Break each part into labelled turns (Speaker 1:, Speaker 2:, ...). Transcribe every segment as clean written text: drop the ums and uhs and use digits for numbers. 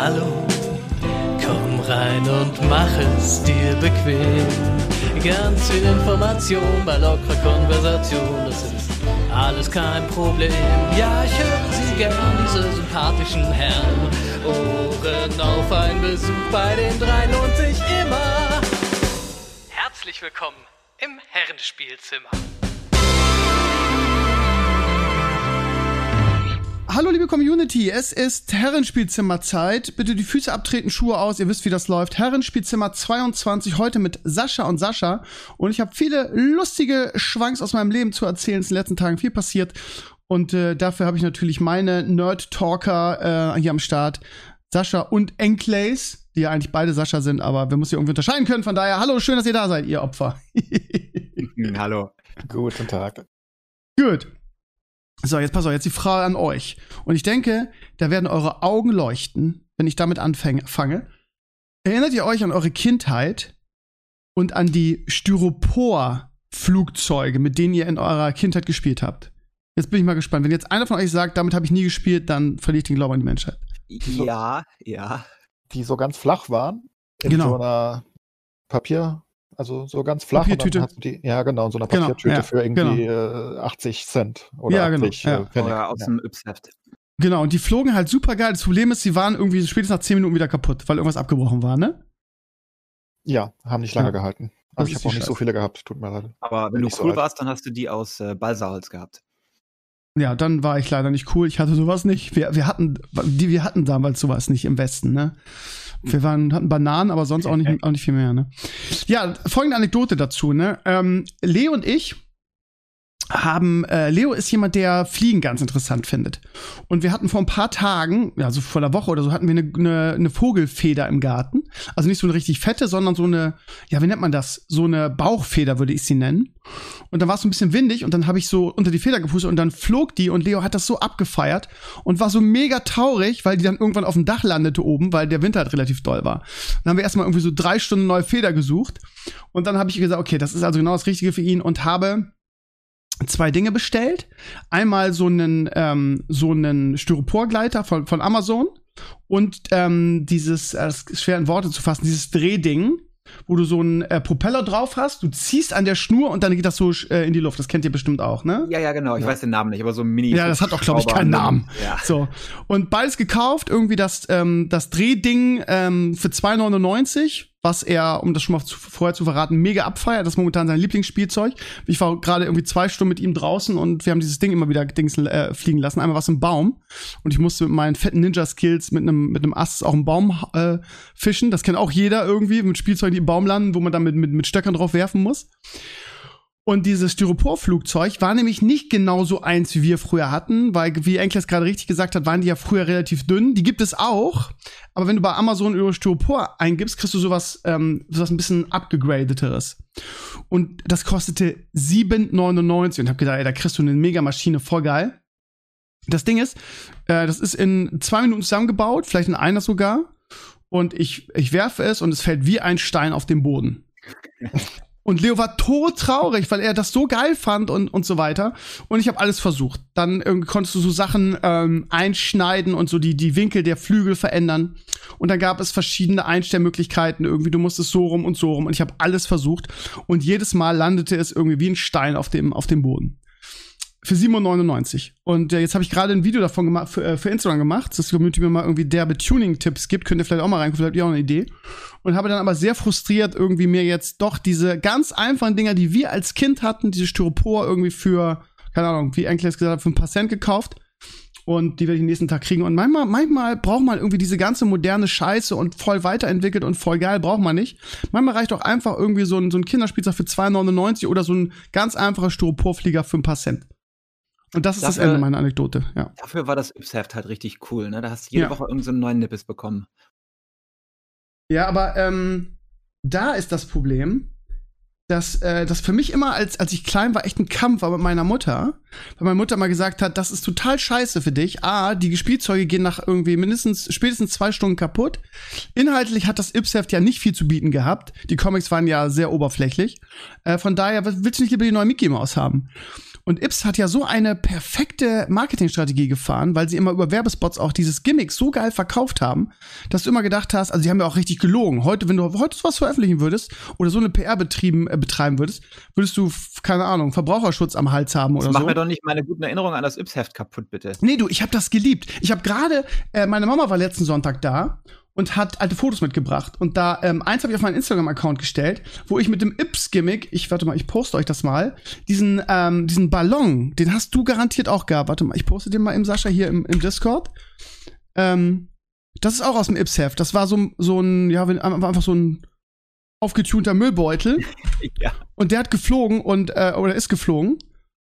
Speaker 1: Hallo, komm rein und mach es dir bequem. Ganz viel Information bei lockerer Konversation, das ist alles kein Problem. Ja, ich höre Sie gern, diese sympathischen Herren. Ohren auf, ein Besuch bei den dreien lohnt sich immer. Herzlich willkommen im Herrenspielzimmer.
Speaker 2: Hallo liebe Community, es ist Herrenspielzimmerzeit. Bitte die Füße abtreten, Schuhe aus, ihr wisst wie das läuft. Herrenspielzimmer 22, heute mit Sascha und Sascha. Und ich habe viele lustige Schwanks aus meinem Leben zu erzählen. Es ist in den letzten Tagen viel passiert. Und dafür habe ich natürlich meine Nerd-Talker hier am Start. Sascha und Enclays, die ja eigentlich beide Sascha sind, aber wir müssen sie irgendwie unterscheiden können. Von daher, hallo, schön, dass ihr da seid, ihr Opfer.
Speaker 3: Hallo.
Speaker 4: Guten Tag.
Speaker 2: Gut. So, jetzt pass auf, jetzt die Frage an euch. Und ich denke, da werden eure Augen leuchten, wenn ich damit fange. Erinnert ihr euch an eure Kindheit und an die Styropor-Flugzeuge, mit denen ihr in eurer Kindheit gespielt habt? Jetzt bin ich mal gespannt. Wenn jetzt einer von euch sagt, damit habe ich nie gespielt, dann verliere ich den Glauben an die Menschheit.
Speaker 3: Ja.
Speaker 4: Die so ganz flach waren. In
Speaker 2: Genau.
Speaker 4: so einer Papier, also so ganz flach.
Speaker 2: Papiertüte.
Speaker 4: Und dann hast du in so einer Papiertüte
Speaker 2: ja,
Speaker 4: für irgendwie 80 Cent oder
Speaker 2: Ja, genau,
Speaker 4: 80
Speaker 2: ja.
Speaker 4: Pfennig.
Speaker 3: Oder aus dem Yps-Heft.
Speaker 2: Genau, und die flogen halt super geil. Das Problem ist, sie waren irgendwie spätestens nach 10 Minuten wieder kaputt, weil irgendwas abgebrochen war, ne?
Speaker 4: Ja, haben nicht lange
Speaker 2: Ja.
Speaker 4: gehalten.
Speaker 2: Das
Speaker 4: Aber ich
Speaker 2: ist
Speaker 4: habe auch
Speaker 2: die
Speaker 4: nicht so
Speaker 2: Scheiße.
Speaker 4: viele gehabt, tut mir leid.
Speaker 3: Aber wenn
Speaker 4: Bin
Speaker 3: du
Speaker 4: nicht so
Speaker 3: cool
Speaker 4: alt.
Speaker 3: warst, dann hast du die aus Balsaholz gehabt.
Speaker 2: Ja, dann war ich leider nicht cool. Ich hatte sowas nicht. Wir hatten damals sowas nicht im Westen, ne? Wir hatten Bananen, aber sonst auch nicht viel mehr, ne? Ja, folgende Anekdote dazu, ne? Leo und ich Leo ist jemand, der Fliegen ganz interessant findet. Und wir hatten vor ein paar Tagen, ja, so vor einer Woche oder so, hatten wir eine Vogelfeder im Garten. Also nicht so eine richtig fette, sondern so eine, ja, wie nennt man das? So eine Bauchfeder, würde ich sie nennen. Und dann war es so ein bisschen windig und dann habe ich so unter die Feder gepustet und dann flog die und Leo hat das so abgefeiert und war so mega traurig, weil die dann irgendwann auf dem Dach landete oben, weil der Winter halt relativ doll war. Dann haben wir erstmal irgendwie so 3 Stunden neue Feder gesucht und dann habe ich gesagt, okay, das ist also genau das Richtige für ihn und habe 2 Dinge bestellt. Einmal so einen Styroporgleiter von Amazon und dieses, das ist schwer in Worte zu fassen, dieses Drehding, wo du so einen Propeller drauf hast, du ziehst an der Schnur und dann geht das so in die Luft. Das kennt ihr bestimmt auch, ne?
Speaker 3: Ja, genau. Ich weiß den Namen nicht, aber so ein Mini.
Speaker 2: Ja, das hat auch, glaube ich, keinen Namen.
Speaker 3: Ja.
Speaker 2: So. Und beides gekauft, irgendwie das Drehding für 2,99, was er, um das schon mal vorher zu verraten, mega abfeiert. Das ist momentan sein Lieblingsspielzeug. Ich war gerade irgendwie 2 Stunden mit ihm draußen und wir haben dieses Ding immer wieder fliegen lassen. Einmal was im Baum. Und ich musste mit meinen fetten Ninja-Skills mit einem Ast auch im Baum fischen. Das kennt auch jeder irgendwie, mit Spielzeugen, die im Baum landen, wo man dann mit Stöckern drauf werfen muss. Und dieses Styropor-Flugzeug war nämlich nicht genauso eins, wie wir früher hatten, weil, wie Enkles gerade richtig gesagt hat, waren die ja früher relativ dünn. Die gibt es auch, aber wenn du bei Amazon über Styropor eingibst, kriegst du sowas ein bisschen abgegradeteres. Und das kostete 7,99 und hab gedacht, ey, da kriegst du eine Megamaschine, voll geil. Das Ding ist, das ist in 2 Minuten zusammengebaut, vielleicht in einer sogar. Und ich werfe es und es fällt wie ein Stein auf den Boden. Und Leo war todtraurig, weil er das so geil fand und so weiter. Und ich habe alles versucht. Dann konntest du so Sachen einschneiden und so die Winkel der Flügel verändern. Und dann gab es verschiedene Einstellmöglichkeiten. Irgendwie, du musstest so rum und so rum. Und ich habe alles versucht. Und jedes Mal landete es irgendwie wie ein Stein auf dem Boden. Für 7,99 €. Und jetzt habe ich gerade ein Video davon gemacht, für Instagram gemacht, dass die Community mir mal irgendwie derbe Tuning-Tipps gibt. Könnt ihr vielleicht auch mal reingucken, vielleicht habt ihr auch eine Idee. Und habe dann aber sehr frustriert irgendwie mir jetzt doch diese ganz einfachen Dinger, die wir als Kind hatten, diese Styropor irgendwie für, keine Ahnung, wie Enkles gesagt hat, für ein paar Cent gekauft. Und die werde ich den nächsten Tag kriegen. Und manchmal braucht man irgendwie diese ganze moderne Scheiße und voll weiterentwickelt und voll geil, braucht man nicht. Manchmal reicht auch einfach irgendwie so ein Kinderspielzeug für 2,99 € oder so ein ganz einfacher Styroporflieger für ein paar Cent. Und das ist das Ende meiner Anekdote, ja.
Speaker 3: Dafür war das Yps-Heft halt richtig cool, ne? Da hast du jede Woche irgendeinen so neuen Nippes bekommen.
Speaker 2: Ja, aber da ist das Problem, dass das für mich immer, als ich klein war, echt ein Kampf war mit meiner Mutter. Weil meine Mutter mal gesagt hat, das ist total scheiße für dich. Die Spielzeuge gehen nach irgendwie spätestens 2 Stunden kaputt. Inhaltlich hat das Yps-Heft ja nicht viel zu bieten gehabt. Die Comics waren ja sehr oberflächlich. Von daher willst du nicht lieber die neue Mickey Maus haben? Und Yps hat ja so eine perfekte Marketingstrategie gefahren, weil sie immer über Werbespots auch dieses Gimmick so geil verkauft haben, dass du immer gedacht hast, also die haben ja auch richtig gelogen. Heute, wenn du heute was veröffentlichen würdest oder so eine PR betreiben würdest, würdest du, keine Ahnung, Verbraucherschutz am Hals haben oder so.
Speaker 3: Mach mir doch nicht meine guten Erinnerungen an das Yps-Heft kaputt, bitte.
Speaker 2: Nee, du, ich habe das geliebt. Ich habe gerade, meine Mama war letzten Sonntag da und hat alte Fotos mitgebracht. Und da, eins habe ich auf meinen Instagram-Account gestellt, wo ich mit dem Yps-Gimmick, ich poste euch das mal, diesen Ballon, den hast du garantiert auch gehabt. Warte mal, ich poste den mal im Sascha hier im Discord. Das ist auch aus dem Yps-Heft. Das war so ein, ja, einfach so ein aufgetunter Müllbeutel.
Speaker 3: Ja.
Speaker 2: Und der hat geflogen oder ist geflogen.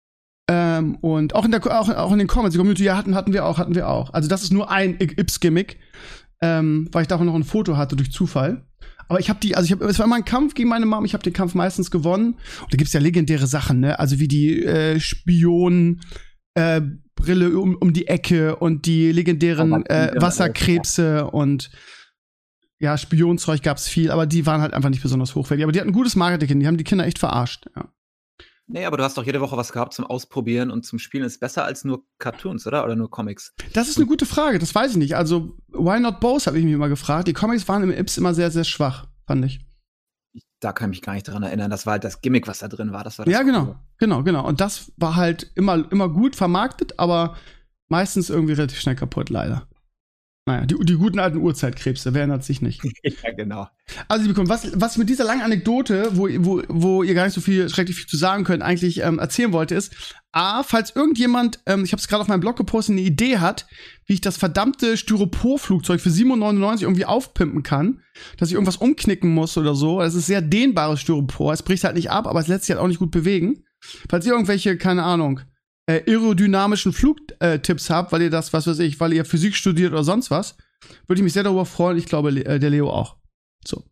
Speaker 2: Und auch in den Comments, die Community, ja, hatten wir auch. Also das ist nur ein Yps-Gimmick. Weil ich davon noch ein Foto hatte durch Zufall. Aber es war immer ein Kampf gegen meine Mom, ich habe den Kampf meistens gewonnen. Und da gibt's ja legendäre Sachen, ne? Also wie die Spion Brille um die Ecke und die legendären Wasserkrebse und ja, Spionzeug gab's viel, aber die waren halt einfach nicht besonders hochwertig. Aber die hatten gutes Marketing, die haben die Kinder echt verarscht, ja.
Speaker 3: Nee, aber du hast doch jede Woche was gehabt zum Ausprobieren und zum Spielen. Ist besser als nur Cartoons, oder? Oder nur Comics?
Speaker 2: Das ist eine gute Frage, das weiß ich nicht. Also, why not both, habe ich mich immer gefragt. Die Comics waren im Yps immer sehr, sehr schwach, fand ich.
Speaker 3: Da kann ich mich gar nicht dran erinnern. Das war halt das Gimmick, was da drin war. Das war das
Speaker 2: ja,
Speaker 3: Coole.
Speaker 2: genau. Und das war halt immer gut vermarktet, aber meistens irgendwie relativ schnell kaputt, leider. Naja, die guten alten Urzeitkrebse, wer erinnert sich nicht?
Speaker 3: Ja, genau.
Speaker 2: Also, liebe Kunden, was ich mit dieser langen Anekdote, wo ihr gar nicht so schrecklich viel zu sagen könnt, eigentlich erzählen wollte, ist, falls irgendjemand, ich habe es gerade auf meinem Blog gepostet, eine Idee hat, wie ich das verdammte Styropor-Flugzeug für 7,99 € irgendwie aufpimpen kann, dass ich irgendwas umknicken muss oder so. Es ist sehr dehnbares Styropor, es bricht halt nicht ab, aber es lässt sich halt auch nicht gut bewegen. Falls ihr irgendwelche, keine Ahnung, aerodynamischen Flugtipps habt, weil ihr das, was weiß ich, weil ihr Physik studiert oder sonst was, würde ich mich sehr darüber freuen. Ich glaube, der Leo auch. So.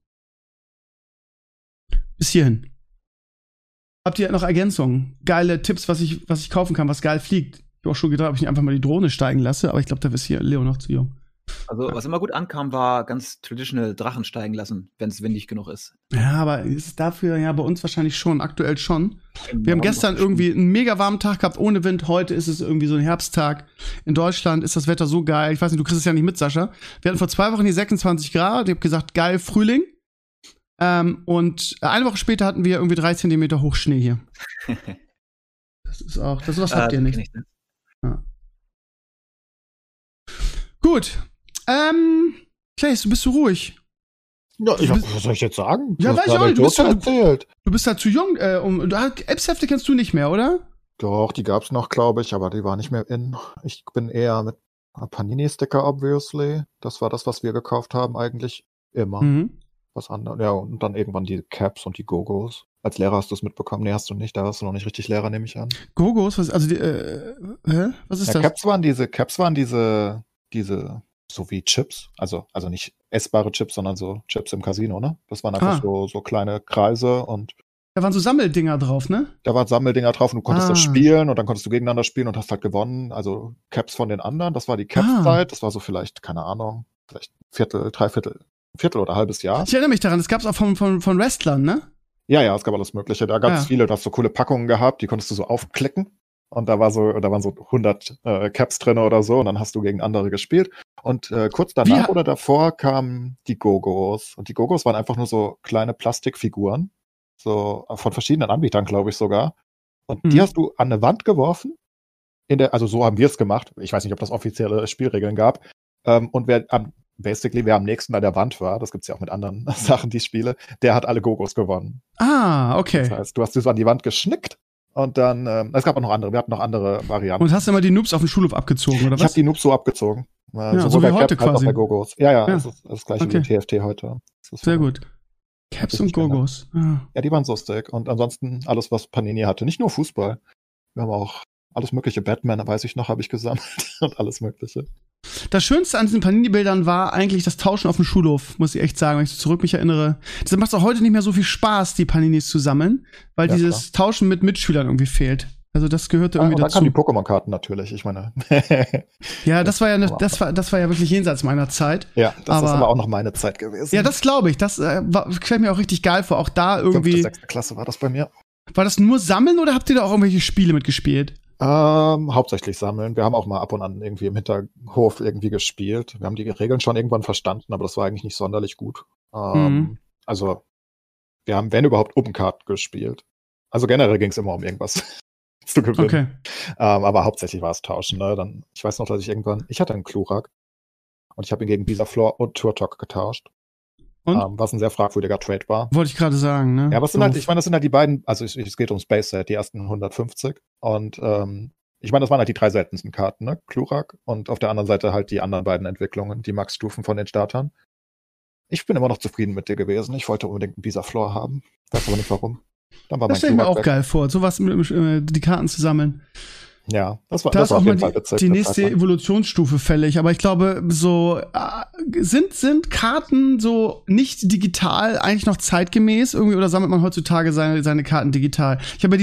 Speaker 2: Bis hierhin. Habt ihr noch Ergänzungen? Geile Tipps, was ich kaufen kann, was geil fliegt? Ich habe auch schon gedacht, ob ich nicht einfach mal die Drohne steigen lasse, aber ich glaube, da ist hier Leo noch zu jung.
Speaker 3: Also, was immer gut ankam, war ganz traditional Drachen steigen lassen, wenn es windig genug ist.
Speaker 2: Ja, aber ist es dafür ja bei uns wahrscheinlich schon, aktuell schon. Wir haben gestern irgendwie einen mega warmen Tag gehabt, ohne Wind. Heute ist es irgendwie so ein Herbsttag. In Deutschland ist das Wetter so geil. Ich weiß nicht, du kriegst es ja nicht mit, Sascha. Wir hatten vor 2 Wochen die 26 Grad. Ich habe gesagt, geil, Frühling. Und eine Woche später hatten wir irgendwie 3 Zentimeter Hochschnee hier. Das habt ihr nicht. Ja. Gut. Claes, du bist so ruhig.
Speaker 4: Ja, was soll ich jetzt sagen?
Speaker 2: Ja, weiß ich auch nicht. Du bist halt zu jung. Yps-Hefte kennst du nicht mehr, oder?
Speaker 4: Doch, die gab's noch, glaube ich, aber die waren nicht mehr in. Ich bin eher mit Panini-Sticker, obviously. Das war das, was wir gekauft haben, eigentlich immer.
Speaker 2: Mhm.
Speaker 4: Was anderes. Ja, und dann irgendwann die Caps und die Go-Gos. Als Lehrer hast du es mitbekommen? Nee, hast du nicht. Da warst du noch nicht richtig Lehrer, nehme ich an.
Speaker 2: Go-Gos? Was ist das?
Speaker 4: Caps waren diese so wie Chips, also nicht essbare Chips, sondern so Chips im Casino, ne? Das waren einfach so kleine Kreise und
Speaker 2: da waren so Sammeldinger drauf, ne?
Speaker 4: Da waren Sammeldinger drauf und du konntest das spielen und dann konntest du gegeneinander spielen und hast halt gewonnen. Also Caps von den anderen, das war die Caps-Zeit, das war so vielleicht, keine Ahnung, vielleicht Viertel oder halbes Jahr.
Speaker 2: Ich erinnere mich daran, das gab's auch von Wrestlern, ne?
Speaker 4: Ja, es gab alles Mögliche. Da gab es viele, du hast so coole Packungen gehabt, die konntest du so aufklicken. Und da waren so 100 Caps drin oder so und dann hast du gegen andere gespielt. Und kurz danach oder davor kamen die Go-Gos. Und die Go-Gos waren einfach nur so kleine Plastikfiguren. So von verschiedenen Anbietern, glaube ich sogar. Und die hast du an eine Wand geworfen. Also so haben wir es gemacht. Ich weiß nicht, ob das offizielle Spielregeln gab. Und wer am nächsten an der Wand war, das gibt's ja auch mit anderen Sachen, die ich spiele, der hat alle Go-Gos gewonnen.
Speaker 2: Okay.
Speaker 4: Das heißt, du hast sie so an die Wand geschnickt. Und dann, es gab auch noch andere, wir hatten noch andere Varianten.
Speaker 2: Und hast du immer die Noobs auf dem Schulhof abgezogen, oder was?
Speaker 4: Ich habe die Noobs so abgezogen.
Speaker 2: So wie heute quasi.
Speaker 4: Bei Go-Gos. Ja. Das ist das gleiche wie TFT heute.
Speaker 2: Sehr gut. Caps und Go-Gos.
Speaker 4: Ja, die waren lustig. Und ansonsten alles, was Panini hatte. Nicht nur Fußball. Wir haben auch alles mögliche. Batman, weiß ich noch, habe ich gesammelt. Und alles mögliche.
Speaker 2: Das Schönste an diesen Panini-Bildern war eigentlich das Tauschen auf dem Schulhof, muss ich echt sagen, wenn ich so zurück mich erinnere. Deshalb macht es auch heute nicht mehr so viel Spaß, die Paninis zu sammeln, weil dieses Tauschen mit Mitschülern irgendwie fehlt. Also das gehörte irgendwie dazu.
Speaker 4: Und dann kamen die Pokémon-Karten natürlich, ich meine.
Speaker 2: Ja, das war ja wirklich jenseits meiner Zeit.
Speaker 4: Ja, das ist aber auch noch meine Zeit gewesen.
Speaker 2: Ja, das glaube ich. Das quält mir auch richtig geil vor. Auch da irgendwie.
Speaker 4: 5. 6. Klasse war das bei mir.
Speaker 2: War das nur Sammeln oder habt ihr da auch irgendwelche Spiele mitgespielt?
Speaker 4: Hauptsächlich sammeln. Wir haben auch mal ab und an irgendwie im Hinterhof irgendwie gespielt. Wir haben die Regeln schon irgendwann verstanden, aber das war eigentlich nicht sonderlich gut. Also, wir haben, wenn überhaupt, Open Card gespielt. Also generell ging es immer um irgendwas zu gewinnen.
Speaker 2: Okay.
Speaker 4: Aber hauptsächlich war es Tauschen. Ne? Ich weiß noch, dass ich hatte einen Klurak und ich habe ihn gegen Bisaflor und Turtok getauscht.
Speaker 2: Und?
Speaker 4: Was ein sehr fragwürdiger Trade war.
Speaker 2: Wollte ich gerade sagen, ne?
Speaker 4: Ja, aber das sind halt die beiden, also es geht um Space Set, die ersten 150. Und ich meine, das waren halt die 3 seltensten Karten, ne? Klurak und auf der anderen Seite halt die anderen beiden Entwicklungen, die Max-Stufen von den Startern. Ich bin immer noch zufrieden mit dir gewesen. Ich wollte unbedingt einen Bisaflor haben. Weiß aber nicht warum. Dann war
Speaker 2: das stelle ich mir auch geil vor, sowas die Karten zu sammeln.
Speaker 4: Ja, das war
Speaker 2: auf
Speaker 4: jeden
Speaker 2: jeden
Speaker 4: Fall
Speaker 2: witzig. Die nächste Evolutionsstufe fällig, aber ich glaube, so sind Karten so nicht digital eigentlich noch zeitgemäß irgendwie oder sammelt man heutzutage seine Karten digital? Ich habe ja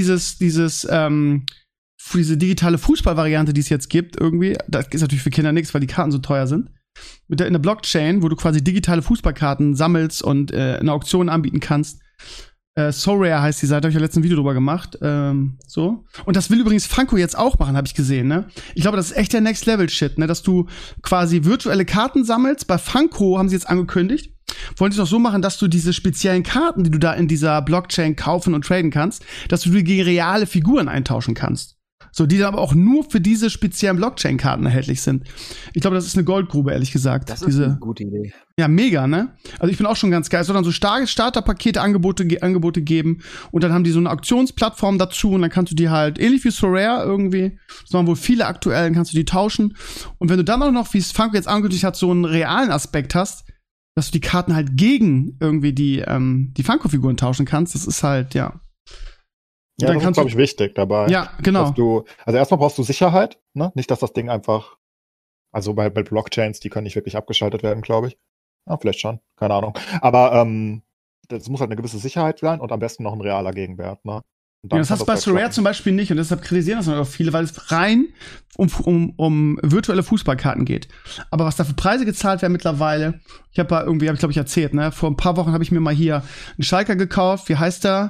Speaker 2: diese digitale Fußballvariante, die es jetzt gibt, irgendwie, das ist natürlich für Kinder nichts, weil die Karten so teuer sind. In der Blockchain, wo du quasi digitale Fußballkarten sammelst und eine Auktion anbieten kannst. SoRare heißt die Seite, habe ich ja letztens ein Video drüber gemacht. So. Und das will übrigens Funko jetzt auch machen, habe ich gesehen, ne? Ich glaube, das ist echt der Next-Level-Shit, ne? Dass du quasi virtuelle Karten sammelst. Bei Funko haben sie jetzt angekündigt, wollen sie es auch so machen, dass du diese speziellen Karten, die du da in dieser Blockchain kaufen und traden kannst, dass du die gegen reale Figuren eintauschen kannst. So, die dann aber auch nur für diese speziellen Blockchain-Karten erhältlich sind. Ich glaube, das ist eine Goldgrube, ehrlich gesagt.
Speaker 3: Das ist eine gute Idee.
Speaker 2: Ja, mega, ne? Also ich bin auch schon ganz geil. Es soll dann so starke Starterpakete, Angebote geben und dann haben die so eine Auktionsplattform dazu und dann kannst du die halt, ähnlich wie SoRare irgendwie, das machen wohl viele aktuell, dann kannst du die tauschen. Und wenn du dann auch noch, wie es Funko jetzt angekündigt hat, so einen realen Aspekt hast, dass du die Karten halt gegen irgendwie die Funko-Figuren tauschen kannst, das ist halt, ja.
Speaker 4: Ja, das ist, glaube ich, wichtig dabei.
Speaker 2: Ja, genau.
Speaker 4: Also erstmal brauchst du Sicherheit, ne? Nicht, dass das Ding einfach, also bei Blockchains, die können nicht wirklich abgeschaltet werden, glaube ich. Ja, vielleicht schon, keine Ahnung. Aber das muss halt eine gewisse Sicherheit sein und am besten noch ein realer Gegenwert, ne?
Speaker 2: Ja, das hast du bei SoRare zum Beispiel nicht und deshalb kritisieren das auch viele, weil es rein um virtuelle Fußballkarten geht. Aber was da für Preise gezahlt werden mittlerweile, ich glaube ich erzählt, ne? Vor ein paar Wochen habe ich mir mal hier einen Schalker gekauft, wie heißt der?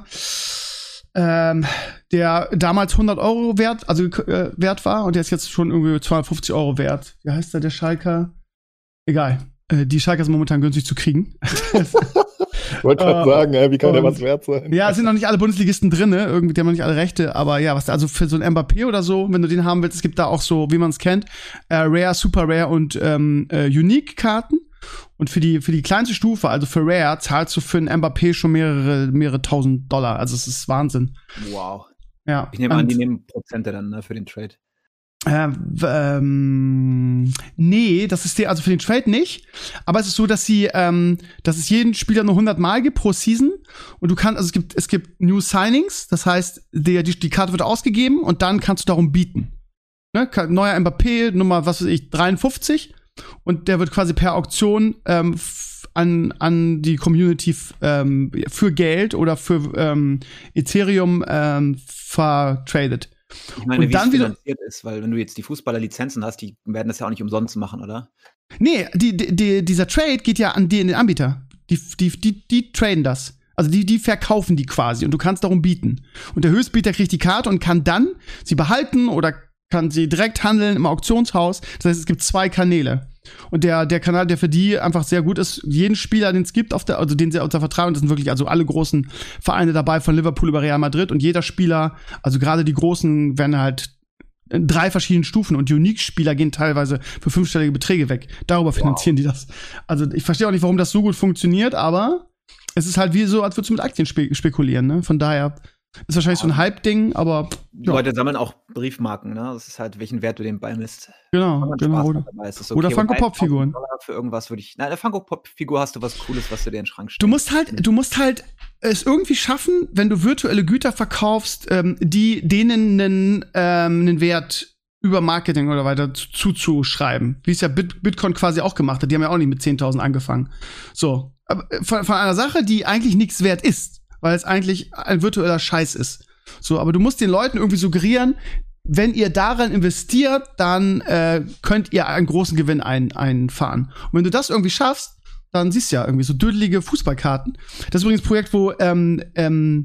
Speaker 2: Der damals 100 € wert war und der ist jetzt schon irgendwie 250 € wert. Wie heißt der Schalker? Egal. Die Schalker sind momentan günstig zu kriegen.
Speaker 4: Wollte gerade sagen, wie kann der was wert sein?
Speaker 2: Ja, es sind noch nicht alle Bundesligisten drin, ne? Irgendwie, die haben noch nicht alle Rechte, aber ja, also für so ein Mbappé oder so, wenn du den haben willst, es gibt da auch so, wie man es kennt, Rare, Super Rare und Unique-Karten. Und für die kleinste Stufe, also für Rare, zahlst du für einen Mbappé schon mehrere $1.000. Also es ist Wahnsinn.
Speaker 3: Wow.
Speaker 2: Ja.
Speaker 3: Ich nehme an, die nehmen Prozente dann, ne, für den Trade.
Speaker 2: Nee, das ist also für den Trade nicht. Aber es ist so, dass es jeden Spieler nur 100 Mal gibt pro Season. Und es gibt New Signings. Das heißt, die Karte wird ausgegeben und dann kannst du darum bieten. Ne? Neuer Mbappé, Nummer, 53. Und der wird quasi per Auktion an die Community für Geld oder für Ethereum vertradet.
Speaker 3: Ich meine, wie es finanziert ist, weil wenn du jetzt die Fußballer-Lizenzen hast, die werden das ja auch nicht umsonst machen, oder?
Speaker 2: Nee, dieser Trade geht ja an den Anbieter. Die traden das. Also die verkaufen die quasi und du kannst darum bieten. Und der Höchstbieter kriegt die Karte und kann dann sie behalten oder kann sie direkt handeln im Auktionshaus. Das heißt, es gibt 2 Kanäle. Und der Kanal, der für die einfach sehr gut ist, jeden Spieler, den es gibt, den sie unter Vertrag, und das sind wirklich also alle großen Vereine dabei, von Liverpool über Real Madrid, und jeder Spieler, also gerade die großen, werden halt in 3 verschiedenen Stufen, und Unique-Spieler gehen teilweise für 5-stellige Beträge weg. Darüber finanzieren die das. Also ich verstehe auch nicht, warum das so gut funktioniert, aber es ist halt wie so, als würdest du mit Aktien spekulieren, ne? Von daher ist wahrscheinlich so ein Hype-Ding, aber
Speaker 3: die Leute sammeln auch Briefmarken, ne? Das ist halt, welchen Wert du dem beimisst.
Speaker 2: Genau. Oder Funko-Pop-Figuren.
Speaker 3: Für irgendwas würde ich. Nein, der Funko-Pop-Figur hast du was Cooles, was du dir in den Schrank stellst.
Speaker 2: Du musst halt es irgendwie schaffen, wenn du virtuelle Güter verkaufst, denen einen Wert über Marketing oder weiter zuzuschreiben. Wie es ja Bitcoin quasi auch gemacht hat. Die haben ja auch nicht mit 10.000 angefangen. So. Aber von einer Sache, die eigentlich nichts wert ist. Weil es eigentlich ein virtueller Scheiß ist. So, aber du musst den Leuten irgendwie suggerieren, wenn ihr daran investiert, dann könnt ihr einen großen Gewinn einfahren. Und wenn du das irgendwie schaffst, dann siehst du ja irgendwie so dödelige Fußballkarten. Das ist übrigens ein Projekt, wo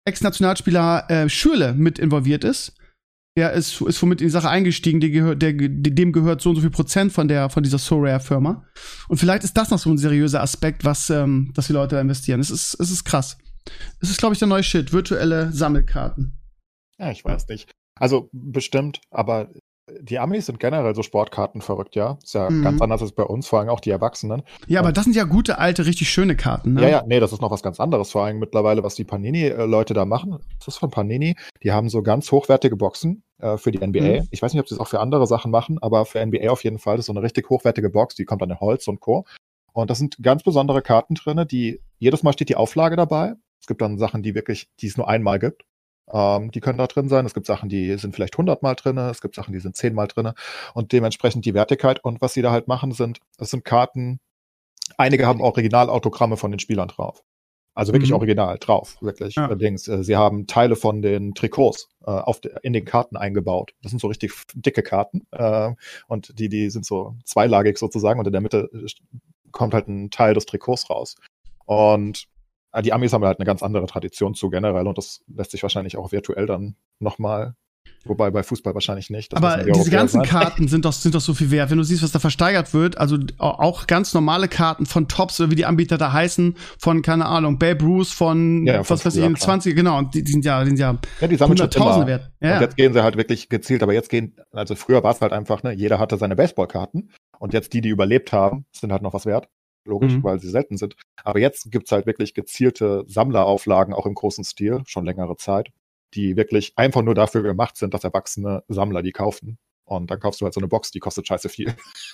Speaker 2: Ex-Nationalspieler Schürrle mit involviert ist. Der ist womit in die Sache eingestiegen, dem gehört so und so viel Prozent von dieser Sorare-Firma. Und vielleicht ist das noch so ein seriöser Aspekt, dass die Leute da investieren. Es ist krass. Es ist, glaube ich, der neue Shit. Virtuelle Sammelkarten.
Speaker 4: Ja, ich weiß nicht. Also bestimmt, aber die Amis sind generell so Sportkarten verrückt, ja. Ist ja ganz anders als bei uns, vor allem auch die Erwachsenen.
Speaker 2: Ja, aber das sind ja gute, alte, richtig schöne Karten, ne?
Speaker 4: Ja, nee, das ist noch was ganz anderes, vor allem mittlerweile, was die Panini-Leute da machen. Das ist von Panini. Die haben so ganz hochwertige Boxen für die NBA. Ich weiß nicht, ob sie das auch für andere Sachen machen, aber für NBA auf jeden Fall. Das ist so eine richtig hochwertige Box, die kommt dann in Holz und Co. Und das sind ganz besondere Karten drin, die jedes Mal steht die Auflage dabei. Es gibt dann Sachen, die es nur einmal gibt. Die können da drin sein. Es gibt Sachen, die sind vielleicht 100-mal drin. Es gibt Sachen, die sind 10-mal drin. Und dementsprechend die Wertigkeit. Und was sie da halt machen, das sind Karten. Einige haben Originalautogramme von den Spielern drauf. Also wirklich original drauf, wirklich.
Speaker 2: Ja.
Speaker 4: Allerdings, sie haben Teile von den Trikots in den Karten eingebaut. Das sind so richtig dicke Karten. Und die sind so zweilagig sozusagen. Und in der Mitte kommt halt ein Teil des Trikots raus. Und die Amis haben halt eine ganz andere Tradition zu generell und das lässt sich wahrscheinlich auch virtuell dann nochmal, wobei bei Fußball wahrscheinlich nicht.
Speaker 2: Aber diese ganzen Karten sind doch so viel wert. Wenn du siehst, was da versteigert wird, also auch ganz normale Karten von Tops oder wie die Anbieter da heißen, von, keine Ahnung, Babe Ruth von was weiß ich, in 20, genau, und die sind ja
Speaker 4: die sammeln
Speaker 2: Hunderttausende wert. Ja.
Speaker 4: Und jetzt gehen sie halt wirklich gezielt, aber also früher war es halt einfach, ne, jeder hatte seine Baseballkarten und jetzt die überlebt haben, sind halt noch was wert. Logisch, weil sie selten sind. Aber jetzt gibt es halt wirklich gezielte Sammlerauflagen, auch im großen Stil, schon längere Zeit, die wirklich einfach nur dafür gemacht sind, dass erwachsene Sammler die kaufen. Und dann kaufst du halt so eine Box, die kostet scheiße viel.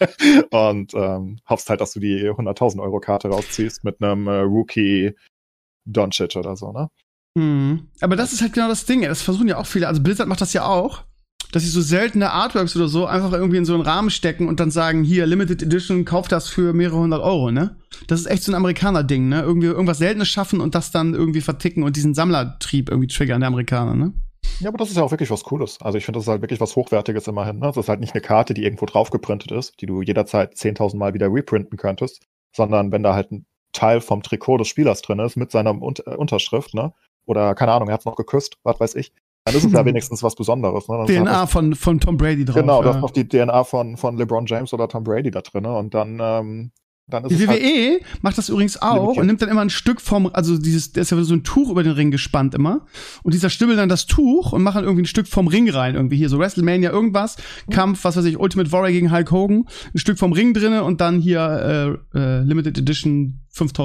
Speaker 4: Und hoffst halt, dass du die 100.000 Euro Karte rausziehst mit einem Rookie Doncic oder so, ne?
Speaker 2: Aber das ist halt genau das Ding. Das versuchen ja auch viele. Also Blizzard macht das ja auch, dass sie so seltene Artworks oder so einfach irgendwie in so einen Rahmen stecken und dann sagen, hier, Limited Edition, kauf das für mehrere hundert Euro, ne? Das ist echt so ein Amerikaner-Ding, ne? Irgendwie irgendwas Seltenes schaffen und das dann irgendwie verticken und diesen Sammlertrieb irgendwie triggern der Amerikaner, ne?
Speaker 4: Ja, aber das ist ja auch wirklich was Cooles. Also ich finde, das ist halt wirklich was Hochwertiges immerhin, ne? Das ist halt nicht eine Karte, die irgendwo drauf geprintet ist, die du jederzeit 10.000 Mal wieder reprinten könntest, sondern wenn da halt ein Teil vom Trikot des Spielers drin ist mit seiner Unterschrift, ne? Oder, keine Ahnung, er hat's noch geküsst, was weiß ich. Dann ist es ja wenigstens was Besonderes. Ne?
Speaker 2: DNA von Tom Brady drauf.
Speaker 4: Genau, da ist noch die DNA von LeBron James oder Tom Brady da drin. Und dann ist
Speaker 2: die
Speaker 4: es
Speaker 2: WWE macht das übrigens auch und nimmt dann immer ein Stück also da ist ja so ein Tuch über den Ring gespannt immer. Und dieser stibbelt dann das Tuch und macht dann irgendwie ein Stück vom Ring rein. Irgendwie hier so WrestleMania irgendwas, Kampf, was weiß ich, Ultimate Warrior gegen Hulk Hogan. Ein Stück vom Ring drinne und dann hier Limited Edition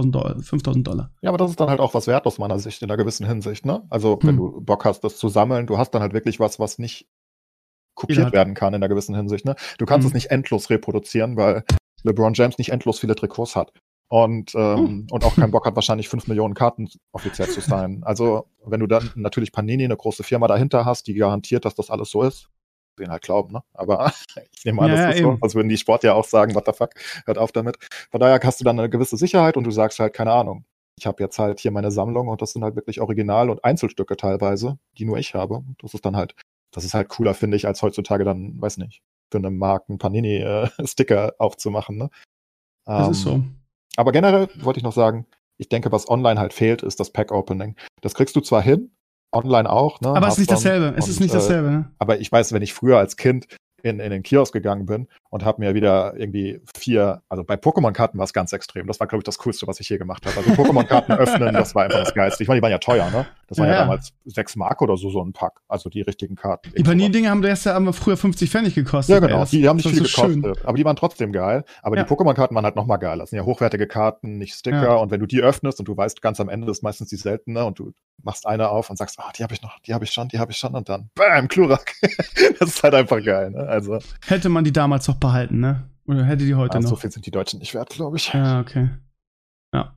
Speaker 2: $5.000.
Speaker 4: Ja, aber das ist dann halt auch was wert aus meiner Sicht, in einer gewissen Hinsicht, ne? Also, wenn du Bock hast, das zu sammeln, du hast dann halt wirklich was nicht kopiert werden kann in einer gewissen Hinsicht, ne? Du kannst es nicht endlos reproduzieren, weil LeBron James nicht endlos viele Trikots hat. Und auch keinen Bock hat, wahrscheinlich 5 Millionen Karten offiziell zu sein. Also, wenn du dann natürlich Panini, eine große Firma dahinter hast, die garantiert, dass das alles so ist, den halt glauben, ne? Aber ich nehme an, das ist so. Also würden die Sport ja auch sagen, what the fuck, hört auf damit. Von daher hast du dann eine gewisse Sicherheit und du sagst halt, keine Ahnung, ich habe jetzt halt hier meine Sammlung und das sind halt wirklich Original- und Einzelstücke teilweise, die nur ich habe. Das ist halt cooler, finde ich, als heutzutage dann, weiß nicht, für eine Marken Panini-Sticker aufzumachen, ne?
Speaker 2: Das ist so.
Speaker 4: Aber generell wollte ich noch sagen, ich denke, was online halt fehlt, ist das Pack-Opening. Das kriegst du zwar hin, online auch, ne?
Speaker 2: Aber es ist nicht dasselbe. Es ist nicht dasselbe, ne?
Speaker 4: Aber ich weiß, wenn ich früher als Kind in den Kiosk gegangen bin und habe mir wieder irgendwie also bei Pokémon-Karten war es ganz extrem. Das war, glaube ich, das Coolste, was ich hier gemacht habe. Also Pokémon-Karten öffnen, das war einfach das Geilste. Ich meine, die waren ja teuer, ne? Das waren ja damals 6 Mark oder so ein Pack. Also die richtigen Karten.
Speaker 2: Die Panini-Dinger haben früher 50 Pfennig gekostet.
Speaker 4: Ja, genau. Die haben nicht viel gekostet. Aber die waren trotzdem geil. Aber die Pokémon-Karten waren halt noch mal geiler. Das sind ja hochwertige Karten, nicht Sticker. Ja. Und wenn du die öffnest und du weißt, ganz am Ende ist meistens die seltene und du machst eine auf und sagst, die habe ich noch, die habe ich schon und dann bam, Klurak. Das ist halt einfach geil, ne? Also
Speaker 2: hätte man die damals noch behalten, ne? Oder hätte die heute noch?
Speaker 4: So viel sind die Deutschen nicht wert, glaube ich.
Speaker 2: Ja, okay. Ja.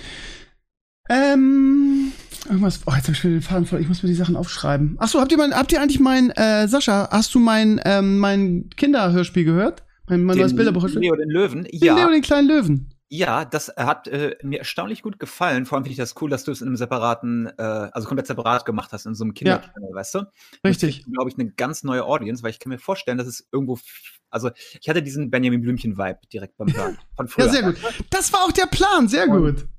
Speaker 2: Irgendwas. Oh, jetzt habe ich schon den Faden voll. Ich muss mir die Sachen aufschreiben. Achso, habt ihr eigentlich Sascha, hast du mein Kinderhörspiel gehört? Mein neues Bilderbuchhörspiel?
Speaker 3: Leo den Löwen? Ja.
Speaker 2: Leo den kleinen Löwen.
Speaker 3: Ja, das hat mir erstaunlich gut gefallen. Vor allem finde ich das cool, dass du es in einem separaten, also komplett separat gemacht hast, in so einem Kinderchannel, weißt du?
Speaker 2: Richtig.
Speaker 3: Glaube ich, eine ganz neue Audience, weil ich kann mir vorstellen, dass es irgendwo, also ich hatte diesen Benjamin Blümchen-Vibe direkt beim Hören von früher.
Speaker 2: Ja, sehr gut. Das war auch der Plan, sehr gut.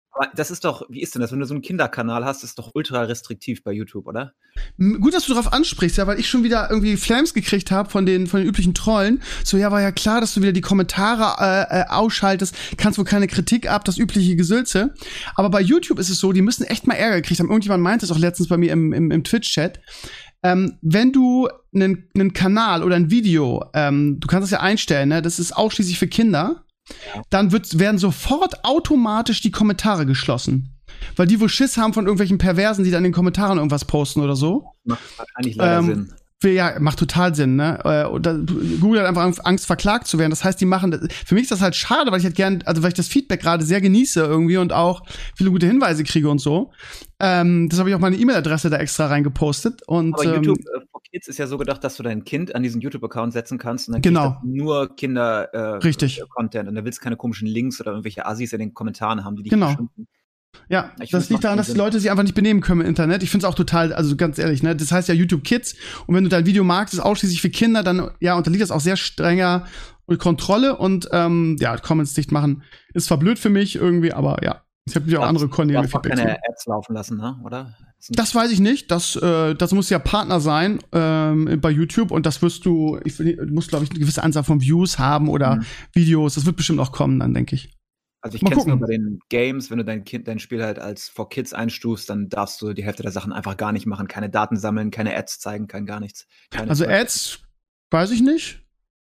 Speaker 3: Aber das ist doch, wie ist denn das, wenn du so einen Kinderkanal hast, ist doch ultra restriktiv bei YouTube, oder?
Speaker 2: Gut, dass du darauf ansprichst, ja, weil ich schon wieder irgendwie Flames gekriegt habe von den üblichen Trollen. So, ja, war ja klar, dass du wieder die Kommentare ausschaltest, kannst wohl keine Kritik ab, das übliche Gesülze. Aber bei YouTube ist es so, die müssen echt mal Ärger gekriegt haben. Irgendjemand meinte es auch letztens bei mir im Twitch-Chat. Wenn du einen Kanal oder ein Video, du kannst das ja einstellen, ne, das ist ausschließlich für Kinder, dann werden sofort automatisch die Kommentare geschlossen. Weil die wohl Schiss haben von irgendwelchen Perversen, die dann in den Kommentaren irgendwas posten oder so.
Speaker 3: Macht wahrscheinlich leider Sinn.
Speaker 2: Ja, macht total Sinn, ne? Google hat einfach Angst, verklagt zu werden. Das heißt, die machen das. Für mich ist das halt schade, weil ich halt weil ich das Feedback gerade sehr genieße irgendwie und auch viele gute Hinweise kriege und so. Das habe ich auch meine E-Mail-Adresse da extra reingepostet. Und,
Speaker 3: aber YouTube for Kids ist ja so gedacht, dass du dein Kind an diesen YouTube-Account setzen kannst und dann
Speaker 2: genau.
Speaker 3: kriegst du nur
Speaker 2: Richtig.
Speaker 3: Content und da willst du keine komischen Links oder irgendwelche Assis in den Kommentaren haben, die dich
Speaker 2: genau.
Speaker 3: beschimpfen.
Speaker 2: Ja, das liegt daran, dass die Leute sich einfach nicht benehmen können im Internet. Ich finde es auch total, also ganz ehrlich, ne, das heißt ja YouTube Kids und wenn du dein Video magst, ist ausschließlich für Kinder, dann ja, unterliegt das auch sehr strenger Kontrolle und Comments dicht machen ist zwar blöd für mich irgendwie, aber ja, ich habe ja auch andere Content
Speaker 3: Feedback. Keine Ads laufen lassen, ne, oder?
Speaker 2: Das weiß ich nicht, das muss ja Partner sein bei YouTube und das musst glaube ich, eine gewisse Anzahl von Views haben oder Videos, das wird bestimmt auch kommen, dann denke ich.
Speaker 3: Also ich kenne es nur bei den Games, wenn du dein Spiel halt als For Kids einstufst, dann darfst du die Hälfte der Sachen einfach gar nicht machen. Keine Daten sammeln, keine Ads zeigen, gar nichts.
Speaker 2: Also Ads, weiß ich nicht.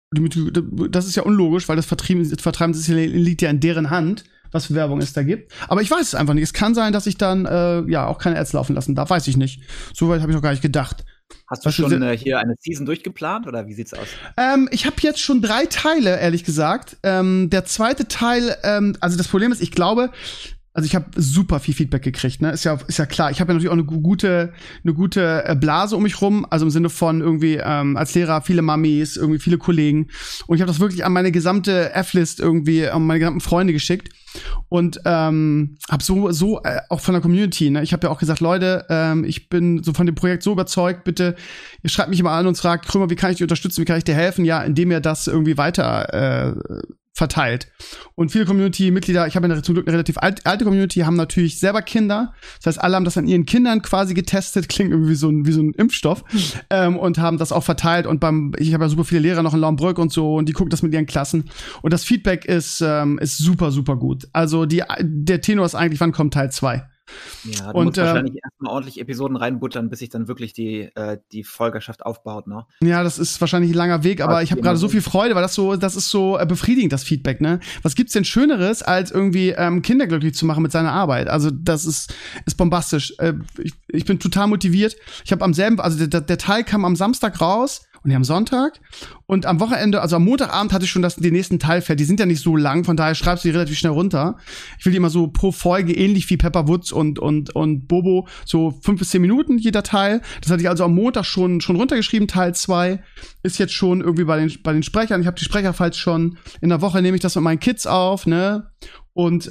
Speaker 2: Das ist ja unlogisch, weil das Vertreiben liegt ja in deren Hand, was für Werbung es da gibt. Aber ich weiß es einfach nicht. Es kann sein, dass ich dann auch keine Ads laufen lassen darf, weiß ich nicht. Soweit habe ich noch gar nicht gedacht.
Speaker 3: Hast du schon hier eine Season durchgeplant oder wie sieht's aus?
Speaker 2: Ich habe jetzt schon 3 Teile, ehrlich gesagt. Der zweite Teil, also das Problem ist, ich glaube, also ich habe super viel Feedback gekriegt, ne? Ist ja klar. Ich habe ja natürlich auch eine gute Blase um mich rum, also im Sinne von irgendwie als Lehrer viele Mamis, irgendwie viele Kollegen. Und ich habe das wirklich an meine gesamte F-List irgendwie, an meine gesamten Freunde geschickt. Und habe so auch von der Community, ne? Ich habe ja auch gesagt, Leute, ich bin so von dem Projekt so überzeugt, bitte, ihr schreibt mich immer an und fragt, Krömer, wie kann ich dich unterstützen, wie kann ich dir helfen? Ja, indem ihr das irgendwie weiter verteilt. Und viele Community-Mitglieder, ich habe ja zum Glück eine relativ alte Community, haben natürlich selber Kinder. Das heißt, alle haben das an ihren Kindern quasi getestet, klingt irgendwie wie so ein Impfstoff, und haben das auch verteilt. Und ich habe ja super viele Lehrer noch in Laumbrück und so, und die gucken das mit ihren Klassen. Und das Feedback ist super, super gut. Also der Tenor ist eigentlich, wann kommt Teil 2?
Speaker 3: Ja, du musst wahrscheinlich erstmal ordentlich Episoden reinbuttern, bis sich dann wirklich die Folgerschaft aufbaut, ne?
Speaker 2: Ja, das ist wahrscheinlich ein langer Weg, aber ich habe gerade so viel Freude, weil das ist so befriedigend, das Feedback, ne? Was gibt's denn Schöneres, als irgendwie Kinder glücklich zu machen mit seiner Arbeit? Also das ist bombastisch. Ich bin total motiviert. Ich habe der Teil kam am Samstag raus. Und am Sonntag. Und am Wochenende, also am Montagabend hatte ich schon den nächsten Teil fertig. Die sind ja nicht so lang, von daher schreibst du die relativ schnell runter. Ich will die immer so pro Folge, ähnlich wie Pepper Woods und Bobo, so 5 bis 10 Minuten jeder Teil. Das hatte ich also am Montag schon runtergeschrieben, Teil 2. Ist jetzt schon irgendwie bei den Sprechern. Ich habe die Sprecherfiles schon. In der Woche nehme ich das mit meinen Kids auf, ne? Und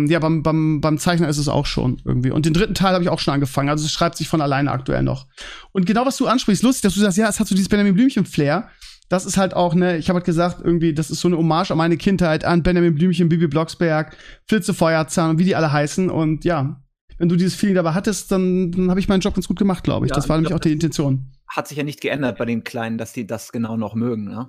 Speaker 2: beim Zeichner ist es auch schon irgendwie. Und den dritten Teil habe ich auch schon angefangen. Also es schreibt sich von alleine aktuell noch. Und genau, was du ansprichst, lustig, dass du sagst, ja, es hat so dieses Benjamin Blümchen-Flair. Das ist halt auch, ne, ich habe halt gesagt, irgendwie, das ist so eine Hommage an meine Kindheit, an Benjamin Blümchen, Bibi Blocksberg, Flitze Feuerzahn und wie die alle heißen. Und ja, wenn du dieses Feeling dabei hattest, dann habe ich meinen Job ganz gut gemacht, glaube ich. Ja, das war nämlich auch die Intention.
Speaker 3: Hat sich ja nicht geändert bei den Kleinen, dass die das genau noch mögen, ne?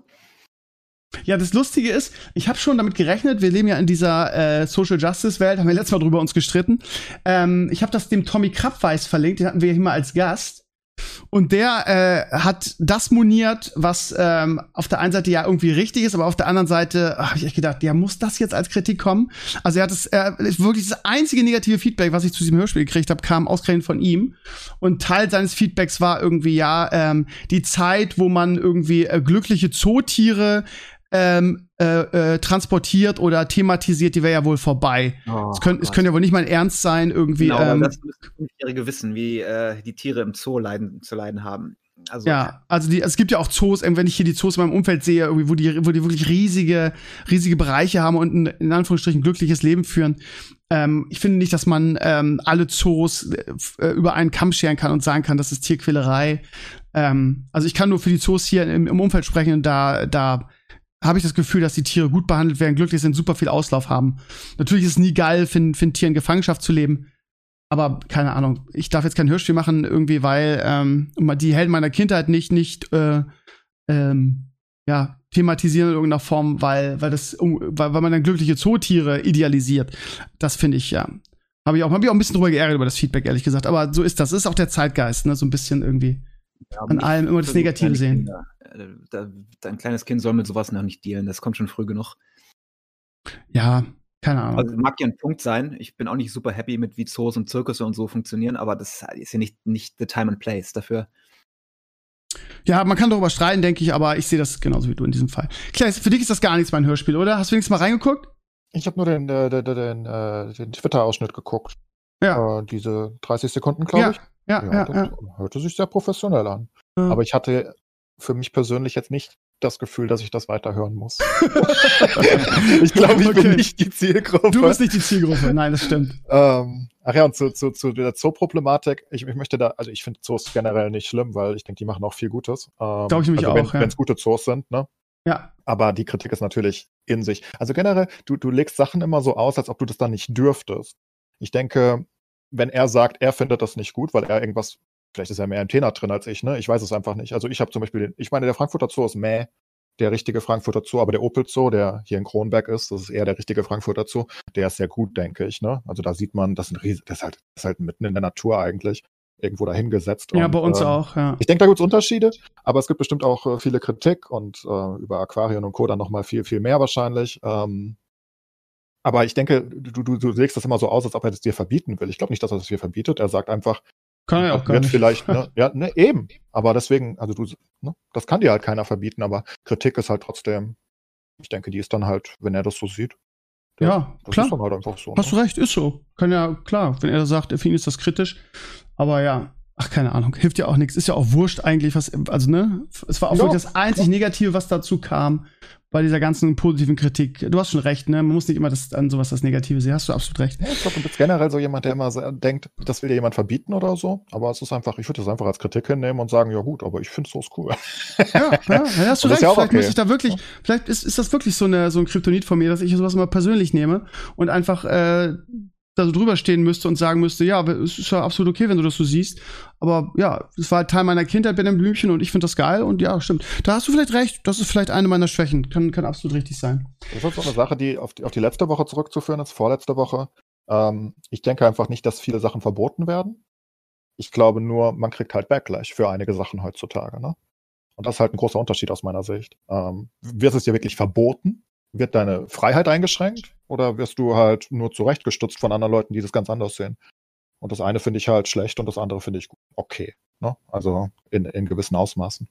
Speaker 2: Ja, das Lustige ist, ich habe schon damit gerechnet, wir leben ja in dieser Social Justice Welt, haben wir letztes Mal drüber uns gestritten. Ich habe das dem Tommy Krabweis verlinkt, den hatten wir hier mal als Gast. Und der hat das moniert, was auf der einen Seite ja irgendwie richtig ist, aber auf der anderen Seite habe ich echt gedacht, ja, muss das jetzt als Kritik kommen? Also er hat wirklich das einzige negative Feedback, was ich zu diesem Hörspiel gekriegt habe, kam ausgerechnet von ihm. Und Teil seines Feedbacks war irgendwie, die Zeit, wo man irgendwie glückliche Zootiere transportiert oder thematisiert, die wäre ja wohl vorbei. Es könnte ja wohl nicht mal ernst sein, irgendwie.
Speaker 3: Genau, das müssen Fünfjährige wissen, wie die Tiere im Zoo zu leiden haben. Also,
Speaker 2: ja, also es gibt ja auch Zoos, wenn ich hier die Zoos in meinem Umfeld sehe, irgendwie, wo die wirklich riesige Bereiche haben und in Anführungsstrichen glückliches Leben führen. Ich finde nicht, dass man alle Zoos über einen Kamm scheren kann und sagen kann, das ist Tierquälerei. Also ich kann nur für die Zoos hier im Umfeld sprechen und da habe ich das Gefühl, dass die Tiere gut behandelt werden, glücklich sind, super viel Auslauf haben. Natürlich ist es nie geil, für ein Tier in Gefangenschaft zu leben. Aber keine Ahnung, ich darf jetzt kein Hörspiel machen, irgendwie, weil die Helden meiner Kindheit nicht thematisieren in irgendeiner Form, weil man dann glückliche Zootiere idealisiert. Das finde ich, ja. Habe ich auch ein bisschen drüber geärgert über das Feedback, ehrlich gesagt. Aber so ist das. Das ist auch der Zeitgeist, ne? So ein bisschen irgendwie an allem immer das Negative sehen.
Speaker 3: Dein kleines Kind soll mit sowas noch nicht dealen. Das kommt schon früh genug.
Speaker 2: Ja, keine Ahnung.
Speaker 3: Also mag ja ein Punkt sein. Ich bin auch nicht super happy mit, wie Zoos und Zirkusse und so funktionieren, aber das ist ja nicht the time and place dafür.
Speaker 2: Ja, man kann darüber streiten, denke ich, aber ich sehe das genauso wie du in diesem Fall. Klar, für dich ist das gar nichts, mein Hörspiel, oder? Hast du wenigstens mal reingeguckt?
Speaker 4: Ich habe nur den Twitter-Ausschnitt geguckt.
Speaker 2: Ja.
Speaker 4: Diese 30 Sekunden, glaube ich.
Speaker 2: Ja.
Speaker 4: Hörte sich sehr professionell an. Ja. Aber ich hatte für mich persönlich jetzt nicht das Gefühl, dass ich das weiterhören muss. Ich glaube, ich bin nicht die Zielgruppe.
Speaker 2: Du bist nicht die Zielgruppe, nein, das stimmt.
Speaker 4: Ach ja, und zu der Zoo-Problematik, ich möchte also ich finde Zoos generell nicht schlimm, weil ich denke, die machen auch viel Gutes.
Speaker 2: Glaube ich nämlich auch,
Speaker 4: wenn es gute Zoos sind, ne?
Speaker 2: Ja.
Speaker 4: Aber die Kritik ist natürlich in sich. Also generell, du legst Sachen immer so aus, als ob du das dann nicht dürftest. Ich denke, wenn er sagt, er findet das nicht gut, weil er irgendwas, vielleicht ist er mehr im Thema drin als ich, ne? Ich weiß es einfach nicht. Also ich habe zum Beispiel der Frankfurter Zoo ist der richtige Frankfurter Zoo, aber der Opel Zoo, der hier in Kronberg ist, das ist eher der richtige Frankfurter Zoo, der ist sehr gut, denke ich, ne? Also da sieht man, das ist halt mitten in der Natur eigentlich, irgendwo dahingesetzt.
Speaker 2: Ja,
Speaker 4: und,
Speaker 2: bei uns auch, ja.
Speaker 4: Ich denke, da gibt es Unterschiede, aber es gibt bestimmt auch viele Kritik und über Aquarien und Co. dann nochmal viel, viel mehr wahrscheinlich. Aber ich denke, du legst das immer so aus, als ob er das dir verbieten will. Ich glaube nicht, dass er das dir verbietet. Er sagt einfach,
Speaker 2: kann er auch gar nicht.
Speaker 4: Vielleicht, ne? Ja, ne, eben. Aber deswegen, also das kann dir halt keiner verbieten, aber Kritik ist halt trotzdem, ich denke, die ist dann halt, wenn er das so sieht.
Speaker 2: Ja,
Speaker 4: das
Speaker 2: klar.
Speaker 4: Ist dann halt einfach so.
Speaker 2: Hast du recht, ist so. Kann ja, klar, wenn er sagt, für ihn ist das kritisch. Aber ja, keine Ahnung, hilft ja auch nichts. Ist ja auch wurscht eigentlich, es war auch wirklich das einzig Negative, was dazu kam bei dieser ganzen positiven Kritik. Du hast schon recht, ne? Man muss nicht immer an sowas das Negative sehen. Hast du absolut recht.
Speaker 4: Ja, ich glaube, du bist generell so jemand, der immer denkt, das will dir jemand verbieten oder so. Aber es ist einfach, ich würde das einfach als Kritik hinnehmen und sagen, ja gut, aber ich finde es so cool.
Speaker 2: Ja, hast du recht.
Speaker 4: Ja
Speaker 2: vielleicht
Speaker 4: okay.
Speaker 2: muss ich da wirklich, vielleicht ist das wirklich so ein Kryptonit von mir, dass ich sowas immer persönlich nehme und einfach da so drüber stehen müsste und sagen müsste, ja, es ist ja absolut okay, wenn du das so siehst. Aber ja, es war halt Teil meiner Kindheit, Benjamin Blümchen, und ich finde das geil. Und ja, stimmt. Da hast du vielleicht recht. Das ist vielleicht eine meiner Schwächen. Kann absolut richtig sein.
Speaker 4: Das ist so eine Sache, die auf die letzte Woche zurückzuführen ist, vorletzte Woche. Ich denke einfach nicht, dass viele Sachen verboten werden. Ich glaube nur, man kriegt halt Backlash für einige Sachen heutzutage, ne? Und das ist halt ein großer Unterschied aus meiner Sicht. Wird es dir wirklich verboten? Wird deine Freiheit eingeschränkt? Oder wirst du halt nur zurechtgestutzt von anderen Leuten, die das ganz anders sehen? Und das eine finde ich halt schlecht und das andere finde ich okay. Ne? Also in gewissen Ausmaßen.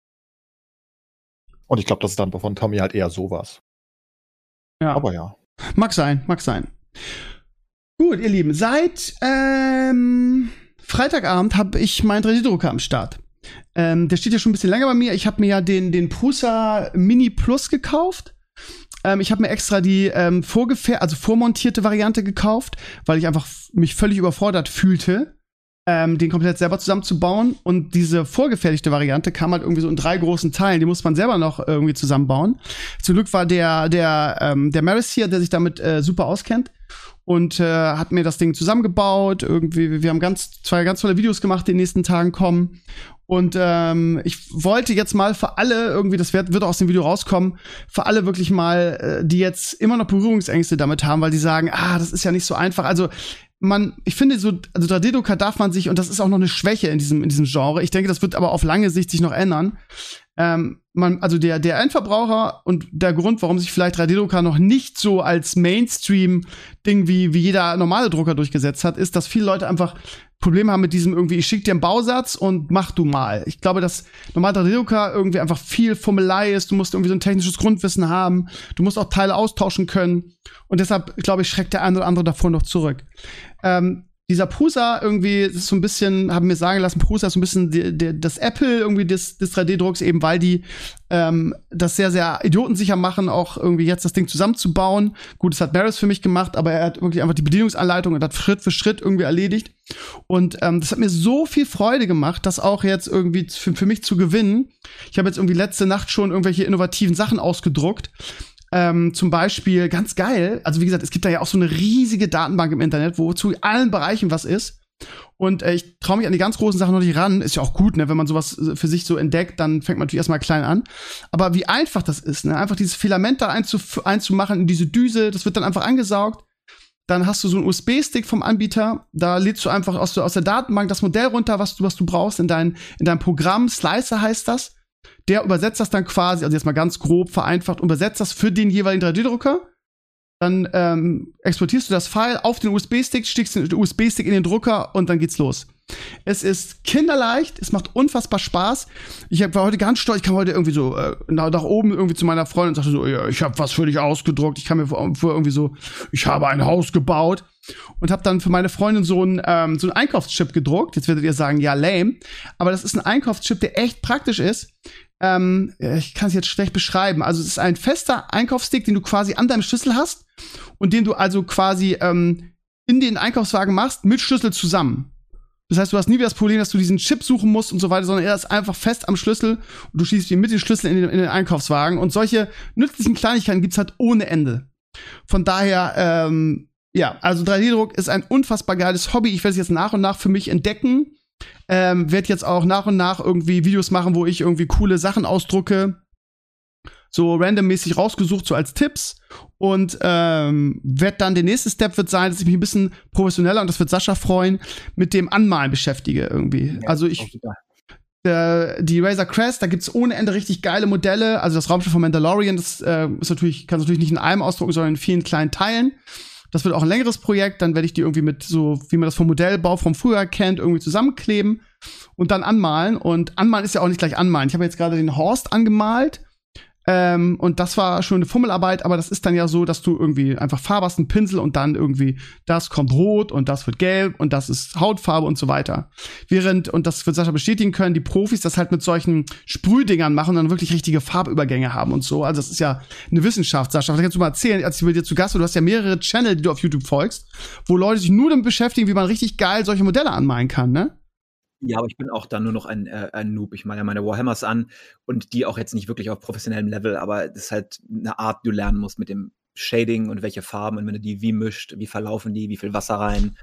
Speaker 4: Und ich glaube, das ist dann von Tommy halt eher sowas.
Speaker 2: Ja.
Speaker 4: Aber ja.
Speaker 2: Mag sein. Gut, ihr Lieben, seit Freitagabend habe ich meinen 3D-Drucker am Start. Der steht ja schon ein bisschen länger bei mir. Ich habe mir ja den Prusa Mini Plus gekauft. Ich habe mir extra die vormontierte Variante gekauft, weil ich einfach mich völlig überfordert fühlte, den komplett selber zusammenzubauen. Und diese vorgefertigte Variante kam halt irgendwie so in 3 großen Teilen. Die muss man selber noch irgendwie zusammenbauen. Zum Glück war der Maris hier, der sich damit super auskennt, und hat mir das Ding zusammengebaut. Irgendwie, wir haben zwei ganz tolle Videos gemacht, die in den nächsten Tagen kommen. Und ich wollte jetzt mal für alle irgendwie, das wird auch aus dem Video rauskommen, für alle wirklich mal, die jetzt immer noch Berührungsängste damit haben, weil die sagen, das ist ja nicht so einfach. Also ich finde, also 3D-Drucker darf man sich, und das ist auch noch eine Schwäche in diesem Genre. Ich denke, das wird aber auf lange Sicht sich noch ändern. Also der Endverbraucher, und der Grund, warum sich vielleicht 3D-Drucker noch nicht so als Mainstream-Ding wie jeder normale Drucker durchgesetzt hat, ist, dass viele Leute einfach Probleme haben mit diesem irgendwie, ich schick dir einen Bausatz und mach du mal. Ich glaube, dass normal 3D-Drucker irgendwie einfach viel Fummelei ist. Du musst irgendwie so ein technisches Grundwissen haben. Du musst auch Teile austauschen können. Und deshalb, glaube ich, schreckt der eine oder andere davor noch zurück. dieser Prusa irgendwie, das ist so ein bisschen, haben mir sagen lassen, Prusa ist so ein bisschen das Apple irgendwie des 3D-Drucks, eben weil die das sehr, sehr idiotensicher machen, auch irgendwie jetzt das Ding zusammenzubauen. Gut, das hat Barris für mich gemacht, aber er hat wirklich einfach die Bedienungsanleitung und hat Schritt für Schritt irgendwie erledigt. Und das hat mir so viel Freude gemacht, das auch jetzt irgendwie für mich zu gewinnen. Ich habe jetzt irgendwie letzte Nacht schon irgendwelche innovativen Sachen ausgedruckt. Zum Beispiel, ganz geil, also wie gesagt, es gibt da ja auch so eine riesige Datenbank im Internet, wo zu allen Bereichen was ist. Und ich traue mich an die ganz großen Sachen noch nicht ran. Ist ja auch gut, ne? Wenn man sowas für sich so entdeckt, dann fängt man natürlich erstmal klein an. Aber wie einfach das ist, ne? Einfach dieses Filament da einzumachen in diese Düse, das wird dann einfach angesaugt. Dann hast du so einen USB-Stick vom Anbieter, da lädst du einfach aus der Datenbank das Modell runter, was du brauchst in dein Programm. Slicer heißt das. Der übersetzt das dann quasi, also jetzt mal ganz grob vereinfacht, übersetzt das für den jeweiligen 3D-Drucker. Dann exportierst du das File auf den USB-Stick, steckst den USB-Stick in den Drucker und dann geht's los. Es ist kinderleicht, es macht unfassbar Spaß. War heute ganz stolz, ich kam heute irgendwie so nach oben irgendwie zu meiner Freundin und sagte so, ja, ich habe was für dich ausgedruckt. Ich kam mir vor irgendwie so, ich habe ein Haus gebaut und habe dann für meine Freundin so einen Einkaufschip gedruckt. Jetzt werdet ihr sagen, ja, lame. Aber das ist ein Einkaufschip, der echt praktisch ist. Ich kann es jetzt schlecht beschreiben. Also es ist ein fester Einkaufsstick, den du quasi an deinem Schlüssel hast und den du also quasi in den Einkaufswagen machst mit Schlüssel zusammen. Das heißt, du hast nie wieder das Problem, dass du diesen Chip suchen musst und so weiter, sondern er ist einfach fest am Schlüssel und du schießt ihn mit den Schlüsseln in den Einkaufswagen. Und solche nützlichen Kleinigkeiten gibt's halt ohne Ende. Von daher, ja, also 3D-Druck ist ein unfassbar geiles Hobby. Ich werde es jetzt nach und nach für mich entdecken. Werde jetzt auch nach und nach irgendwie Videos machen, wo ich irgendwie coole Sachen ausdrucke. So randommäßig rausgesucht, so als Tipps. Und der nächste Step wird sein, dass ich mich ein bisschen professioneller, und das wird Sascha freuen, mit dem Anmalen beschäftige irgendwie. Ja, also die Razor Crest, da gibt's ohne Ende richtig geile Modelle. Also das Raumschiff von Mandalorian, das kannst du natürlich nicht in einem ausdrucken, sondern in vielen kleinen Teilen. Das wird auch ein längeres Projekt, dann werde ich die irgendwie mit so, wie man das vom Modellbau vom früher kennt, irgendwie zusammenkleben und dann anmalen. Und anmalen ist ja auch nicht gleich anmalen. Ich habe jetzt gerade den Horst angemalt. Und das war schon eine Fummelarbeit, aber das ist dann ja so, dass du irgendwie einfach Farbe hast, einen Pinsel und dann irgendwie, das kommt rot und das wird gelb und das ist Hautfarbe und so weiter. Und das wird Sascha bestätigen können, die Profis das halt mit solchen Sprühdingern machen und dann wirklich richtige Farbübergänge haben und so. Also das ist ja eine Wissenschaft, Sascha. Vielleicht kannst du mal erzählen, als ich mit dir zu Gast war, du hast ja mehrere Channel, die du auf YouTube folgst, wo Leute sich nur damit beschäftigen, wie man richtig geil solche Modelle anmalen kann, ne?
Speaker 3: Ja, aber ich bin auch dann nur noch ein Noob. Ich male ja meine Warhammers an und die auch jetzt nicht wirklich auf professionellem Level, aber das ist halt eine Art, die du lernen musst mit dem Shading und welche Farben und wenn du die wie mischt, wie verlaufen die, wie viel Wasser rein,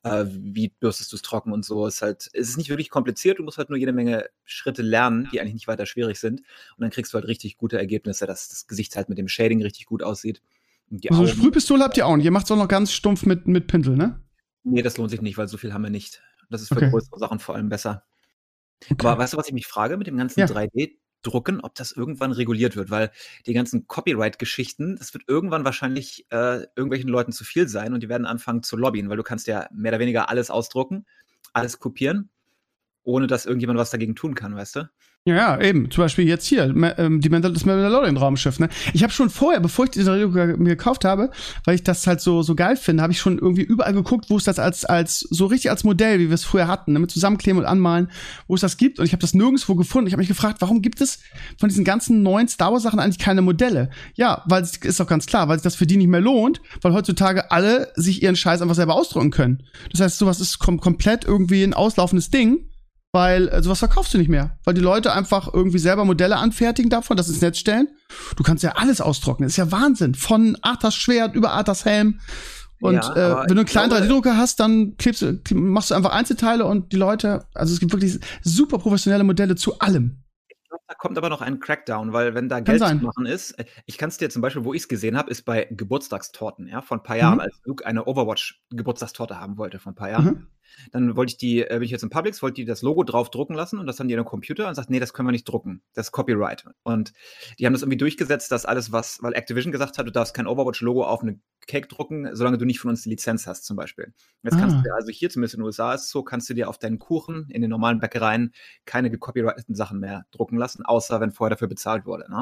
Speaker 3: wie bürstest du es trocken und so. Es ist nicht wirklich kompliziert, du musst halt nur jede Menge Schritte lernen, die eigentlich nicht weiter schwierig sind und dann kriegst du halt richtig gute Ergebnisse, dass das Gesicht halt mit dem Shading richtig gut aussieht.
Speaker 2: Also Sprühpistole habt ihr auch nicht, ihr macht es auch noch ganz stumpf mit Pinsel, ne?
Speaker 3: Nee, das lohnt sich nicht, weil so viel haben wir nicht. Das ist für größere Sachen vor allem besser. Okay. Aber weißt du, was ich mich frage mit dem ganzen 3D-Drucken, ob das irgendwann reguliert wird? Weil die ganzen Copyright-Geschichten, das wird irgendwann wahrscheinlich irgendwelchen Leuten zu viel sein und die werden anfangen zu lobbyen, weil du kannst ja mehr oder weniger alles ausdrucken, alles kopieren, ohne dass irgendjemand was dagegen tun kann, weißt du?
Speaker 2: Ja, eben. Zum Beispiel jetzt hier, das Mandalorian-Raumschiff, ne? Ich habe schon vorher, bevor ich diese Rede mir gekauft habe, weil ich das halt so geil finde, habe ich schon irgendwie überall geguckt, wo es das als so richtig als Modell, wie wir es früher hatten, ne? Mit Zusammenkleben und Anmalen, wo es das gibt. Und ich habe das nirgendwo gefunden. Ich habe mich gefragt, warum gibt es von diesen ganzen neuen Star Wars Sachen eigentlich keine Modelle? Ja, weil es ist doch ganz klar, weil sich das für die nicht mehr lohnt, weil heutzutage alle sich ihren Scheiß einfach selber ausdrucken können. Das heißt, sowas ist komplett irgendwie ein auslaufendes Ding. Weil sowas verkaufst du nicht mehr. Weil die Leute einfach irgendwie selber Modelle anfertigen davon, das ins Netz stellen. Du kannst ja alles austrocknen. Das ist ja Wahnsinn. Von Arthas Schwert über Arthas Helm. Und wenn du einen kleinen 3D-Drucker hast, dann machst du einfach Einzelteile und die Leute, also es gibt wirklich super professionelle Modelle zu allem.
Speaker 3: Ich glaube, da kommt aber noch ein Crackdown, weil wenn da Geld zu machen ist, ich kann es dir zum Beispiel, wo ich es gesehen habe, ist bei Geburtstagstorten, ja, vor ein paar Jahren, als Luke eine Overwatch-Geburtstagstorte haben wollte, vor ein paar Jahren. Dann bin ich jetzt in Publix, wollte die das Logo drauf drucken lassen und das haben die in den Computer und sagt, nee, das können wir nicht drucken, das ist Copyright. Und die haben das irgendwie durchgesetzt, dass alles weil Activision gesagt hat, du darfst kein Overwatch-Logo auf eine Cake drucken, solange du nicht von uns die Lizenz hast, zum Beispiel. Jetzt kannst du dir also hier, zumindest in den USA ist es so, kannst du dir auf deinen Kuchen in den normalen Bäckereien keine gecopyrighteten Sachen mehr drucken lassen, außer wenn vorher dafür bezahlt wurde, ne?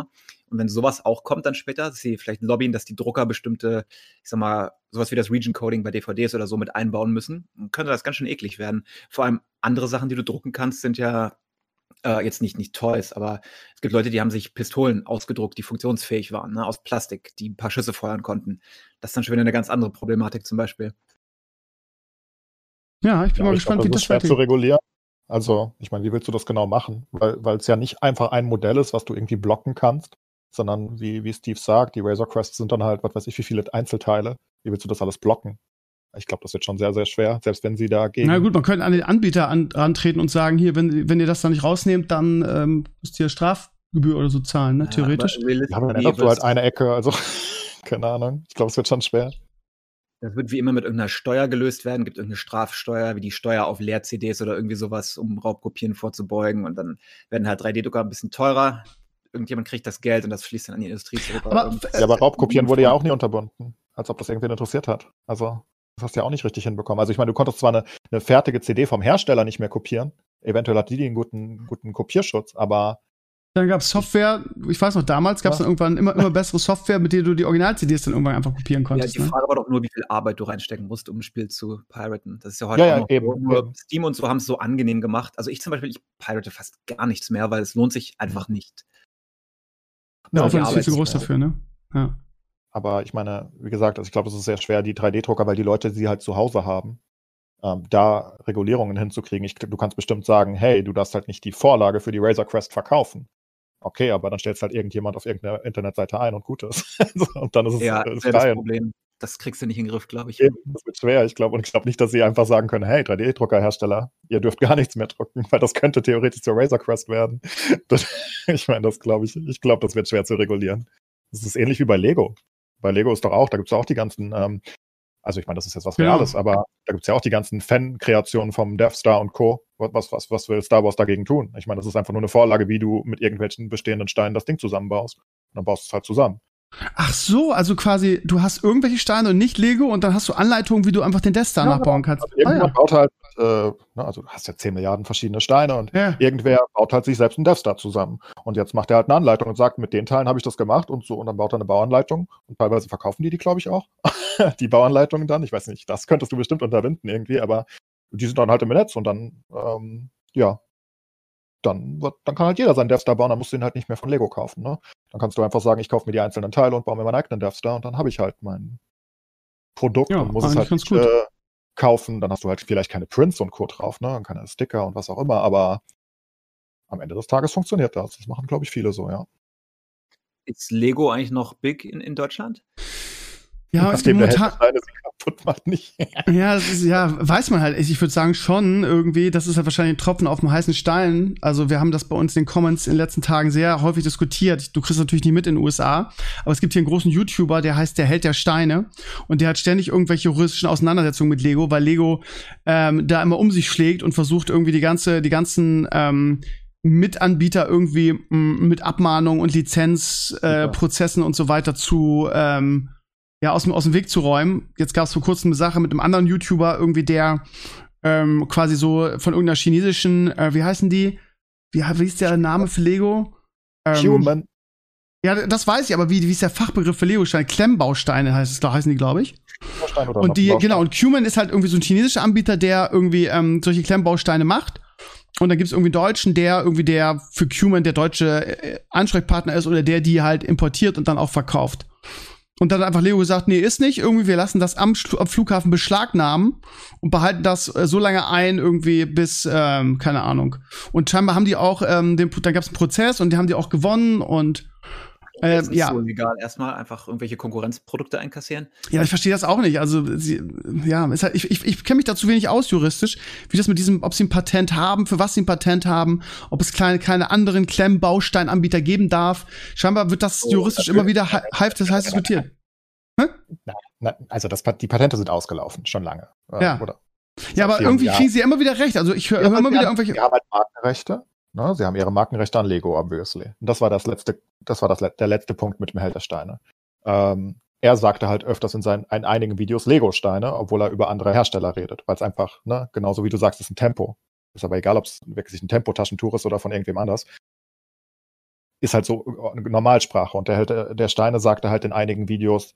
Speaker 3: Und wenn sowas auch kommt dann später, dass sie vielleicht lobbyen, dass die Drucker bestimmte, ich sag mal, sowas wie das Region-Coding bei DVDs oder so mit einbauen müssen, dann könnte das ganz schön eklig werden. Vor allem andere Sachen, die du drucken kannst, sind ja jetzt nicht Toys, aber es gibt Leute, die haben sich Pistolen ausgedruckt, die funktionsfähig waren, ne, aus Plastik, die ein paar Schüsse feuern konnten. Das ist dann schon wieder eine ganz andere Problematik zum Beispiel.
Speaker 2: Ja, ich bin mal gespannt,
Speaker 4: wie das schwer zu regulieren. Also, ich meine, wie willst du das genau machen? Weil es ja nicht einfach ein Modell ist, was du irgendwie blocken kannst, sondern wie Steve sagt, die Razor Crests sind dann halt, was weiß ich, wie viele Einzelteile. Wie willst du das alles blocken? Ich glaube, das wird schon sehr, sehr schwer, selbst wenn sie dagegen...
Speaker 2: Na gut, man könnte an den Anbieter rantreten und sagen, hier, wenn ihr das dann nicht rausnehmt, dann müsst ihr Strafgebühr oder so zahlen, ne? Theoretisch.
Speaker 4: Ja, aber dann änderst du halt eine Ecke, also keine Ahnung. Ich glaube, es wird schon schwer.
Speaker 3: Das wird wie immer mit irgendeiner Steuer gelöst werden, gibt irgendeine Strafsteuer, wie die Steuer auf Leer-CDs oder irgendwie sowas, um Raubkopien vorzubeugen. Und dann werden halt 3D-Drucker ein bisschen teurer. Irgendjemand kriegt das Geld und das fließt dann an die Industrie zurück.
Speaker 4: Aber Raubkopieren wurde ja auch nie unterbunden, als ob das irgendwen interessiert hat. Also das hast du ja auch nicht richtig hinbekommen. Also ich meine, du konntest zwar eine fertige CD vom Hersteller nicht mehr kopieren, eventuell hat die einen guten Kopierschutz, aber
Speaker 2: dann gab es Software, ich weiß noch, damals gab es dann irgendwann immer bessere Software, mit der du die Original-CDs dann irgendwann einfach kopieren konntest.
Speaker 3: Ja, die Frage war doch nur, wie viel Arbeit du reinstecken musst, um ein Spiel zu piraten. Das ist ja heute auch noch
Speaker 4: eben.
Speaker 3: Nur Steam und so haben es so angenehm gemacht. Also ich zum Beispiel, ich pirate fast gar nichts mehr, weil es lohnt sich einfach nicht.
Speaker 2: Der Aufwand ist viel zu groß dafür, ne? Ja.
Speaker 4: Aber ich meine, wie gesagt, also ich glaube, es ist sehr schwer, die 3D-Drucker, weil die Leute sie halt zu Hause haben, da Regulierungen hinzukriegen. Du kannst bestimmt sagen, hey, du darfst halt nicht die Vorlage für die Razor Crest verkaufen. Okay, aber dann stellst halt irgendjemand auf irgendeiner Internetseite ein und gut ist. Und dann ist es
Speaker 3: ja,
Speaker 4: frei.
Speaker 3: Das Problem. Das kriegst du nicht in den Griff, glaube ich.
Speaker 4: Das wird schwer, ich glaube. Und ich glaube nicht, dass sie einfach sagen können, hey, 3D-Druckerhersteller, ihr dürft gar nichts mehr drucken, weil das könnte theoretisch zur Razor Crest werden. Ich meine, das glaube ich. Ich glaube, das wird schwer zu regulieren. Das ist ähnlich wie bei Lego. Bei Lego ist doch auch, da gibt es auch die ganzen, also ich meine, das ist jetzt was Reales, aber da gibt es ja auch die ganzen Fan-Kreationen vom Death Star und Co. Was will Star Wars dagegen tun? Ich meine, das ist einfach nur eine Vorlage, wie du mit irgendwelchen bestehenden Steinen das Ding zusammenbaust. Und dann baust du es halt zusammen.
Speaker 2: Ach so, also quasi, du hast irgendwelche Steine und nicht Lego und dann hast du Anleitungen, wie du einfach den Death Star nachbauen kannst.
Speaker 4: Also irgendjemand baut halt, also du hast ja 10 Milliarden verschiedene Steine und irgendwer baut halt sich selbst einen Death Star zusammen. Und jetzt macht er halt eine Anleitung und sagt, mit den Teilen habe ich das gemacht und so. Und dann baut er eine Bauanleitung und teilweise verkaufen die glaube ich auch. Die Bauanleitungen dann, ich weiß nicht, das könntest du bestimmt unterbinden irgendwie, aber die sind dann halt im Netz und dann, dann kann halt jeder seinen Death Star bauen, dann musst du ihn halt nicht mehr von Lego kaufen, ne? Dann kannst du einfach sagen, ich kaufe mir die einzelnen Teile und baue mir meinen eigenen Death Star und dann habe ich halt mein Produkt und muss es halt nicht kaufen. Dann hast du halt vielleicht keine Prints und Co. drauf, ne? Und keine Sticker und was auch immer, aber am Ende des Tages funktioniert das. Das machen, glaube ich, viele so, ja.
Speaker 3: Ist Lego eigentlich noch big in Deutschland?
Speaker 2: Ja,
Speaker 4: nachdem der Steine sie kaputt macht, nicht.
Speaker 2: Ja, das ist, weiß man halt. Ich würde sagen schon irgendwie, das ist halt wahrscheinlich ein Tropfen auf dem heißen Stein. Also wir haben das bei uns in den Comments in den letzten Tagen sehr häufig diskutiert. Du kriegst natürlich nicht mit in den USA, aber es gibt hier einen großen YouTuber, der heißt der Held der Steine und der hat ständig irgendwelche juristischen Auseinandersetzungen mit Lego, weil Lego da immer um sich schlägt und versucht irgendwie die ganzen Mitanbieter irgendwie mit Abmahnung und Lizenzprozessen und so weiter zu aus dem Weg zu räumen. Jetzt gab es vor kurzem eine Sache mit einem anderen YouTuber, irgendwie der quasi so von irgendeiner chinesischen, wie heißen die? Wie ist der Name für Lego?
Speaker 4: Human.
Speaker 2: Ja, das weiß ich, aber wie ist der Fachbegriff für Lego-Steine? Klemmbausteine heißen die, glaube ich. Und und Human ist halt irgendwie so ein chinesischer Anbieter, der irgendwie solche Klemmbausteine macht. Und dann gibt es irgendwie einen Deutschen, der für Human der deutsche Ansprechpartner ist oder der die halt importiert und dann auch verkauft. Und dann hat einfach Lego gesagt, nee, ist nicht. Irgendwie, wir lassen das am Flughafen beschlagnahmen und behalten das so lange ein, irgendwie bis, keine Ahnung. Und scheinbar haben die auch, dann gab es einen Prozess und die haben die auch gewonnen und
Speaker 3: ist nicht so legal, erstmal einfach irgendwelche Konkurrenzprodukte einkassieren.
Speaker 2: Ja, ich verstehe das auch nicht. Also, ist halt, ich kenne mich da zu wenig aus juristisch, wie das mit diesem, ob sie ein Patent haben, für was sie ein Patent haben, ob es keine anderen Klemmbausteinanbieter geben darf. Scheinbar wird das juristisch immer wieder heiß diskutiert.
Speaker 4: Also die Patente sind ausgelaufen, schon lange.
Speaker 2: Oder ja, aber irgendwie kriegen sie ja immer wieder recht. Also ich höre immer wieder irgendwelche.
Speaker 4: Die haben halt Markenrechte. Ne? Sie haben ihre Markenrechte an Lego, obviously. Und das war der letzte Punkt mit dem Held der Steine. Er sagte halt öfters in einigen Videos Lego-Steine, obwohl er über andere Hersteller redet, weil es einfach, ne, genauso wie du sagst, ist ein Tempo. Ist aber egal, ob es wirklich ein Tempo-Taschentuch ist oder von irgendwem anders. ist halt so Normalsprache. Und der Held der Steine sagte halt in einigen Videos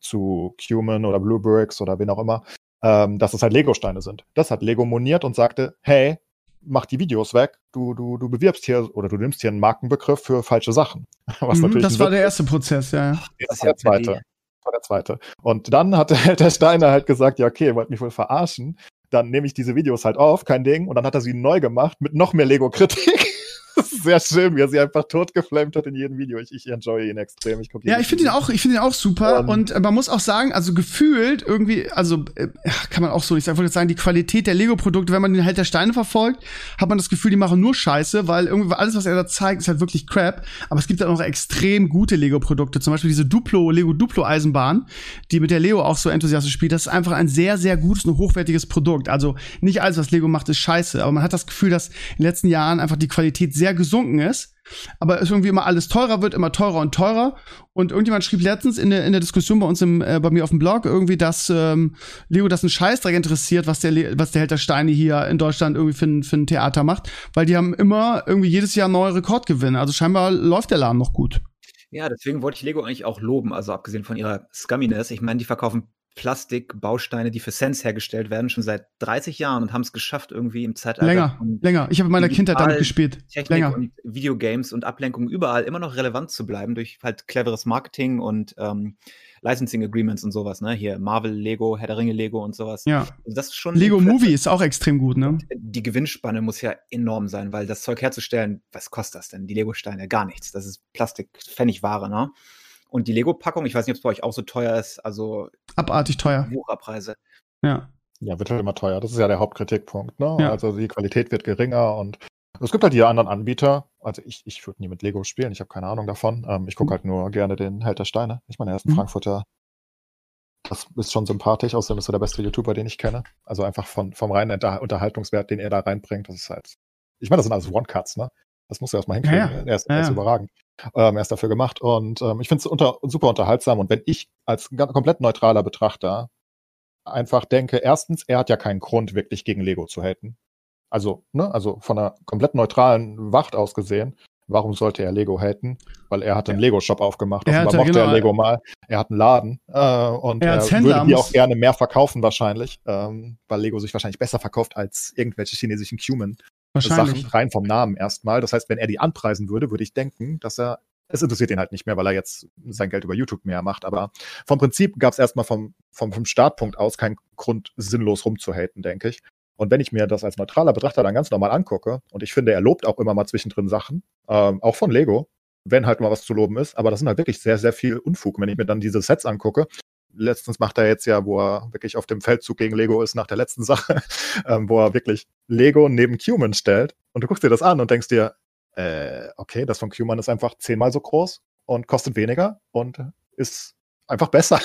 Speaker 4: zu Cumin oder Blue Bricks oder wen auch immer, dass es halt Lego-Steine sind. Das hat Lego moniert und sagte, hey, mach die Videos weg, du bewirbst hier oder du nimmst hier einen Markenbegriff für falsche Sachen. Was natürlich
Speaker 2: das war der erste Prozess, ja.
Speaker 4: Das war der zweite. Und dann hat der Steiner halt gesagt, ja okay, ihr wollt mich wohl verarschen, dann nehme ich diese Videos halt auf, kein Ding, und dann hat er sie neu gemacht mit noch mehr Lego-Kritik. Das ist sehr schön, wie er sie einfach totgeflammt hat in jedem Video. Ich enjoy ihn extrem. Ich finde
Speaker 2: ihn auch super. Und man muss auch sagen, also gefühlt irgendwie, also kann man auch so nicht sagen, ich wollte jetzt sagen, die Qualität der Lego-Produkte, wenn man den Held der Steine verfolgt, hat man das Gefühl, die machen nur Scheiße, weil irgendwie alles, was er da zeigt, ist halt wirklich Crap. Aber es gibt halt auch extrem gute Lego-Produkte. Zum Beispiel diese Lego Duplo-Eisenbahn, die mit der Leo auch so enthusiastisch spielt. Das ist einfach ein sehr, sehr gutes und hochwertiges Produkt. Also nicht alles, was Lego macht, ist scheiße. Aber man hat das Gefühl, dass in den letzten Jahren einfach die Qualität sehr gesunken ist, aber es irgendwie immer alles teurer wird, immer teurer und teurer. Und irgendjemand schrieb letztens in der Diskussion bei uns bei mir auf dem Blog irgendwie, dass Lego das einen Scheißdreck interessiert, was der Held der Steine hier in Deutschland irgendwie für ein Theater macht, weil die haben immer irgendwie jedes Jahr neue Rekordgewinne. Also scheinbar läuft der Laden noch gut.
Speaker 3: Ja, deswegen wollte ich Lego eigentlich auch loben, also abgesehen von ihrer Scumminess. Ich meine, die verkaufen Plastikbausteine, die für Cents hergestellt werden, schon seit 30 Jahren und haben es geschafft, irgendwie im Zeitalter
Speaker 2: länger. Ich habe in meiner Kindheit damit gespielt.
Speaker 3: Technik länger. Und Videogames und Ablenkung überall immer noch relevant zu bleiben durch halt cleveres Marketing und Licensing Agreements und sowas, ne? Hier Marvel, Lego, Herr der Ringe, Lego und sowas.
Speaker 2: Ja.
Speaker 3: Also das ist schon
Speaker 2: Lego Movie ist auch extrem gut, ne?
Speaker 3: Die Gewinnspanne muss ja enorm sein, weil das Zeug herzustellen, was kostet das denn? Die Lego-Steine, gar nichts. Das ist Plastik-Pfennigware, ne? Und die Lego-Packung, ich weiß nicht, ob es bei euch auch so teuer ist, also
Speaker 2: abartig teuer.
Speaker 3: Wucherpreise.
Speaker 2: Ja.
Speaker 4: Ja, wird halt immer teuer. Das ist ja der Hauptkritikpunkt, ne?
Speaker 2: Ja.
Speaker 4: Also die Qualität wird geringer und es gibt halt die anderen Anbieter. Also ich würde nie mit Lego spielen, ich habe keine Ahnung davon. Ich gucke halt nur gerne den Held der Steine. Ich meine, er ist ein Frankfurter. Das ist schon sympathisch, außerdem ist er der beste YouTuber, den ich kenne. Also einfach vom reinen Unterhaltungswert, den er da reinbringt. Das ist halt, ich meine, das sind alles One-Cuts, ne? Das muss er erstmal hinkriegen. Ja. Er ist überragend. Er ist dafür gemacht und ich finde es super unterhaltsam. Und wenn ich als komplett neutraler Betrachter einfach denke, erstens, er hat ja keinen Grund, wirklich gegen Lego zu haten. Also von einer komplett neutralen Wacht aus gesehen, warum sollte er Lego haten? Weil er hat einen Lego-Shop aufgemacht. Offenbar mochte er Lego mal. Er hat einen Laden und er würde die auch gerne mehr verkaufen wahrscheinlich, weil Lego sich wahrscheinlich besser verkauft als irgendwelche chinesischen Sachen, rein vom Namen erstmal. Das heißt, wenn er die anpreisen würde, würde ich denken, dass es interessiert ihn halt nicht mehr, weil er jetzt sein Geld über YouTube mehr macht. Aber vom Prinzip gab es erstmal vom Startpunkt aus keinen Grund, sinnlos rumzuhaten, denke ich. Und wenn ich mir das als neutraler Betrachter dann ganz normal angucke, und ich finde, er lobt auch immer mal zwischendrin Sachen, auch von Lego, wenn halt mal was zu loben ist, aber das sind halt wirklich sehr, sehr viel Unfug. Wenn ich mir dann diese Sets angucke, letztens macht er jetzt ja, wo er wirklich auf dem Feldzug gegen Lego ist, nach der letzten Sache, wo er wirklich Lego neben Cumin stellt und du guckst dir das an und denkst dir, okay, das von Cumin ist einfach 10-mal so groß und kostet weniger und ist einfach besser.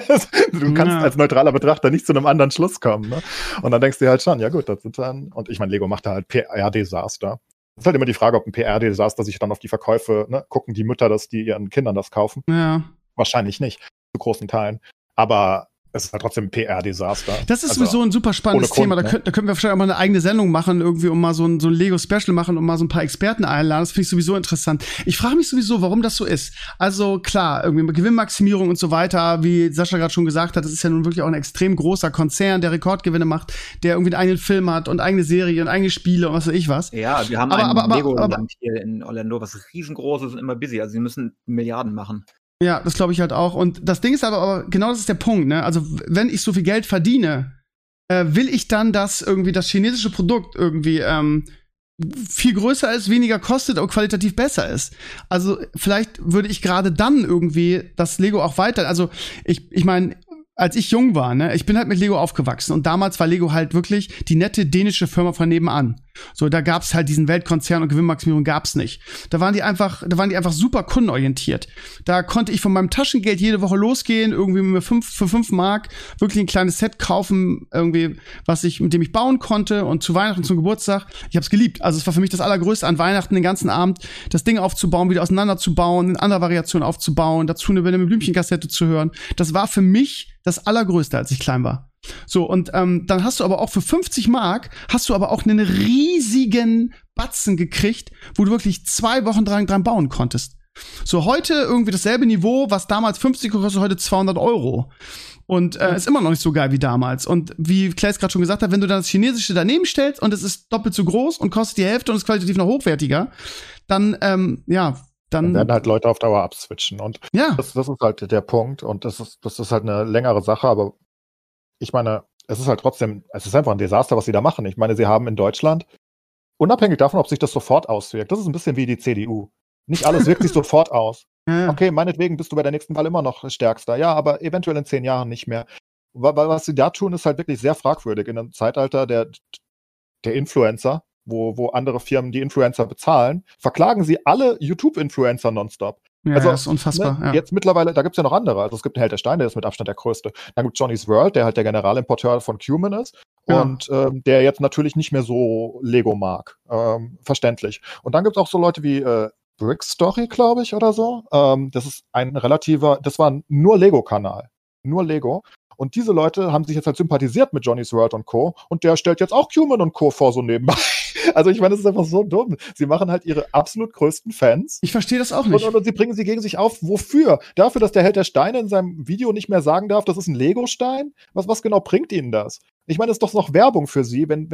Speaker 4: Du kannst als neutraler Betrachter nicht zu einem anderen Schluss kommen, ne? Und dann denkst du dir halt schon, ja gut, das sind dann, und ich meine, Lego macht da halt PR-Desaster. Das ist halt immer die Frage, ob ein PR-Desaster sich dann auf die Verkäufe, ne, gucken die Mütter, dass die ihren Kindern das kaufen.
Speaker 2: Ja.
Speaker 4: Wahrscheinlich nicht, zu großen Teilen. Aber es ist halt trotzdem ein PR-Desaster.
Speaker 2: Das ist sowieso ein super spannendes Thema. Da können wir wahrscheinlich auch mal eine eigene Sendung machen, irgendwie, um mal so ein Lego-Special machen und mal so ein paar Experten einladen. Das finde ich sowieso interessant. Ich frage mich sowieso, warum das so ist. Also klar, irgendwie Gewinnmaximierung und so weiter, wie Sascha gerade schon gesagt hat, das ist ja nun wirklich auch ein extrem großer Konzern, der Rekordgewinne macht, der irgendwie einen eigenen Film hat und eigene Serie und eigene Spiele und was weiß ich was.
Speaker 3: Ja, wir haben ein Lego-Land hier in Orlando, was riesengroß ist und immer busy. Also sie müssen Milliarden machen.
Speaker 2: Ja, das glaube ich halt auch. Und das Ding ist aber genau das ist der Punkt, ne? Also, wenn ich so viel Geld verdiene, will ich dann, dass irgendwie das chinesische Produkt irgendwie viel größer ist, weniger kostet und qualitativ besser ist. Also, vielleicht würde ich gerade dann irgendwie das Lego auch weiter, also ich meine, als ich jung war, ne, ich bin halt mit Lego aufgewachsen und damals war Lego halt wirklich die nette dänische Firma von nebenan. So, da gab's halt diesen Weltkonzern und Gewinnmaximierung gab's nicht. Da waren die einfach super kundenorientiert. Da konnte ich von meinem Taschengeld jede Woche losgehen, irgendwie mir für 5 Mark wirklich ein kleines Set kaufen, irgendwie, mit dem ich bauen konnte und zu Weihnachten und zum Geburtstag. Ich hab's geliebt. Also es war für mich das Allergrößte an Weihnachten, den ganzen Abend das Ding aufzubauen, wieder auseinanderzubauen, in anderer Variation aufzubauen, dazu eine Blümchenkassette zu hören. Das war für mich das Allergrößte, als ich klein war. So, und dann hast du aber auch für 50 Mark hast du aber auch einen riesigen Batzen gekriegt, wo du wirklich 2 Wochen dran bauen konntest. So, heute irgendwie dasselbe Niveau, was damals 50 kostet, heute 200 Euro. Und ist immer noch nicht so geil wie damals. Und wie Claes gerade schon gesagt hat, wenn du dann das Chinesische daneben stellst und es ist doppelt so groß und kostet die Hälfte und ist qualitativ noch hochwertiger, dann dann
Speaker 4: werden halt Leute auf Dauer abswitchen. Und das ist halt der Punkt. Und das ist halt eine längere Sache, aber ich meine, es ist halt trotzdem, es ist einfach ein Desaster, was sie da machen. Ich meine, sie haben in Deutschland, unabhängig davon, ob sich das sofort auswirkt, das ist ein bisschen wie die CDU. Nicht alles wirkt sich sofort aus. Okay, meinetwegen bist du bei der nächsten Wahl immer noch stärkster. Ja, aber eventuell in 10 Jahren nicht mehr. Was sie da tun, ist halt wirklich sehr fragwürdig. In einem Zeitalter der Influencer, wo andere Firmen die Influencer bezahlen, verklagen sie alle YouTube-Influencer nonstop.
Speaker 2: Ja, das ist unfassbar.
Speaker 4: Ne, jetzt mittlerweile, da gibt es ja noch andere. Also es gibt einen Held der Steine, der ist mit Abstand der größte. Dann gibt es Johnny's World, der halt der Generalimporteur von Cumin ist. Ja. Und der jetzt natürlich nicht mehr so Lego mag. Verständlich. Und dann gibt es auch so Leute wie Brick Story, glaube ich, oder so. Das ist das war ein nur Lego-Kanal. Nur Lego. Und diese Leute haben sich jetzt halt sympathisiert mit Johnny's World und Co. Und der stellt jetzt auch Cumin und Co. vor so nebenbei. Also ich meine, das ist einfach so dumm. Sie machen halt ihre absolut größten Fans.
Speaker 2: Ich verstehe das auch nicht.
Speaker 4: Und sie bringen sie gegen sich auf. Wofür? Dafür, dass der Held der Steine in seinem Video nicht mehr sagen darf, das ist ein Lego-Stein? Was genau bringt ihnen das? Ich meine, das ist doch noch Werbung für sie, wenn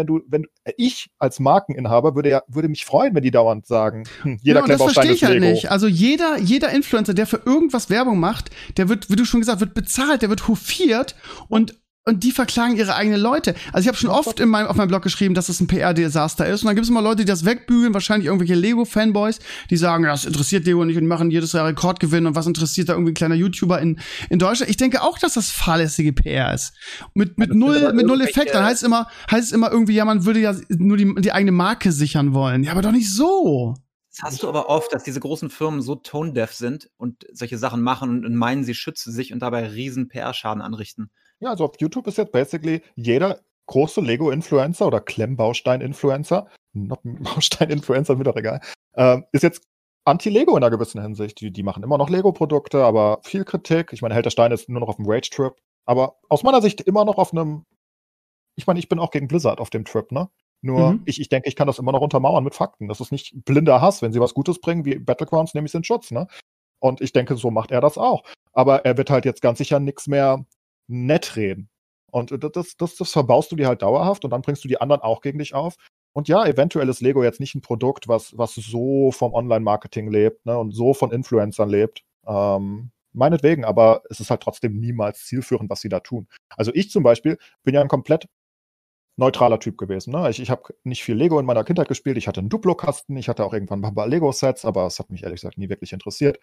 Speaker 4: ich als Markeninhaber würde mich freuen, wenn die dauernd sagen, jeder Klemmbaustein ist Lego. Das verstehe ich halt nicht.
Speaker 2: Also jeder Influencer, der für irgendwas Werbung macht, der wird, wie du schon gesagt, wird bezahlt, der wird hofiert und die verklagen ihre eigenen Leute. Also ich habe schon oft auf meinem Blog geschrieben, dass es ein PR-Desaster ist. Und dann gibt es immer Leute, die das wegbügeln, wahrscheinlich irgendwelche Lego-Fanboys, die sagen, das interessiert Lego nicht und die machen jedes Jahr Rekordgewinn und was interessiert da irgendwie ein kleiner YouTuber in Deutschland. Ich denke auch, dass das fahrlässige PR ist. Mit null Effekt. Dann heißt es immer irgendwie, ja, man würde ja nur die eigene Marke sichern wollen. Ja, aber doch nicht so.
Speaker 3: Das hast du aber oft, dass diese großen Firmen so tone-deaf sind und solche Sachen machen und meinen, sie schützen sich und dabei riesen PR-Schaden anrichten.
Speaker 4: Ja, also auf YouTube ist jetzt basically jeder große Lego-Influencer oder Klemmbaustein-Influencer, Baustein-Influencer, mir doch egal, ist jetzt anti-Lego in einer gewissen Hinsicht. Die machen immer noch Lego-Produkte, aber viel Kritik. Ich meine, Held der Steine ist nur noch auf dem Rage-Trip, aber aus meiner Sicht immer noch auf einem, ich meine, ich bin auch gegen Blizzard auf dem Trip, ne? Nur, ich denke, ich kann das immer noch untermauern mit Fakten. Das ist nicht blinder Hass. Wenn sie was Gutes bringen, wie Battlegrounds, nehme ich es in Schutz, ne? Und ich denke, so macht er das auch. Aber er wird halt jetzt ganz sicher nichts mehr nett reden. Und das verbaust du dir halt dauerhaft und dann bringst du die anderen auch gegen dich auf. Und ja, eventuell ist Lego jetzt nicht ein Produkt, was so vom Online-Marketing lebt, ne, und so von Influencern lebt. Meinetwegen, aber es ist halt trotzdem niemals zielführend, was sie da tun. Also ich zum Beispiel bin ja ein komplett neutraler Typ gewesen. Ne? Ich habe nicht viel Lego in meiner Kindheit gespielt. Ich hatte einen Duplo-Kasten, ich hatte auch irgendwann ein paar Lego-Sets, aber es hat mich ehrlich gesagt nie wirklich interessiert.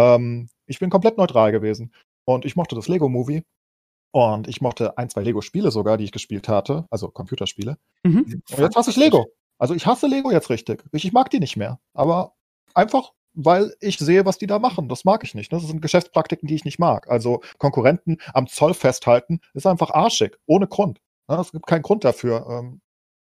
Speaker 4: Ich bin komplett neutral gewesen. Und ich mochte das Lego-Movie. Und ich mochte 1, 2 Lego-Spiele sogar, die ich gespielt hatte, also Computerspiele. Und jetzt hasse ich Lego. Also ich hasse Lego jetzt richtig. Ich mag die nicht mehr. Aber einfach, weil ich sehe, was die da machen. Das mag ich nicht. Das sind Geschäftspraktiken, die ich nicht mag. Also Konkurrenten am Zoll festhalten, ist einfach arschig. Ohne Grund. Es gibt keinen Grund dafür.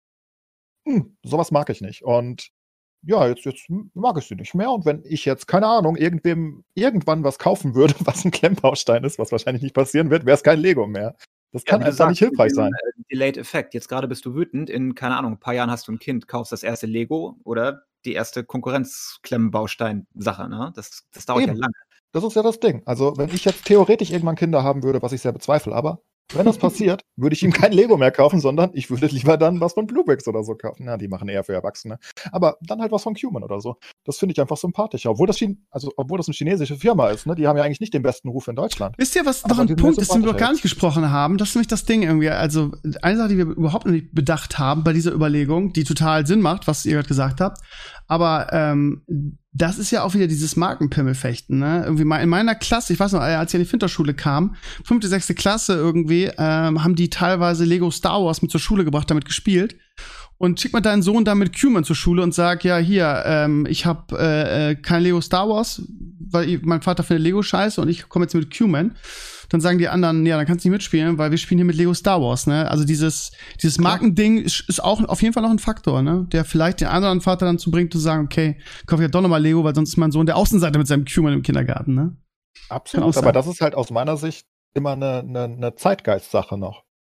Speaker 4: Sowas mag ich nicht. Und ja, jetzt mag ich sie nicht mehr. Und wenn ich jetzt, keine Ahnung, irgendwann was kaufen würde, was ein Klemmbaustein ist, was wahrscheinlich nicht passieren wird, wäre es kein Lego mehr. Das kann einfach nicht hilfreich sein.
Speaker 3: Delayed-Effekt. Jetzt gerade bist du wütend. In, keine Ahnung, ein paar Jahren hast du ein Kind, kaufst das erste Lego oder die erste Konkurrenz-Klemmbaustein-Sache. Ne? Das dauert ja lange.
Speaker 4: Das ist ja das Ding. Also, wenn ich jetzt theoretisch irgendwann Kinder haben würde, was ich sehr bezweifle, aber wenn das passiert, würde ich ihm kein Lego mehr kaufen, sondern ich würde lieber dann was von Bluebricks oder so kaufen. Na, die machen eher für Erwachsene. Aber dann halt was von Cumin oder so. Das finde ich einfach sympathischer. Obwohl das eine chinesische Firma ist, ne? Die haben ja eigentlich nicht den besten Ruf in Deutschland.
Speaker 2: Wisst ihr, was noch ein Punkt ist, den wir noch gar nicht gesprochen haben? Das ist nämlich das Ding irgendwie. Also, eine Sache, die wir überhaupt noch nicht bedacht haben bei dieser Überlegung, die total Sinn macht, was ihr gerade gesagt habt. Aber das ist ja auch wieder dieses Markenpimmelfechten, ne? Irgendwie mal in meiner Klasse, ich weiß noch, als ich in die Finterschule kam, 5., 6. Klasse irgendwie, haben die teilweise Lego Star Wars mit zur Schule gebracht, damit gespielt. Und schick mal deinen Sohn dann mit Cumin zur Schule und sag, ja, hier, ich hab kein Lego Star Wars, weil mein Vater findet Lego scheiße und ich komme jetzt mit Cumin. Dann sagen die anderen, ja, dann kannst du nicht mitspielen, weil wir spielen hier mit Lego Star Wars, ne? Also dieses Markending ist auch auf jeden Fall noch ein Faktor, ne? Der vielleicht den anderen Vater dann zu bringt, zu sagen, okay, kauf ich ja doch nochmal Lego, weil sonst ist mein Sohn der Außenseiter mit seinem Cumin im Kindergarten, ne?
Speaker 4: Absolut, aber das ist halt aus meiner Sicht immer eine Zeitgeist-Sache noch.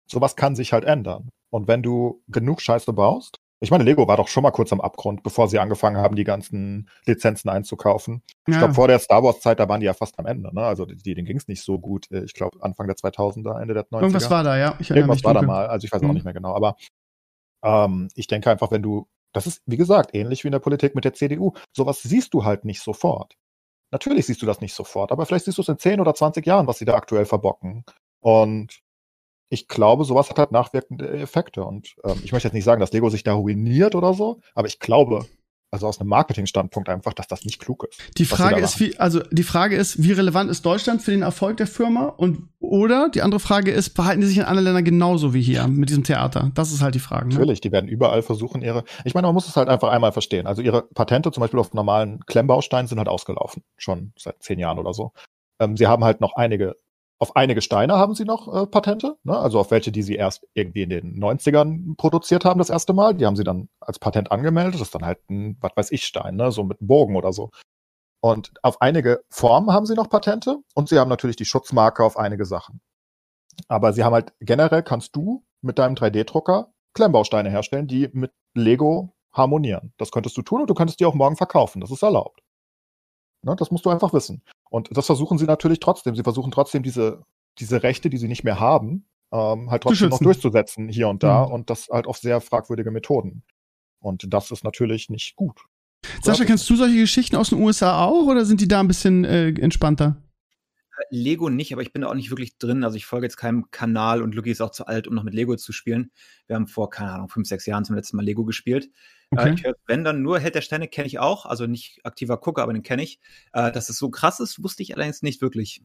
Speaker 4: sowas kann sich halt ändern. Und wenn du genug Scheiße baust, ich meine, Lego war doch schon mal kurz am Abgrund, bevor sie angefangen haben, die ganzen Lizenzen einzukaufen. Ja. Ich glaube, vor der Star Wars-Zeit, da waren die ja fast am Ende. Ne? Also denen ging es nicht so gut. Ich glaube, Anfang der 2000er, Ende der 90er.
Speaker 2: Irgendwas war da, ja.
Speaker 4: Irgendwas war da mal. Also ich weiß auch nicht mehr genau. Aber ich denke einfach, das ist, wie gesagt, ähnlich wie in der Politik mit der CDU. Sowas siehst du halt nicht sofort. Natürlich siehst du das nicht sofort. Aber vielleicht siehst du es in 10 oder 20 Jahren, was sie da aktuell verbocken. Und ich glaube, sowas hat halt nachwirkende Effekte. Und ich möchte jetzt nicht sagen, dass Lego sich da ruiniert oder so, aber ich glaube, also aus einem Marketingstandpunkt einfach, dass das nicht klug ist.
Speaker 2: Die Frage ist, wie relevant ist Deutschland für den Erfolg der Firma? Oder die andere Frage ist, verhalten die sich in anderen Ländern genauso wie hier mit diesem Theater? Das ist halt die Frage.
Speaker 4: Natürlich, die werden überall versuchen, ich meine, man muss es halt einfach einmal verstehen. Also ihre Patente zum Beispiel auf normalen Klemmbausteinen sind halt ausgelaufen. Schon seit 10 Jahren oder so. Sie haben halt noch auf einige Steine haben sie noch Patente, ne? Also auf welche, die sie erst irgendwie in den 90ern produziert haben das erste Mal. Die haben sie dann als Patent angemeldet. Das ist dann halt ein, was weiß ich, Stein, ne? So mit einem Bogen oder so. Und auf einige Formen haben sie noch Patente und sie haben natürlich die Schutzmarke auf einige Sachen. Aber sie haben halt, generell kannst du mit deinem 3D-Drucker Klemmbausteine herstellen, die mit Lego harmonieren. Das könntest du tun und du könntest die auch morgen verkaufen. Das ist erlaubt. Ne? Das musst du einfach wissen. Und das versuchen sie natürlich trotzdem. Sie versuchen trotzdem diese Rechte, die sie nicht mehr haben, halt trotzdem noch durchzusetzen hier und da und das halt auf sehr fragwürdige Methoden. Und das ist natürlich nicht gut.
Speaker 2: Sascha, kennst du solche Geschichten aus den USA auch oder sind die da ein bisschen entspannter?
Speaker 3: Lego nicht, aber ich bin da auch nicht wirklich drin. Also ich folge jetzt keinem Kanal und Lucky ist auch zu alt, um noch mit Lego zu spielen. Wir haben vor, keine Ahnung, 5, 6 Jahren zum letzten Mal Lego gespielt. Okay. Ich höre, wenn dann nur Held der Steine, kenne ich auch. Also nicht aktiver Gucker, aber den kenne ich. Dass es so krass ist, wusste ich allerdings nicht wirklich.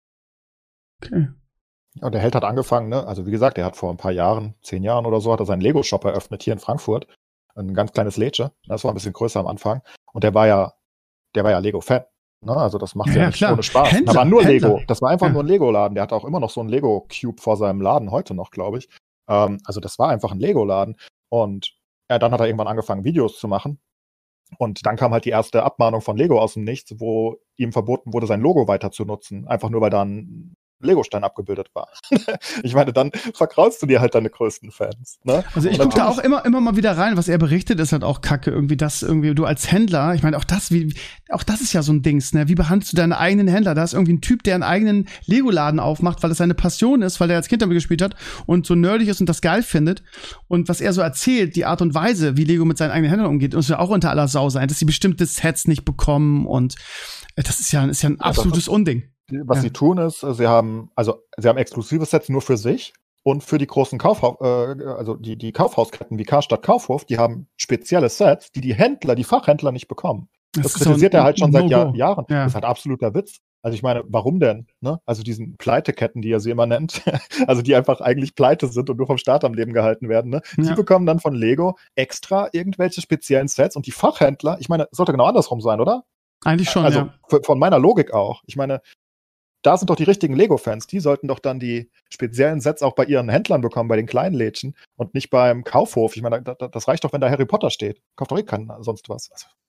Speaker 2: Okay.
Speaker 4: Ja, und der Held hat angefangen, ne? Also wie gesagt, er hat vor ein paar Jahren, 10 Jahren oder so, hat er seinen Lego-Shop eröffnet hier in Frankfurt. Ein ganz kleines Lädchen. Das war ein bisschen größer am Anfang. Und der war ja Lego-Fan. Ne? Also das macht ja nicht klar. Ohne Spaß. Da war nur Lego. Das war einfach nur ein Lego-Laden. Der hat auch immer noch so einen Lego-Cube vor seinem Laden, heute noch, glaube ich. Also das war einfach ein Lego-Laden. Und dann hat er irgendwann angefangen, Videos zu machen. Und dann kam halt die erste Abmahnung von Lego aus dem Nichts, wo ihm verboten wurde, sein Logo weiter zu nutzen. Einfach nur, weil da ein Lego-Stein abgebildet war. Ich meine, dann verkraulst du dir halt deine größten Fans. Ne?
Speaker 2: Also ich gucke da auch immer mal wieder rein, was er berichtet, ist halt auch kacke, irgendwie, dass irgendwie du als Händler, ich meine, auch das ist ja so ein Dings, ne? Wie behandelst du deine eigenen Händler? Da ist irgendwie ein Typ, der einen eigenen Lego-Laden aufmacht, weil es seine Passion ist, weil er als Kind damit gespielt hat und so nerdig ist und das geil findet. Und was er so erzählt, die Art und Weise, wie Lego mit seinen eigenen Händlern umgeht, muss ja auch unter aller Sau sein, dass sie bestimmte Sets nicht bekommen und das ist ja ein absolutes Unding.
Speaker 4: Was sie tun ist, sie haben exklusive Sets nur für sich und für die großen die Kaufhausketten wie Karstadt, Kaufhof, die haben spezielle Sets, die Händler, die Fachhändler nicht bekommen. Das kritisiert er halt schon seit Jahren. Ja. Das ist halt absoluter Witz. Also ich meine, warum denn? Ne? Also diesen Pleiteketten, die er sie immer nennt, also die einfach eigentlich pleite sind und nur vom Staat am Leben gehalten werden, ne? Ja. Die bekommen dann von Lego extra irgendwelche speziellen Sets und die Fachhändler, ich meine, es sollte genau andersrum sein, oder?
Speaker 2: Eigentlich schon,
Speaker 4: also, von meiner Logik auch. Ich meine, da sind doch die richtigen Lego-Fans. Die sollten doch dann die speziellen Sets auch bei ihren Händlern bekommen, bei den kleinen Lädchen und nicht beim Kaufhof. Ich meine, das reicht doch, wenn da Harry Potter steht. Kauft doch keiner sonst was.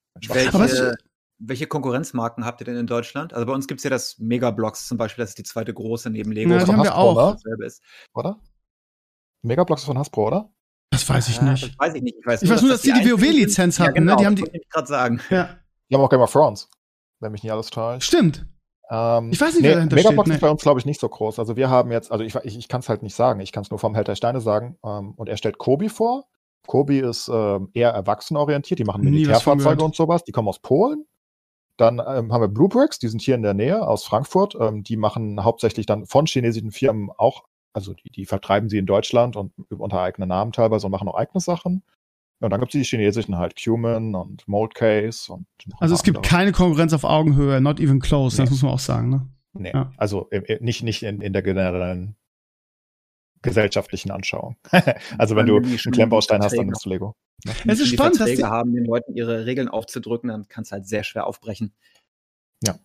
Speaker 3: Welche Konkurrenzmarken habt ihr denn in Deutschland? Also bei uns gibt es ja das Megablocks zum Beispiel, das ist die zweite große neben Lego.
Speaker 2: Ja, die haben wir auch.
Speaker 4: Oder? Megablocks ist von Hasbro, oder?
Speaker 2: Das weiß ich nicht.
Speaker 3: Das weiß ich nicht.
Speaker 2: Ich weiß nur, dass die WoW-Lizenz hatten.
Speaker 3: Genau,
Speaker 2: ne? Die haben
Speaker 3: wollte ich gerade sagen.
Speaker 2: Ja.
Speaker 4: Die haben auch Game of Thrones, wenn mich nicht alles täuscht.
Speaker 2: Stimmt. Ich weiß nicht, wer dahinter
Speaker 4: Megablocks
Speaker 2: steht.
Speaker 4: ist bei uns, glaube ich, nicht so groß. Also wir haben jetzt, also ich kann es halt nicht sagen. Ich kann es nur vom Held der Steine sagen. Und er stellt Kobi vor. Kobi ist eher erwachsenorientiert. Die machen Militärfahrzeuge und sowas. Die kommen aus Polen. Dann haben wir Bluebricks, die sind hier in der Nähe aus Frankfurt. Die machen hauptsächlich dann von chinesischen Firmen auch, also die vertreiben sie in Deutschland und unter eigenen Namen teilweise und machen auch eigene Sachen. Und dann gibt es die chinesischen halt, Cumin und Moldcase.
Speaker 2: Also es gibt keine Konkurrenz auf Augenhöhe, not even close, das muss man auch sagen, ne?
Speaker 4: Nee, ja. Also nicht in der generellen gesellschaftlichen Anschauung. Also wenn du einen Klemmbaustein hast, dann nimmst du Lego.
Speaker 3: Ne? Es ist spannend, dass die haben, den Leuten ihre Regeln aufzudrücken, dann kann es halt sehr schwer aufbrechen.
Speaker 4: Ja.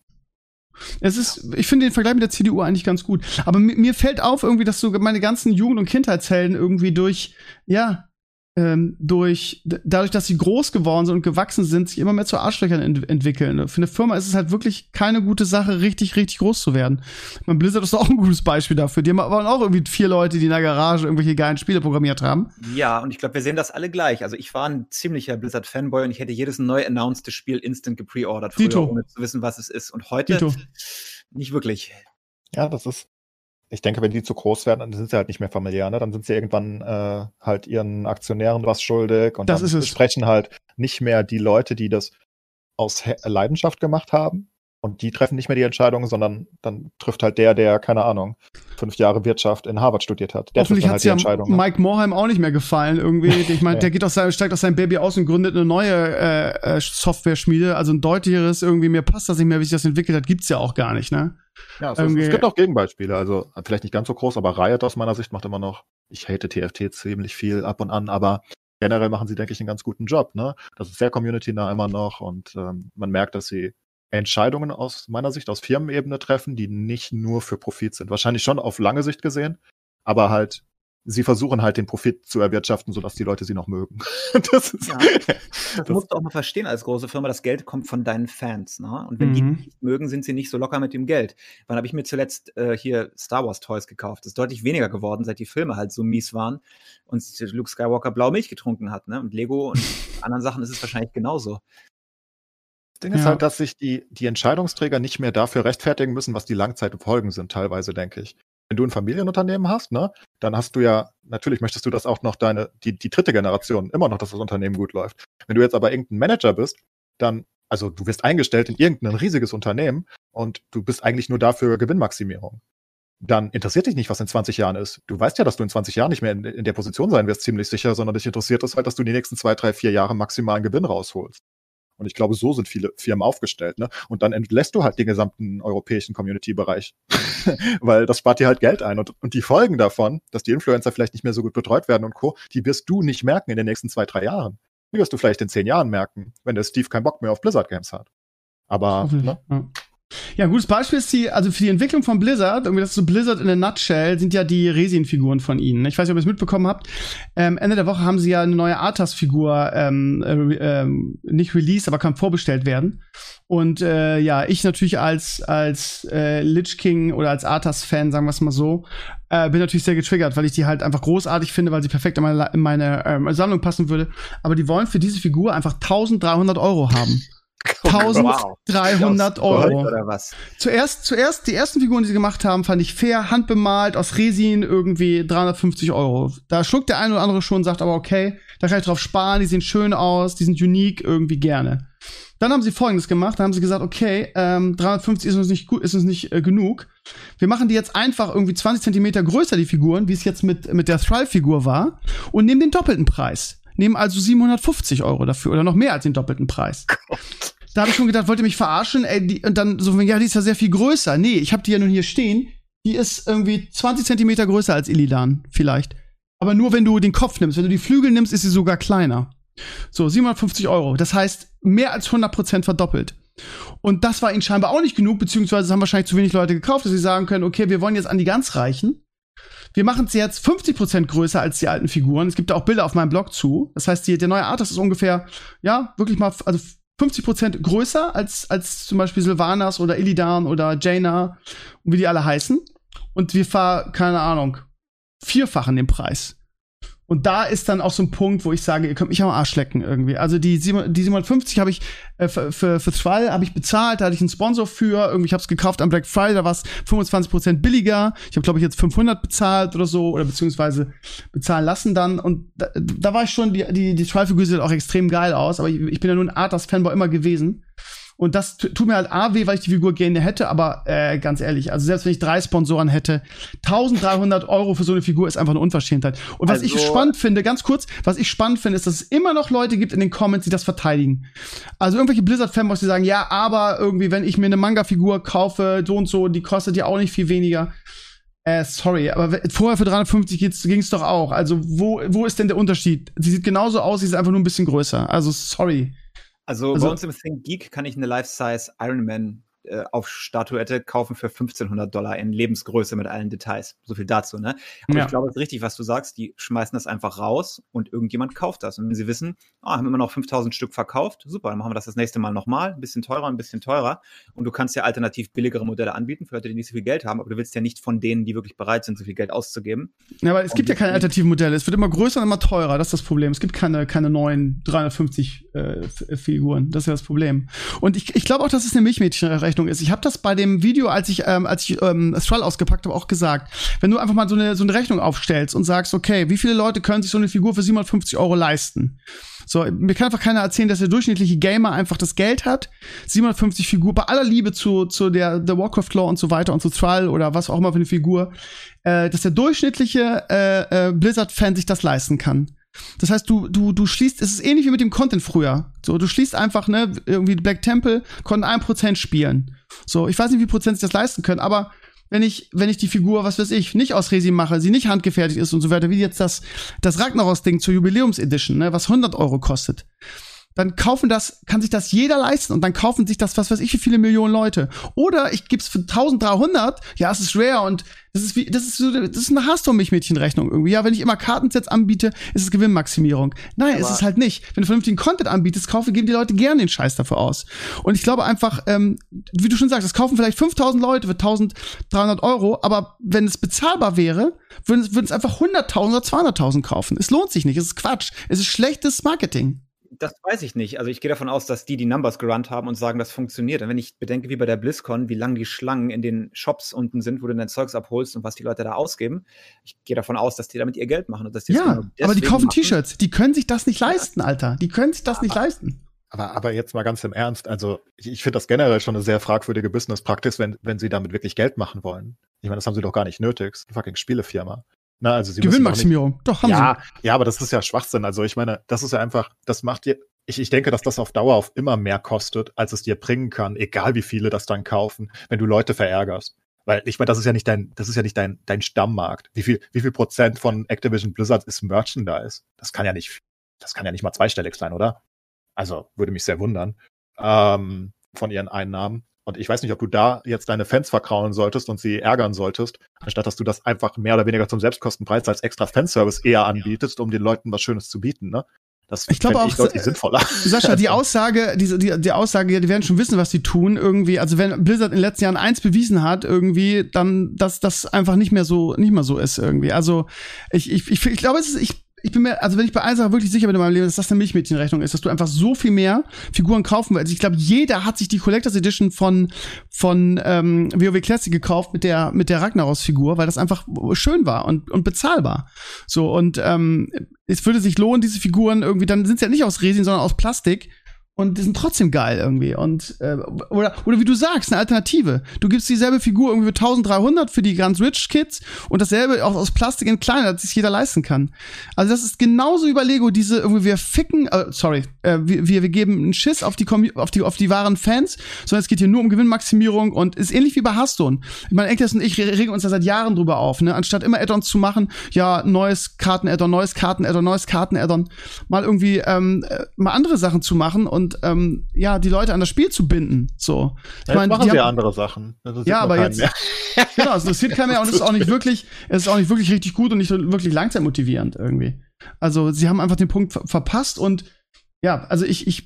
Speaker 2: Ich finde den Vergleich mit der CDU eigentlich ganz gut. Aber mir fällt auf irgendwie, dass so meine ganzen Jugend- und Kindheitshelden irgendwie durch dadurch, dass sie groß geworden sind und gewachsen sind, sich immer mehr zu Arschlöchern entwickeln. Für eine Firma ist es halt wirklich keine gute Sache, richtig, richtig groß zu werden. Ich meine, Blizzard ist auch ein gutes Beispiel dafür. Die waren auch irgendwie 4 Leute, die in der Garage irgendwelche geilen Spiele programmiert haben.
Speaker 3: Ja, und ich glaube, wir sehen das alle gleich. Also ich war ein ziemlicher Blizzard-Fanboy und ich hätte jedes neu announced Spiel instant gepreordert früher, ohne zu wissen, was es ist. Und heute nicht wirklich.
Speaker 4: Ja, ich denke, wenn die zu groß werden, dann sind sie halt nicht mehr familiär, ne? Dann sind sie irgendwann halt ihren Aktionären was schuldig und
Speaker 2: das
Speaker 4: dann sprechen halt nicht mehr die Leute, die das aus Leidenschaft gemacht haben und die treffen nicht mehr die Entscheidungen, sondern dann trifft halt der, keine Ahnung, 5 Jahre Wirtschaft in Harvard studiert hat. Der
Speaker 2: hoffentlich hat es ja Mike Morhaime auch nicht mehr gefallen irgendwie. Ich meine, der steigt aus seinem Baby aus und gründet eine neue Software-Schmiede, also ein deutlicheres irgendwie, mir passt das nicht mehr, wie sich das entwickelt hat, gibt's ja auch gar nicht, ne?
Speaker 4: Ja, es gibt auch Gegenbeispiele, also vielleicht nicht ganz so groß, aber Riot aus meiner Sicht macht immer noch, ich hate TFT ziemlich viel ab und an, aber generell machen sie, denke ich, einen ganz guten Job, ne? Das ist sehr community-nah immer noch und man merkt, dass sie Entscheidungen aus meiner Sicht aus Firmenebene treffen, die nicht nur für Profit sind. Wahrscheinlich schon auf lange Sicht gesehen, aber halt sie versuchen halt den Profit zu erwirtschaften, sodass die Leute sie noch mögen.
Speaker 3: Das musst du auch mal verstehen als große Firma, das Geld kommt von deinen Fans, ne? Und wenn die nicht mögen, sind sie nicht so locker mit dem Geld. Wann habe ich mir zuletzt hier Star Wars Toys gekauft? Das ist deutlich weniger geworden, seit die Filme halt so mies waren und Luke Skywalker blaue Milch getrunken hat, ne? Und Lego und anderen Sachen ist es wahrscheinlich genauso.
Speaker 4: Das Ding ist halt, dass sich die Entscheidungsträger nicht mehr dafür rechtfertigen müssen, was die Langzeitfolgen sind, teilweise, denke ich. Wenn du ein Familienunternehmen hast, ne, dann hast du ja, natürlich möchtest du, dass auch noch die dritte Generation immer noch, dass das Unternehmen gut läuft. Wenn du jetzt aber irgendein Manager bist, dann, also du wirst eingestellt in irgendein riesiges Unternehmen und du bist eigentlich nur dafür Gewinnmaximierung. Dann interessiert dich nicht, was in 20 Jahren ist. Du weißt ja, dass du in 20 Jahren nicht mehr in der Position sein wirst, ziemlich sicher, sondern dich interessiert es halt, dass du die nächsten 2, 3, 4 Jahre maximalen Gewinn rausholst. Und ich glaube, so sind viele Firmen aufgestellt, ne? Und dann entlässt du halt den gesamten europäischen Community-Bereich. Weil das spart dir halt Geld ein. Und die Folgen davon, dass die Influencer vielleicht nicht mehr so gut betreut werden und Co., die wirst du nicht merken in den nächsten 2, 3 Jahren. Die wirst du vielleicht in 10 Jahren merken, wenn der Steve keinen Bock mehr auf Blizzard-Games hat. Aber, ne?
Speaker 2: Ja, ein gutes Beispiel ist also für die Entwicklung von Blizzard, irgendwie das ist so Blizzard in a nutshell, sind ja die Resin-Figuren von ihnen. Ich weiß nicht, ob ihr es mitbekommen habt. Ende der Woche haben sie ja eine neue Arthas-Figur nicht released, aber kann vorbestellt werden. Und ich natürlich als Lich King oder als Arthas-Fan, sagen wir es mal so, bin natürlich sehr getriggert, weil ich die halt einfach großartig finde, weil sie perfekt in meine Sammlung passen würde. Aber die wollen für diese Figur einfach 1.300 € haben. 1.300 €.
Speaker 3: Oder was?
Speaker 2: Zuerst, die ersten Figuren, die sie gemacht haben, fand ich fair, handbemalt, aus Resin, irgendwie 350 €. Da schluckt der eine oder andere schon und sagt aber, okay, da kann ich drauf sparen, die sehen schön aus, die sind unique, irgendwie gerne. Dann haben sie Folgendes gemacht, da haben sie gesagt, okay, 350 ist uns nicht gut, ist uns nicht genug. Wir machen die jetzt einfach irgendwie 20 Zentimeter größer, die Figuren, wie es jetzt mit der Thrive-Figur war, und nehmen den doppelten Preis. Nehmen also 750 € dafür oder noch mehr als den doppelten Preis.
Speaker 3: Gott.
Speaker 2: Da habe ich schon gedacht, wollt ihr mich verarschen? Und dann so, ja, die ist ja sehr viel größer. Nee, ich habe die ja nun hier stehen. Die ist irgendwie 20 Zentimeter größer als Illidan, vielleicht. Aber nur, wenn du den Kopf nimmst. Wenn du die Flügel nimmst, ist sie sogar kleiner. So, 750 €. Das heißt, mehr als 100% verdoppelt. Und das war ihnen scheinbar auch nicht genug, beziehungsweise haben wahrscheinlich zu wenig Leute gekauft, dass sie sagen können, okay, wir wollen jetzt an die ganz Reichen. Wir machen es jetzt 50% größer als die alten Figuren. Es gibt da auch Bilder auf meinem Blog zu. Das heißt, der neue Arthas ist ungefähr, ja, wirklich mal, also 50% größer als zum Beispiel Sylvanas oder Illidan oder Jaina und wie die alle heißen. Und wir keine Ahnung, 4-fachen den Preis. Und da ist dann auch so ein Punkt, wo ich sage, ihr könnt mich am Arsch lecken irgendwie. Also die 750 habe ich für Thrall habe ich bezahlt, da hatte ich einen Sponsor für. Irgendwie, ich habe es gekauft am Black Friday, da war es 25% billiger. Ich habe, glaube ich, jetzt 500 bezahlt oder so, oder beziehungsweise bezahlen lassen dann. Und da war ich schon, die Thrall-Figur sieht auch extrem geil aus, aber ich bin ja nur ein Arthas-Fanboy immer gewesen. Und das tut mir halt weh, weil ich die Figur gerne hätte, aber ganz ehrlich, also selbst wenn ich 3 Sponsoren hätte, 1.300 € für so eine Figur ist einfach eine Unverschämtheit. Und was ich spannend finde, ganz kurz, ist, dass es immer noch Leute gibt in den Comments, die das verteidigen. Also irgendwelche Blizzard-Fanboys, die sagen, ja, aber irgendwie, wenn ich mir eine Manga-Figur kaufe, so und so, die kostet ja auch nicht viel weniger. Sorry, aber vorher für 350 ging's doch auch. Also wo ist denn der Unterschied? Sie sieht genauso aus, sie ist einfach nur ein bisschen größer. Also sorry.
Speaker 3: Also bei uns im Think Geek kann ich eine Life-Size Iron Man auf Statuette kaufen für $1.500 in Lebensgröße mit allen Details. So viel dazu, ne? Aber ich glaube, es ist richtig, was du sagst. Die schmeißen das einfach raus und irgendjemand kauft das. Und wenn sie wissen, haben immer noch 5.000 Stück verkauft, super, dann machen wir das nächste Mal nochmal. Ein bisschen teurer. Und du kannst ja alternativ billigere Modelle anbieten für Leute, die nicht so viel Geld haben. Aber du willst ja nicht von denen, die wirklich bereit sind, so viel Geld auszugeben.
Speaker 2: Ja, aber es gibt ja keine alternativen Modelle. Es wird immer größer und immer teurer. Das ist das Problem. Es gibt keine neuen 350 Figuren. Das ist ja das Problem. Und ich glaube auch, dass es eine Milchmädchenrechnung ist. Ich habe das bei dem Video, als ich Thrall ausgepackt habe, auch gesagt. Wenn du einfach mal so eine Rechnung aufstellst und sagst, okay, wie viele Leute können sich so eine Figur für 750 € leisten? So, mir kann einfach keiner erzählen, dass der durchschnittliche Gamer einfach das Geld hat, 750 Figur, bei aller Liebe zu der Warcraft Lore und so weiter und zu Thrall oder was auch immer für eine Figur, dass der durchschnittliche Blizzard-Fan sich das leisten kann. Das heißt, du schließt, es ist ähnlich wie mit dem Content früher. So, du schließt einfach, ne, irgendwie Black Temple konnten 1% spielen. So, ich weiß nicht, wie Prozent sich das leisten können, aber wenn ich die Figur, was weiß ich, nicht aus Resin mache, sie nicht handgefertigt ist und so weiter, wie jetzt das Ragnaros-Ding zur Jubiläums-Edition, ne, was 100 € kostet, dann kann sich das jeder leisten und dann kaufen sich das, was weiß ich, wie viele Millionen Leute. Oder ich gib's für 1.300, ja, es ist rare und das ist eine Hearthstone-Milchmädchen-Rechnung irgendwie. Ja, wenn ich immer Kartensets anbiete, ist es Gewinnmaximierung. Nein, aber ist es halt nicht. Wenn du vernünftigen Content anbietest, geben die Leute gerne den Scheiß dafür aus. Und ich glaube einfach, wie du schon sagst, es kaufen vielleicht 5.000 Leute für 1.300 €, aber wenn es bezahlbar wäre, würden es einfach 100.000 oder 200.000 kaufen. Es lohnt sich nicht, es ist Quatsch. Es ist schlechtes Marketing.
Speaker 3: Das weiß ich nicht. Also ich gehe davon aus, dass die Numbers gerannt haben und sagen, das funktioniert. Und wenn ich bedenke, wie bei der BlizzCon, wie lang die Schlangen in den Shops unten sind, wo du dein Zeugs abholst und was die Leute da ausgeben, ich gehe davon aus, dass die damit ihr Geld machen. Und dass die
Speaker 2: ja, aber die kaufen T-Shirts. Die können sich das nicht leisten, Alter. Die können sich das nicht leisten.
Speaker 4: Aber jetzt mal ganz im Ernst, also ich finde das generell schon eine sehr fragwürdige Business-Praxis, wenn sie damit wirklich Geld machen wollen. Ich meine, das haben sie doch gar nicht nötig. Das ist eine fucking Spielefirma. Na, also sie
Speaker 2: Gewinnmaximierung, doch, haben sie.
Speaker 4: Ja, aber das ist ja Schwachsinn. Also ich meine, das ist ja einfach, das macht dir, ich denke, dass das auf Dauer auf immer mehr kostet, als es dir bringen kann, egal wie viele das dann kaufen, wenn du Leute verärgerst. Weil ich meine, das ist ja nicht dein Stammmarkt. Wie viel Prozent von Activision Blizzard ist Merchandise? Das kann ja nicht mal zweistellig sein, oder? Also, würde mich sehr wundern, von ihren Einnahmen. Und ich weiß nicht, ob du da jetzt deine Fans verkrauen solltest und sie ärgern solltest, anstatt dass du das einfach mehr oder weniger zum Selbstkostenpreis als extra Fanservice eher anbietest, um den Leuten was Schönes zu bieten, ne? Das
Speaker 2: ich glaube auch
Speaker 4: deutlich sinnvoller.
Speaker 2: Sascha, die Aussage, die Aussage, die werden schon wissen, was sie tun, irgendwie. Also wenn Blizzard in den letzten Jahren eins bewiesen hat, irgendwie, dann, dass das einfach nicht mehr so ist, irgendwie. Also, ich glaube, ich bin mir, also wenn ich bei einer Sache wirklich sicher bin in meinem Leben, dass das eine Milchmädchenrechnung ist, dass du einfach so viel mehr Figuren kaufen willst. Ich glaube, jeder hat sich die Collectors Edition von WoW Classic gekauft mit der Ragnaros-Figur, weil das einfach schön war und bezahlbar. So, und es würde sich lohnen, diese Figuren irgendwie, dann sind sie ja nicht aus Resin, sondern aus Plastik. Und die sind trotzdem geil irgendwie. Und oder wie du sagst, eine Alternative. Du gibst dieselbe Figur irgendwie für 1.300 für die ganz Rich Kids und dasselbe auch aus Plastik in kleiner, dass sich jeder leisten kann. Also das ist genauso wie bei Lego, diese irgendwie wir ficken, wir geben einen Schiss auf die wahren Fans, sondern es geht hier nur um Gewinnmaximierung und ist ähnlich wie bei Hearthstone. Ich meine, Enkles und ich regen uns da seit Jahren drüber auf, ne? Anstatt immer Add-ons zu machen, ja, neues Karten-Add-on, mal irgendwie mal andere Sachen zu machen und die Leute an das Spiel zu binden. So.
Speaker 4: Ich meine, machen sie andere Sachen.
Speaker 2: Ja, aber jetzt genau, es interessiert keinen mehr und es ist auch nicht wirklich richtig gut und nicht wirklich langzeitmotivierend irgendwie. Also sie haben einfach den Punkt verpasst und ja, also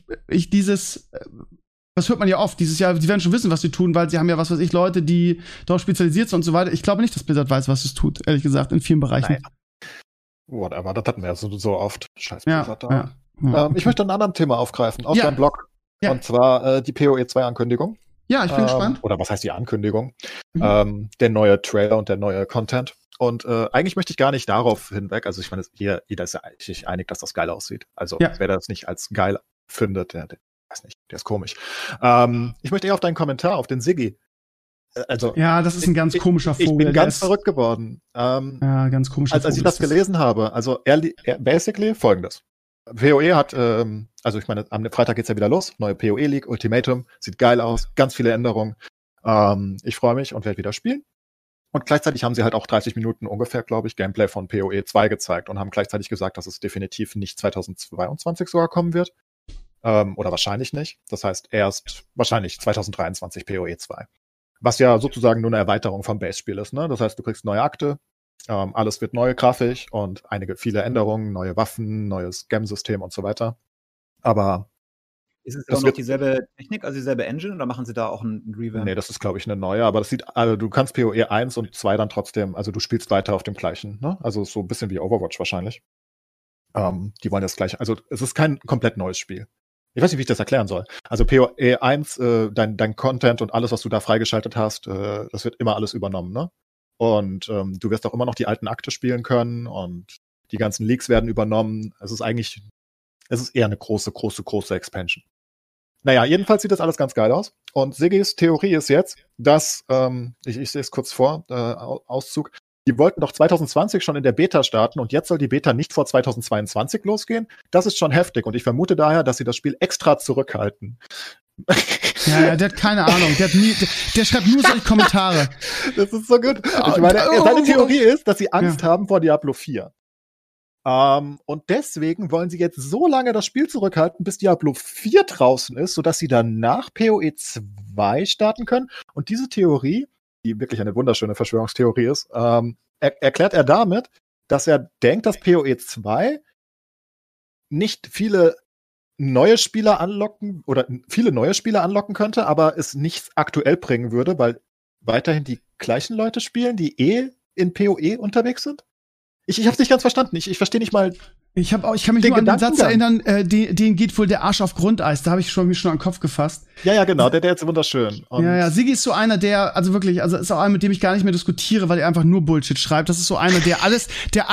Speaker 2: das hört man ja oft, dieses Jahr, die werden schon wissen, was sie tun, weil sie haben ja, was weiß ich, Leute, die darauf spezialisiert sind und so weiter. Ich glaube nicht, dass Blizzard weiß, was es tut, ehrlich gesagt, in vielen Bereichen.
Speaker 4: Nein. Whatever, das hatten wir ja so oft. Scheiß
Speaker 2: Blizzard
Speaker 4: da. Ja. Ich möchte ein anderes Thema aufgreifen, aus deinem Blog. Ja. Und zwar die PoE 2 Ankündigung.
Speaker 2: Ja, ich bin gespannt.
Speaker 4: Oder was heißt die Ankündigung? Der neue Trailer und der neue Content. Und eigentlich möchte ich gar nicht darauf hinweg, also ich meine, jeder ist ja eigentlich einig, dass das geil aussieht. Also wer das nicht als geil findet, der weiß nicht, der ist komisch. Ich möchte eher auf deinen Kommentar, auf den Siggi. Also,
Speaker 2: ja, das ist ein ganz komischer Vogel.
Speaker 4: Ich bin ganz verrückt geworden.
Speaker 2: Ganz komischer Vogel.
Speaker 4: Als ich das gelesen habe, also er basically folgendes. PoE hat, also ich meine, am Freitag geht's ja wieder los, neue PoE League, Ultimatum, sieht geil aus, ganz viele Änderungen. Ich freue mich und werde wieder spielen. Und gleichzeitig haben sie halt auch 30 Minuten ungefähr, glaube ich, Gameplay von PoE 2 gezeigt und haben gleichzeitig gesagt, dass es definitiv nicht 2022 sogar kommen wird. Oder wahrscheinlich nicht. Das heißt, erst wahrscheinlich 2023 PoE 2. Was ja sozusagen nur eine Erweiterung vom Base-Spiel ist, ne? Das heißt, du kriegst neue Akte, alles wird neu grafisch und viele Änderungen, neue Waffen, neues Gem-System und so weiter. Aber
Speaker 3: ist es auch noch dieselbe Technik, also dieselbe Engine, oder machen sie da auch einen Revamp?
Speaker 4: Nee, das ist, glaube ich, eine neue, aber du kannst PoE 1 und 2 dann trotzdem, also du spielst weiter auf dem gleichen, ne? Also so ein bisschen wie Overwatch wahrscheinlich. Die wollen das gleiche, also es ist kein komplett neues Spiel. Ich weiß nicht, wie ich das erklären soll. Also PoE 1, dein Content und alles, was du da freigeschaltet hast, das wird immer alles übernommen, ne? Und du wirst auch immer noch die alten Akte spielen können und die ganzen Leaks werden übernommen. Es ist eher eine große Expansion. Naja, jedenfalls sieht das alles ganz geil aus. Und Siggis Theorie ist jetzt, dass, ich sehe es kurz vor, Auszug, die wollten doch 2020 schon in der Beta starten und jetzt soll die Beta nicht vor 2022 losgehen. Das ist schon heftig und ich vermute daher, dass sie das Spiel extra zurückhalten.
Speaker 2: Ja, der hat keine Ahnung. Der schreibt nur solche Kommentare.
Speaker 4: Das ist so gut. Ich meine, seine Theorie ist, dass sie Angst haben vor Diablo 4. Und deswegen wollen sie jetzt so lange das Spiel zurückhalten, bis Diablo 4 draußen ist, sodass sie danach PoE 2 starten können. Und diese Theorie, die wirklich eine wunderschöne Verschwörungstheorie ist, erklärt er damit, dass er denkt, dass PoE 2 nicht viele neue Spieler anlocken könnte, aber es nicht aktuell bringen würde, weil weiterhin die gleichen Leute spielen, die in PoE unterwegs sind. Ich hab's nicht ganz verstanden. Ich verstehe nicht mal.
Speaker 2: Ich kann mich nur an den Satz erinnern, den geht wohl der Arsch auf Grundeis. Da habe ich mich schon an den Kopf gefasst.
Speaker 4: Ja, genau, der ist wunderschön. Und
Speaker 2: ja, Siggi ist so einer, der, also wirklich, also ist auch einer, mit dem ich gar nicht mehr diskutiere, weil er einfach nur Bullshit schreibt. Das ist so einer, der alles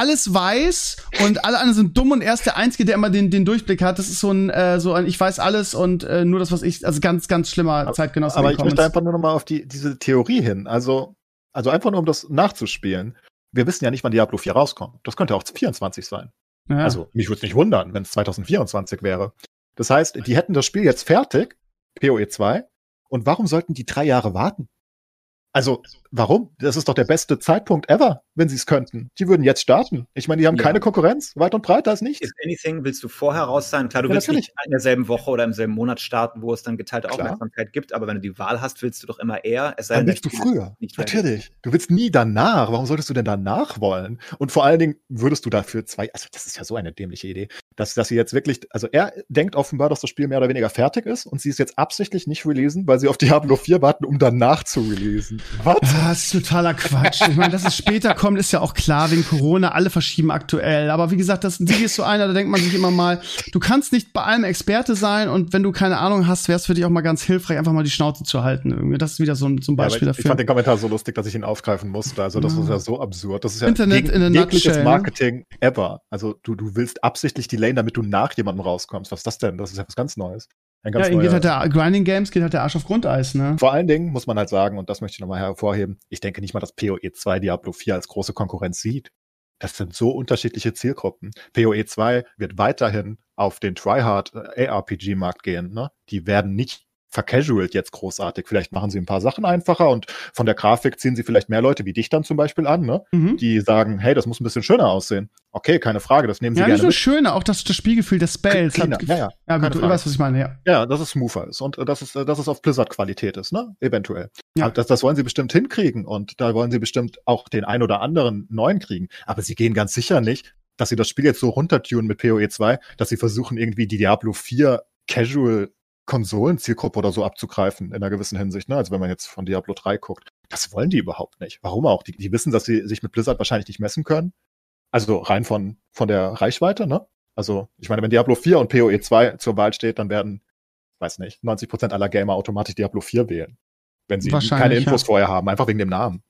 Speaker 2: weiß und alle anderen sind dumm und er ist der Einzige, der immer den Durchblick hat. Das ist so ein ich weiß alles und nur das, was ich, also ganz, ganz schlimmer Zeitgenosse.
Speaker 4: Aber ich möchte einfach nur noch mal auf diese Theorie hin. Also einfach nur, um das nachzuspielen. Wir wissen ja nicht, wann Diablo 4 rauskommt. Das könnte auch 24 sein. Ja. Also, mich würde es nicht wundern, wenn es 2024 wäre. Das heißt, die hätten das Spiel jetzt fertig, PoE 2, und warum sollten die 3 Jahre warten? Also, warum? Das ist doch der beste Zeitpunkt ever, wenn sie es könnten. Die würden jetzt starten. Ich meine, die haben keine Konkurrenz, weit und breit, da ist nichts.
Speaker 3: If anything, willst du vorher raus sein? Klar, du willst nicht in derselben Woche oder im selben Monat starten, wo es dann geteilte Aufmerksamkeit gibt, aber wenn du die Wahl hast, willst du doch immer eher. Es sei
Speaker 4: dann willst du früher. Natürlich. Du willst nie danach. Warum solltest du denn danach wollen? Und vor allen Dingen würdest du dafür also das ist ja so eine dämliche Idee, dass sie jetzt wirklich, also er denkt offenbar, dass das Spiel mehr oder weniger fertig ist und sie es jetzt absichtlich nicht releasen, weil sie auf Diablo 4 warten, um danach zu releasen. Was?
Speaker 2: Das ist totaler Quatsch. Ich meine, dass es später kommt, ist ja auch klar, wegen Corona, alle verschieben aktuell. Aber wie gesagt, Siggi ist so einer, da denkt man sich immer mal, du kannst nicht bei allem Experte sein und wenn du keine Ahnung hast, wäre es für dich auch mal ganz hilfreich, einfach mal die Schnauze zu halten. Irgendwie. Das ist wieder so ein Beispiel dafür.
Speaker 4: Ich fand den Kommentar so lustig, dass ich ihn aufgreifen musste. Also das ist ja so absurd. Das ist ja
Speaker 2: Internet in a
Speaker 4: jegliches
Speaker 2: nutshell,
Speaker 4: Marketing ever. Also du willst absichtlich delayen, damit du nach jemandem rauskommst. Was ist das denn? Das ist ja was ganz Neues.
Speaker 2: Ihnen geht halt der Grinding Games, geht halt der Arsch auf Grundeis, ne?
Speaker 4: Vor allen Dingen muss man halt sagen, und das möchte ich nochmal hervorheben, ich denke nicht mal, dass PoE 2 Diablo 4 als große Konkurrenz sieht. Das sind so unterschiedliche Zielgruppen. PoE 2 wird weiterhin auf den Tryhard ARPG-Markt gehen, ne? Die werden nicht vercasualt jetzt großartig. Vielleicht machen sie ein paar Sachen einfacher und von der Grafik ziehen sie vielleicht mehr Leute wie dich dann zum Beispiel an, ne? Die sagen, hey, das muss ein bisschen schöner aussehen. Okay, keine Frage, das nehmen sie gerne
Speaker 2: mit. Ja, nicht nur schöner, auch das Spielgefühl des Spells.
Speaker 4: Ja,
Speaker 2: gut, du weißt, was ich meine, ja.
Speaker 4: Ja, dass es smoother ist und dass es auf Blizzard-Qualität ist, ne? Eventuell. Ja. Das wollen sie bestimmt hinkriegen und da wollen sie bestimmt auch den ein oder anderen neuen kriegen. Aber sie gehen ganz sicher nicht, dass sie das Spiel jetzt so runtertunen mit PoE 2, dass sie versuchen, irgendwie die Diablo 4 Casual Konsolenzielgruppe oder so abzugreifen in einer gewissen Hinsicht, ne? Also wenn man jetzt von Diablo 3 guckt. Das wollen die überhaupt nicht. Warum auch? Die wissen, dass sie sich mit Blizzard wahrscheinlich nicht messen können. Also rein von der Reichweite, ne? Also ich meine, wenn Diablo 4 und PoE 2 zur Wahl steht, dann werden, weiß nicht, 90% aller Gamer automatisch Diablo 4 wählen. Wenn sie keine Infos vorher haben, einfach wegen dem Namen.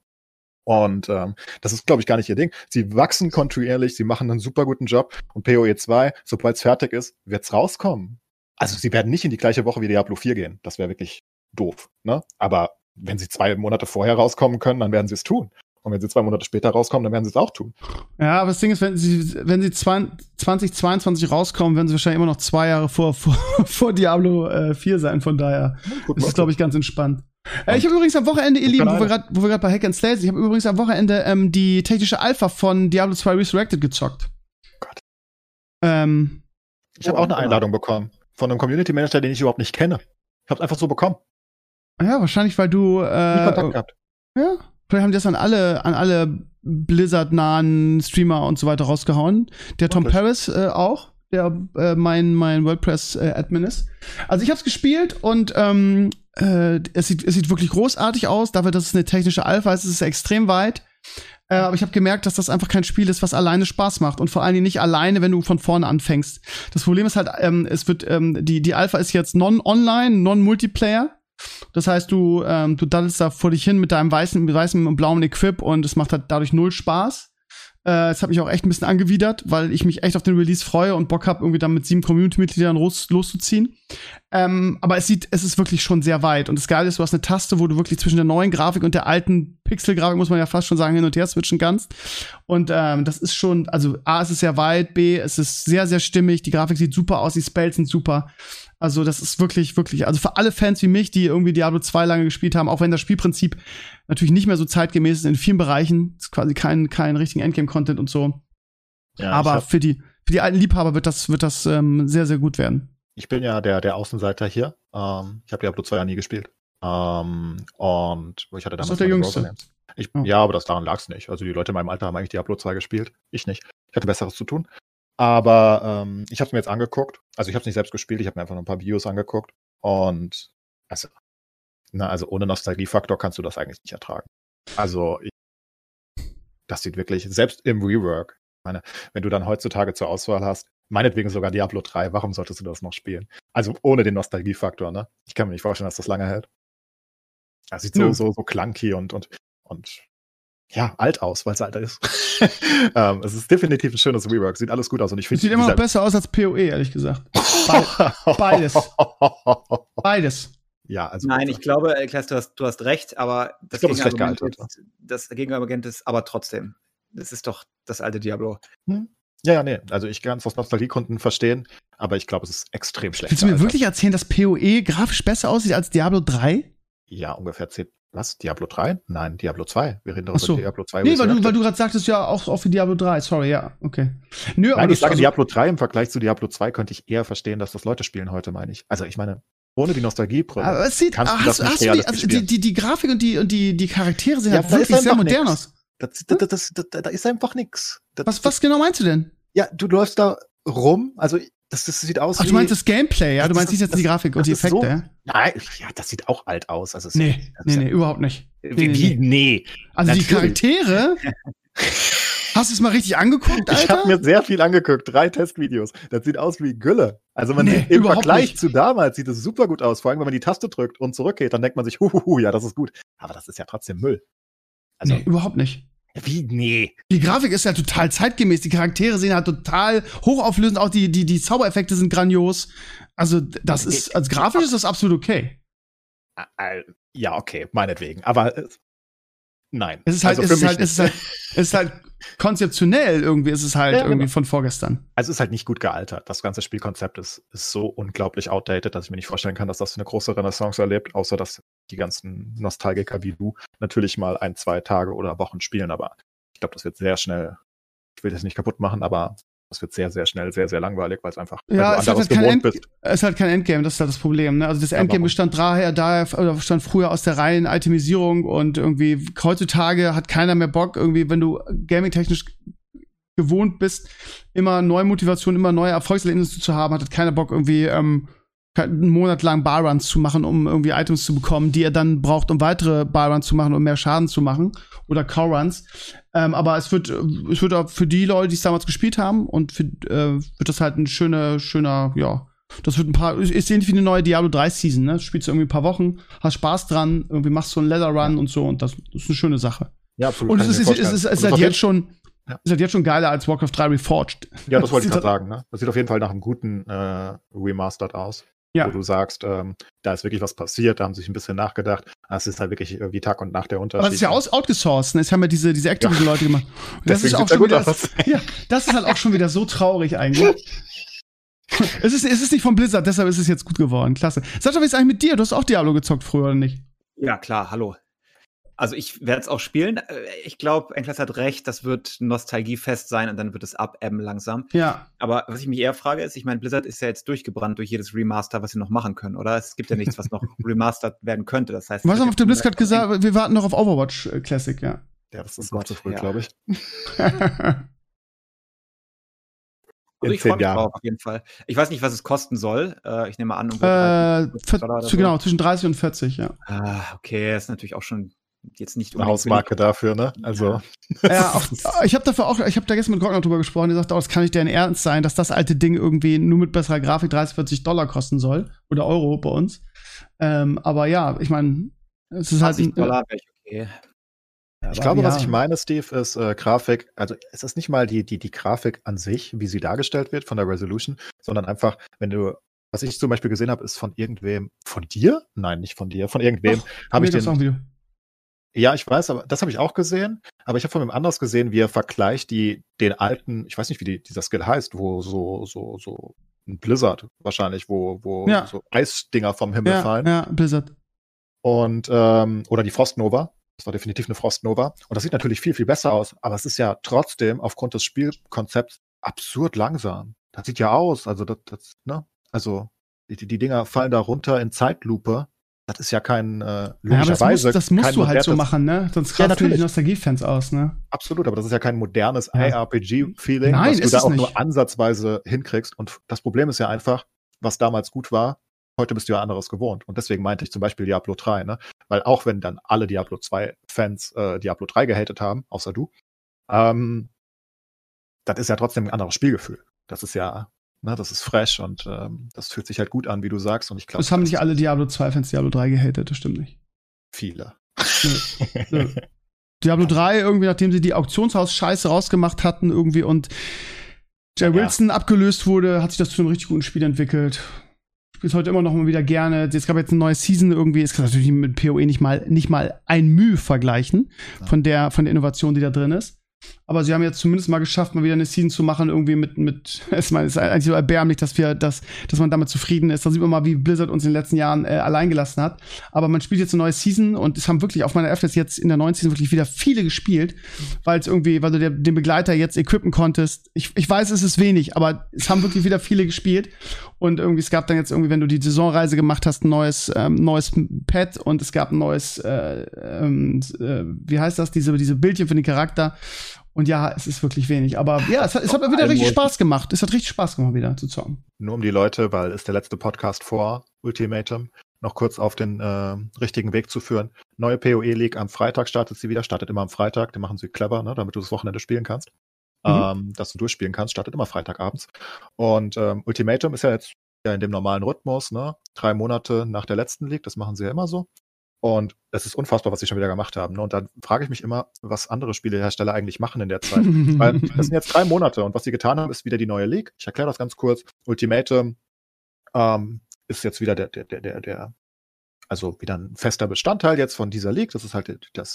Speaker 4: Und das ist, glaube ich, gar nicht ihr Ding. Sie wachsen kontinuierlich, sie machen einen super guten Job und PoE 2, sobald es fertig ist, wird's rauskommen. Also sie werden nicht in die gleiche Woche wie Diablo 4 gehen. Das wäre wirklich doof, ne? Aber wenn sie 2 Monate vorher rauskommen können, dann werden sie es tun. Und wenn sie 2 Monate später rauskommen, dann werden sie es auch tun. Ja,
Speaker 2: aber das Ding ist, wenn sie 2022 rauskommen, werden sie wahrscheinlich immer noch 2 Jahre vor Diablo 4 sein. Von daher ist es, glaube ich, ganz entspannt. Ich habe übrigens am Wochenende, ihr Lieben, wo wir gerade bei Hack and Slay sind, ich habe übrigens am Wochenende die technische Alpha von Diablo 2 Resurrected gezockt.
Speaker 4: Gott. Ich habe auch eine Einladung bekommen. von einem Community Manager, den ich überhaupt nicht kenne. Ich hab's einfach so bekommen.
Speaker 2: Ja, wahrscheinlich, weil du
Speaker 4: Nie Kontakt gehabt.
Speaker 2: Ja, vielleicht haben die das an alle Blizzard-nahen Streamer und so weiter rausgehauen. Der Tom Paris auch, der mein WordPress-Admin ist. Also ich habe es gespielt und es sieht wirklich großartig aus. Dafür, dass es eine technische Alpha ist, ist es extrem weit. Aber ich habe gemerkt, dass das einfach kein Spiel ist, was alleine Spaß macht. Und vor allen Dingen nicht alleine, wenn du von vorne anfängst. Das Problem ist halt, die Alpha ist jetzt non-online, non-Multiplayer. Das heißt, du daddelst da vor dich hin mit deinem weißen und blauen Equip und es macht halt dadurch null Spaß. Es hat mich auch echt ein bisschen angewidert, weil ich mich echt auf den Release freue und Bock habe, irgendwie dann mit 7 Community-Mitgliedern loszuziehen. Aber es ist wirklich schon sehr weit. Und das Geile ist, du hast eine Taste, wo du wirklich zwischen der neuen Grafik und der alten Pixel-Grafik, muss man ja fast schon sagen, hin und her switchen kannst. Und das ist schon, also A, es ist sehr weit, B, es ist sehr, sehr stimmig, die Grafik sieht super aus, die Spells sind super. Also das ist wirklich, wirklich, also für alle Fans wie mich, die irgendwie Diablo 2 lange gespielt haben, auch wenn das Spielprinzip natürlich nicht mehr so zeitgemäß ist in vielen Bereichen, ist quasi kein richtigen Endgame-Content und so. Ja, aber für die alten Liebhaber wird das sehr, sehr gut werden.
Speaker 4: Ich bin ja der Außenseiter hier. Ich habe Diablo 2 ja nie gespielt. Und ich hatte damals
Speaker 2: der Jüngste.
Speaker 4: Ja, aber daran lag es nicht. Also die Leute in meinem Alter haben eigentlich Diablo 2 gespielt. Ich nicht. Ich hatte Besseres zu tun. Aber ich habe es mir jetzt angeguckt. Also ich habe es nicht selbst gespielt, ich habe mir einfach noch ein paar Videos angeguckt. Und also ohne Nostalgiefaktor kannst du das eigentlich nicht ertragen. Also das sieht wirklich, selbst im Rework, ich meine, wenn du dann heutzutage zur Auswahl hast, meinetwegen sogar Diablo 3, warum solltest du das noch spielen? Also ohne den Nostalgiefaktor, ne? Ich kann mir nicht vorstellen, dass das lange hält. Das sieht so clunky und ja, alt aus, weil es alt ist. Es ist definitiv ein schönes Rework. Sieht alles gut aus. Und ich finde,
Speaker 2: sieht immer noch besser aus als PoE, ehrlich gesagt. Beides.
Speaker 3: Ja, also nein, ich glaube, Klaas, du hast recht, aber das Gegenargument ist aber trotzdem. Das ist doch das alte Diablo.
Speaker 4: Ja, nee. Also ich kann es aus Nostalgiegründen verstehen, aber ich glaube, es ist extrem schlecht.
Speaker 2: Willst du mir wirklich erzählen, dass PoE grafisch besser aussieht als Diablo 3?
Speaker 4: Ja, ungefähr 10. Was? Diablo 3? Nein, Diablo 2. Wir reden darüber über Diablo 2.
Speaker 2: Nee, weil du gerade sagtest ja auch für Diablo 3. Sorry, ja, okay.
Speaker 4: Nö, nein, ich sage Diablo 3 im Vergleich zu Diablo 2 könnte ich eher verstehen, dass das Leute spielen heute, meine ich. Also ich meine, ohne die Nostalgiebrille.
Speaker 2: Aber es sieht, die Grafik und die Charaktere sehen halt wirklich sehr modern aus.
Speaker 4: Da ist einfach nix.
Speaker 2: Was genau meinst du denn?
Speaker 4: Ja, du läufst da rum, also das sieht aus wie...
Speaker 2: Ach, du meinst das Gameplay, ja? Du meinst nicht jetzt die Grafik und die Effekte,
Speaker 4: so,
Speaker 2: ja?
Speaker 4: Nein, ja, das sieht auch alt aus. Also
Speaker 2: nee, überhaupt nicht.
Speaker 4: Nee.
Speaker 2: Also natürlich. Die Charaktere... Hast du es mal richtig angeguckt, Alter?
Speaker 4: Ich habe mir sehr viel angeguckt, 3 Testvideos. Das sieht aus wie Gülle. Also im Vergleich zu damals sieht es super gut aus. Vor allem, wenn man die Taste drückt und zurückgeht, dann denkt man sich, ja, das ist gut. Aber das ist ja trotzdem Müll.
Speaker 2: Also, nee, überhaupt nicht.
Speaker 4: Wie? Nee.
Speaker 2: Die Grafik ist ja total zeitgemäß. Die Charaktere sehen halt total hochauflösend. Auch die Zaubereffekte sind grandios. Also, das ist, als grafisch ist das absolut okay.
Speaker 4: Ja, okay, meinetwegen. Aber nein.
Speaker 2: Es ist halt konzeptionell irgendwie, ist es halt irgendwie von vorgestern.
Speaker 4: Also es ist halt nicht gut gealtert. Das ganze Spielkonzept ist so unglaublich outdated, dass ich mir nicht vorstellen kann, dass das eine große Renaissance erlebt, außer dass die ganzen Nostalgiker wie du natürlich mal 1, 2 Tage oder Wochen spielen. Aber ich glaube, das wird sehr schnell, ich will das nicht kaputt machen, aber das wird sehr, sehr schnell, sehr, sehr langweilig, weil es einfach
Speaker 2: anderes gewohnt bist. Es ist halt kein Endgame, das ist halt das Problem. Ne? Also das Endgame bestand bestand früher aus der reinen Itemisierung und irgendwie heutzutage hat keiner mehr Bock, irgendwie, wenn du gaming-technisch gewohnt bist, immer neue Motivation, immer neue Erfolgserlebnisse zu haben, hat keiner Bock, irgendwie einen Monat lang Barruns zu machen, um irgendwie Items zu bekommen, die er dann braucht, um weitere Barruns zu machen, um mehr Schaden zu machen oder Core-Runs. Aber es wird auch für die Leute, die es damals gespielt haben und wird das halt ein schöner, ja, das wird ist ähnlich wie eine neue Diablo 3 Season, ne? Spielst du irgendwie ein paar Wochen, hast Spaß dran, irgendwie machst du einen Leather Run und so und das ist eine schöne Sache.
Speaker 4: Ja, absolut.
Speaker 2: Und es ist halt jetzt schon geiler als Warcraft 3 Reforged.
Speaker 4: Ja, das wollte ich gerade sagen, ne? Das sieht auf jeden Fall nach einem guten Remastered aus. Ja. Wo du sagst, da ist wirklich was passiert, da haben sie sich ein bisschen nachgedacht. Das ist halt wirklich wie Tag und Nacht der Unterschied.
Speaker 2: Aber das ist ja outgesourced, ne? Das haben ja diese Activision-Leute gemacht. Das ist auch schon wieder, das ist halt auch schon wieder so traurig eigentlich. Es ist nicht von Blizzard, deshalb ist es jetzt gut geworden. Klasse. Sag doch, wie ist eigentlich mit dir? Du hast auch Diablo gezockt früher, oder nicht?
Speaker 3: Ja, klar, hallo. Also ich werde es auch spielen. Ich glaube, Enkles hat recht, das wird nostalgiefest sein und dann wird es abebben langsam.
Speaker 2: Ja.
Speaker 3: Aber was ich mich eher frage ist, ich meine, Blizzard ist ja jetzt durchgebrannt durch jedes Remaster, was sie noch machen können, oder? Es gibt ja nichts, was noch remastert werden könnte. Das heißt,
Speaker 2: was haben auf der BlizzCon gesagt? Wir warten noch auf Overwatch Classic, ja.
Speaker 4: Ja, das ist noch zu früh, glaube ich.
Speaker 3: Also ich freue mich drauf, auf jeden Fall. Ich weiß nicht, was es kosten soll. Ich nehme an,
Speaker 2: genau, zwischen 30 und 40, ja.
Speaker 3: Okay, ist natürlich auch schon jetzt nicht
Speaker 4: eine Hausmarke dafür, ne? Also.
Speaker 2: Ja, ich habe da gestern mit Grockner drüber gesprochen, der sagt, das kann nicht deren Ernst sein, dass das alte Ding irgendwie nur mit besserer Grafik $30-40 kosten soll. Oder Euro bei uns. Aber ja, ich meine, es ist halt
Speaker 3: $20 wäre ich okay.
Speaker 4: Ich glaube, was ich meine, Steve, ist Grafik, also es ist nicht mal die Grafik an sich, wie sie dargestellt wird von der Resolution, sondern einfach, was ich zum Beispiel gesehen habe, ist von irgendwem, von dir? Nein, nicht von dir, von irgendwem. Habe ich den. Ja, ich weiß, aber das habe ich auch gesehen, aber ich habe von einem anderes gesehen, wie er vergleicht den alten, ich weiß nicht, wie dieser Skill heißt, wo so ein Blizzard wahrscheinlich, wo so Eisdinger vom Himmel fallen.
Speaker 2: Ja, Blizzard.
Speaker 4: Und, oder die Frostnova. Das war definitiv eine Frostnova. Und das sieht natürlich viel, viel besser aus. Aber es ist ja trotzdem aufgrund des Spielkonzepts absurd langsam. Das sieht ja aus. Also, ne? Also, die Dinger fallen da runter in Zeitlupe. Das ist ja kein logischerweise.
Speaker 2: Ja, das musst du halt so machen, ne? Sonst krass natürlich die Nostalgie-Fans aus, ne?
Speaker 4: Absolut, aber das ist ja kein modernes IRPG-Feeling, was du da auch nur ansatzweise hinkriegst. Und das Problem ist ja einfach, was damals gut war, heute bist du ja anderes gewohnt. Und deswegen meinte ich zum Beispiel Diablo 3, ne? Weil auch wenn dann alle Diablo 2-Fans Diablo 3 gehatet haben, außer du, das ist ja trotzdem ein anderes Spielgefühl. Das ist ja, ne, das ist fresh und das fühlt sich halt gut an, wie du sagst. Und ich glaube,
Speaker 2: das haben nicht alle Diablo 2-Fans Diablo 3 gehatet, das stimmt nicht.
Speaker 4: Viele.
Speaker 2: Nö. Diablo 3, irgendwie, nachdem sie die Auktionshaus-Scheiße rausgemacht hatten, irgendwie und Jay Wilson abgelöst wurde, hat sich das zu einem richtig guten Spiel entwickelt. Spielst heute immer noch mal wieder gerne. Es gab jetzt eine neue Season irgendwie. Es kann natürlich mit PoE nicht mal ein Mühe vergleichen von der Innovation, die da drin ist. Aber sie haben jetzt zumindest mal geschafft, mal wieder eine Season zu machen, irgendwie mit es ist eigentlich so erbärmlich, dass man damit zufrieden ist. Da sieht man mal, wie Blizzard uns in den letzten Jahren allein gelassen hat. Aber man spielt jetzt eine neue Season und es haben wirklich auf meiner FNES jetzt in der neuen Season wirklich wieder viele gespielt, weil du den Begleiter jetzt equippen konntest. Ich weiß, es ist wenig, aber es haben wirklich wieder viele gespielt. Und irgendwie, es gab dann jetzt irgendwie, wenn du die Saisonreise gemacht hast, ein neues Pad und es gab ein neues, wie heißt das, diese Bildchen für den Charakter. Und ja, es ist wirklich wenig. Aber ja, es hat wieder richtig Spaß gemacht. Es hat richtig Spaß gemacht, wieder zu zocken.
Speaker 4: Nur um die Leute, weil es der letzte Podcast vor Ultimatum, noch kurz auf den richtigen Weg zu führen. Neue PoE League am Freitag startet sie wieder. Startet immer am Freitag. Den machen sie clever, ne, damit du das Wochenende spielen kannst. Dass du durchspielen kannst. Startet immer Freitagabends. Und Ultimatum ist ja jetzt in dem normalen Rhythmus, ne? 3 Monate nach der letzten League. Das machen sie ja immer so. Und es ist unfassbar, was sie schon wieder gemacht haben. Ne? Und dann frage ich mich immer, was andere Spielehersteller eigentlich machen in der Zeit. Weil das sind jetzt 3 Monate und was sie getan haben, ist wieder die neue League. Ich erkläre das ganz kurz. Ultimatum ist jetzt wieder also wieder ein fester Bestandteil jetzt von dieser League. Das ist halt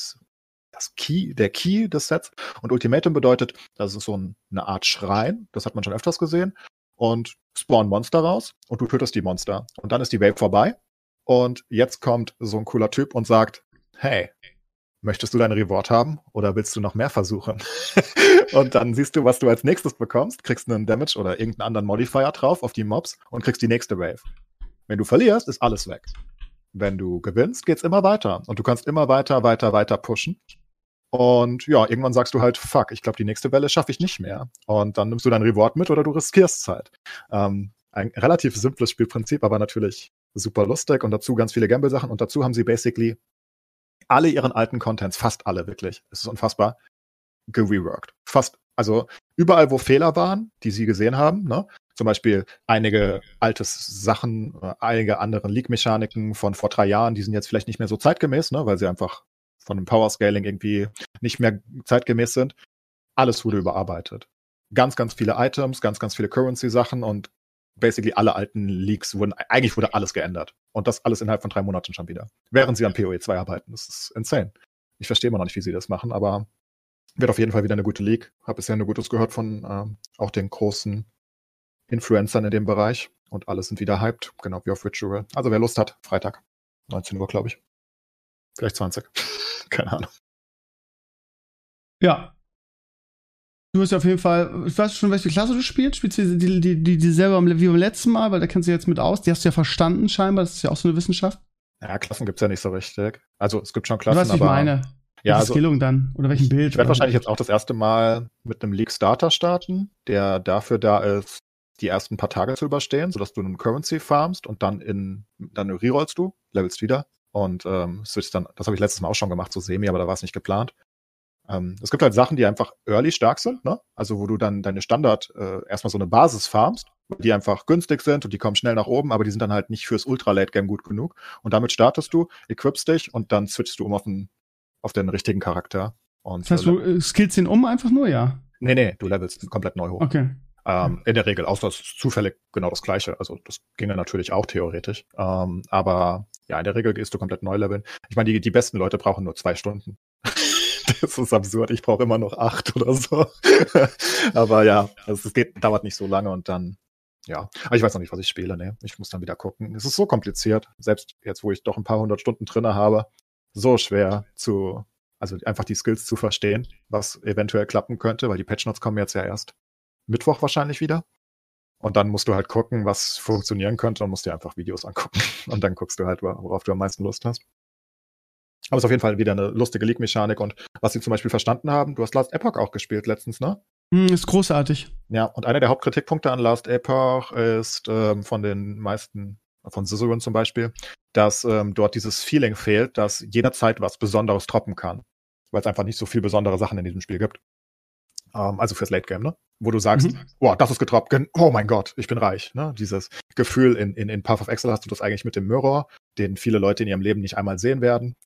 Speaker 4: der Key des Sets. Und Ultimatum bedeutet, das ist so eine Art Schrein. Das hat man schon öfters gesehen. Und spawnen Monster raus und du tötest die Monster. Und dann ist die Wave vorbei. Und jetzt kommt so ein cooler Typ und sagt, hey, möchtest du deine Reward haben oder willst du noch mehr versuchen? Und dann siehst du, was du als nächstes bekommst, kriegst einen Damage oder irgendeinen anderen Modifier drauf auf die Mobs und kriegst die nächste Wave. Wenn du verlierst, ist alles weg. Wenn du gewinnst, geht's immer weiter. Und du kannst immer weiter pushen. Und ja, irgendwann sagst du halt, fuck, ich glaube, die nächste Welle schaffe ich nicht mehr. Und dann nimmst du dein Reward mit oder du riskierst es halt. Ein relativ simples Spielprinzip, aber natürlich super lustig und dazu ganz viele Gamble-Sachen und dazu haben sie basically alle ihren alten Contents, fast alle wirklich, es ist unfassbar, gereworked. Fast, also überall, wo Fehler waren, die sie gesehen haben, ne? Zum Beispiel einige alte Sachen, einige andere League-Mechaniken von vor 3 Jahren, die sind jetzt vielleicht nicht mehr so zeitgemäß, ne? Weil sie einfach von dem Power-Scaling irgendwie nicht mehr zeitgemäß sind. Alles wurde überarbeitet. Ganz, ganz viele Items, ganz, ganz viele Currency-Sachen und basically alle alten Leaks eigentlich wurde alles geändert. Und das alles innerhalb von 3 Monaten schon wieder. Während sie an PoE 2 arbeiten. Das ist insane. Ich verstehe immer noch nicht, wie sie das machen, aber wird auf jeden Fall wieder eine gute League. Habe bisher nur Gutes gehört von auch den großen Influencern in dem Bereich. Und alle sind wieder hyped, genau wie auf Ritual. Also wer Lust hat, Freitag, 19 Uhr, glaube ich. Vielleicht 20. Keine Ahnung.
Speaker 2: Ja. Du hast ja auf jeden Fall, ich weiß schon, welche Klasse du spielst. Spielst du die selber wie beim letzten Mal, weil da kennst du jetzt mit aus. Die hast du ja verstanden scheinbar, das ist ja auch so eine Wissenschaft.
Speaker 4: Ja, Klassen gibt's ja nicht so richtig. Also es gibt schon Klassen,
Speaker 2: aber... Du weißt, wie ich meine.
Speaker 4: Ja,
Speaker 2: welche Skillung dann? Oder welchen Bild?
Speaker 4: Ich werde wahrscheinlich jetzt auch das erste Mal mit einem League-Starter starten, der dafür da ist, die ersten paar Tage zu überstehen, sodass du einen Currency farmst und dann rerollst du, levelst wieder und switchst dann, das habe ich letztes Mal auch schon gemacht, so semi, aber da war es nicht geplant. Es gibt halt Sachen, die einfach early stark sind, ne? Also wo du dann deine Standard erstmal so eine Basis farmst, die einfach günstig sind und die kommen schnell nach oben, aber die sind dann halt nicht fürs Ultra-Late-Game gut genug. Und damit startest du, equipst dich und dann switchst du auf den richtigen Charakter. Und,
Speaker 2: das heißt, du skillst den einfach nur, ja?
Speaker 4: Nee, du levelst komplett neu hoch.
Speaker 2: Okay.
Speaker 4: In der Regel, außer es ist zufällig genau das Gleiche. Also das ginge natürlich auch theoretisch. Aber ja, in der Regel gehst du komplett neu leveln. Ich meine, die besten Leute brauchen nur 2 Stunden. Das ist absurd. Ich brauche immer noch 8 oder so. Aber ja, also dauert nicht so lange und dann, ja. Aber ich weiß noch nicht, was ich spiele. Nee, ich muss dann wieder gucken. Es ist so kompliziert. Selbst jetzt, wo ich doch ein paar 100 Stunden drinne habe, so schwer also einfach die Skills zu verstehen, was eventuell klappen könnte, weil die Patchnotes kommen jetzt ja erst Mittwoch wahrscheinlich wieder. Und dann musst du halt gucken, was funktionieren könnte und musst dir einfach Videos angucken. Und dann guckst du halt, worauf du am meisten Lust hast. Aber es ist auf jeden Fall wieder eine lustige League-Mechanik. Und was sie zum Beispiel verstanden haben, du hast Last Epoch auch gespielt letztens, ne?
Speaker 2: Ist großartig.
Speaker 4: Ja, und einer der Hauptkritikpunkte an Last Epoch ist von den meisten, von Scissorin zum Beispiel, dass dort dieses Feeling fehlt, dass jederzeit was Besonderes droppen kann. Weil es einfach nicht so viel besondere Sachen in diesem Spiel gibt. Also fürs Late Game, ne? Wo du sagst, boah, das ist gedroppt, oh mein Gott, ich bin reich, ne? Dieses Gefühl in Path of Exile hast du das eigentlich mit dem Mirror, den viele Leute in ihrem Leben nicht einmal sehen werden.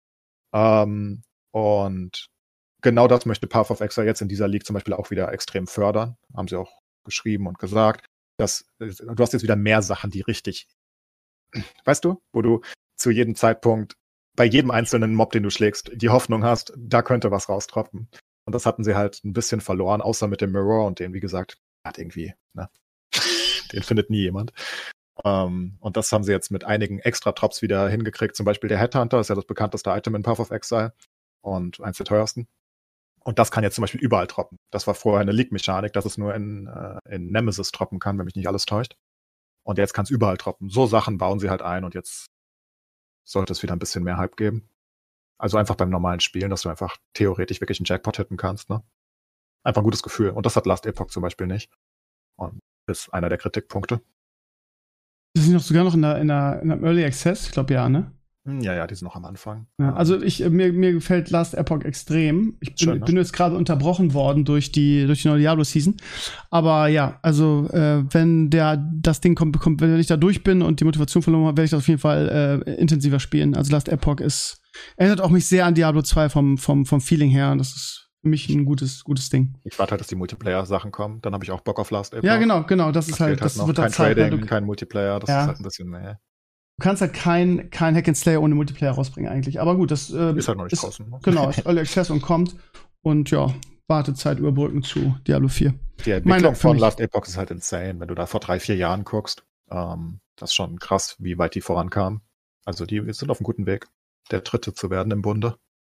Speaker 4: Und genau das möchte Path of Exile jetzt in dieser League zum Beispiel auch wieder extrem fördern. Haben sie auch geschrieben und gesagt, dass du hast jetzt wieder mehr Sachen, die richtig, weißt du, wo du zu jedem Zeitpunkt bei jedem einzelnen Mob, den du schlägst, die Hoffnung hast, da könnte was raustroppen. Und das hatten sie halt ein bisschen verloren, außer mit dem Mirror und den, wie gesagt, hat irgendwie, ne? Den findet nie jemand. Und das haben sie jetzt mit einigen Extra-Drops wieder hingekriegt. Zum Beispiel der Headhunter ist ja das bekannteste Item in Path of Exile und eins der teuersten. Und das kann jetzt zum Beispiel überall droppen. Das war vorher eine League-Mechanik, dass es nur in Nemesis droppen kann, wenn mich nicht alles täuscht. Und jetzt kann es überall droppen. So Sachen bauen sie halt ein und jetzt sollte es wieder ein bisschen mehr Hype geben. Also einfach beim normalen Spielen, dass du einfach theoretisch wirklich einen Jackpot hitten kannst, ne? Einfach ein gutes Gefühl. Und das hat Last Epoch zum Beispiel nicht. Und ist einer der Kritikpunkte.
Speaker 2: Die sind sogar noch in der Early Access, ich glaube ja, ne?
Speaker 4: Ja, die sind noch am Anfang.
Speaker 2: Ja, also mir gefällt Last Epoch extrem. Ich bin jetzt gerade unterbrochen worden durch die neue Diablo-Season. Aber ja, also wenn das Ding kommt, wenn ich da durch bin und die Motivation verloren habe, werde ich das auf jeden Fall intensiver spielen. Also Last Epoch erinnert auch mich sehr an Diablo 2 vom Feeling her. Und das ist für mich ein gutes Ding.
Speaker 4: Ich warte halt, dass die Multiplayer-Sachen kommen. Dann habe ich auch Bock auf Last Epoch.
Speaker 2: Ja, genau. Das ist halt,
Speaker 4: das
Speaker 2: wird
Speaker 4: kein
Speaker 2: Zeit,
Speaker 4: Trading, kein Multiplayer. Das ist halt ein bisschen mehr.
Speaker 2: Du kannst halt kein Hack and Slay ohne Multiplayer rausbringen eigentlich. Aber gut, das
Speaker 4: ist halt noch nicht draußen. Ne?
Speaker 2: Genau, ist Early Access und kommt. Und ja, Wartezeit überbrücken zu Diablo 4.
Speaker 4: Die Entwicklung von Last Epoch ist halt insane. Wenn du da vor 3-4 Jahren guckst, das ist schon krass, wie weit die vorankamen. Also die sind auf einem guten Weg, der Dritte zu werden im Bunde.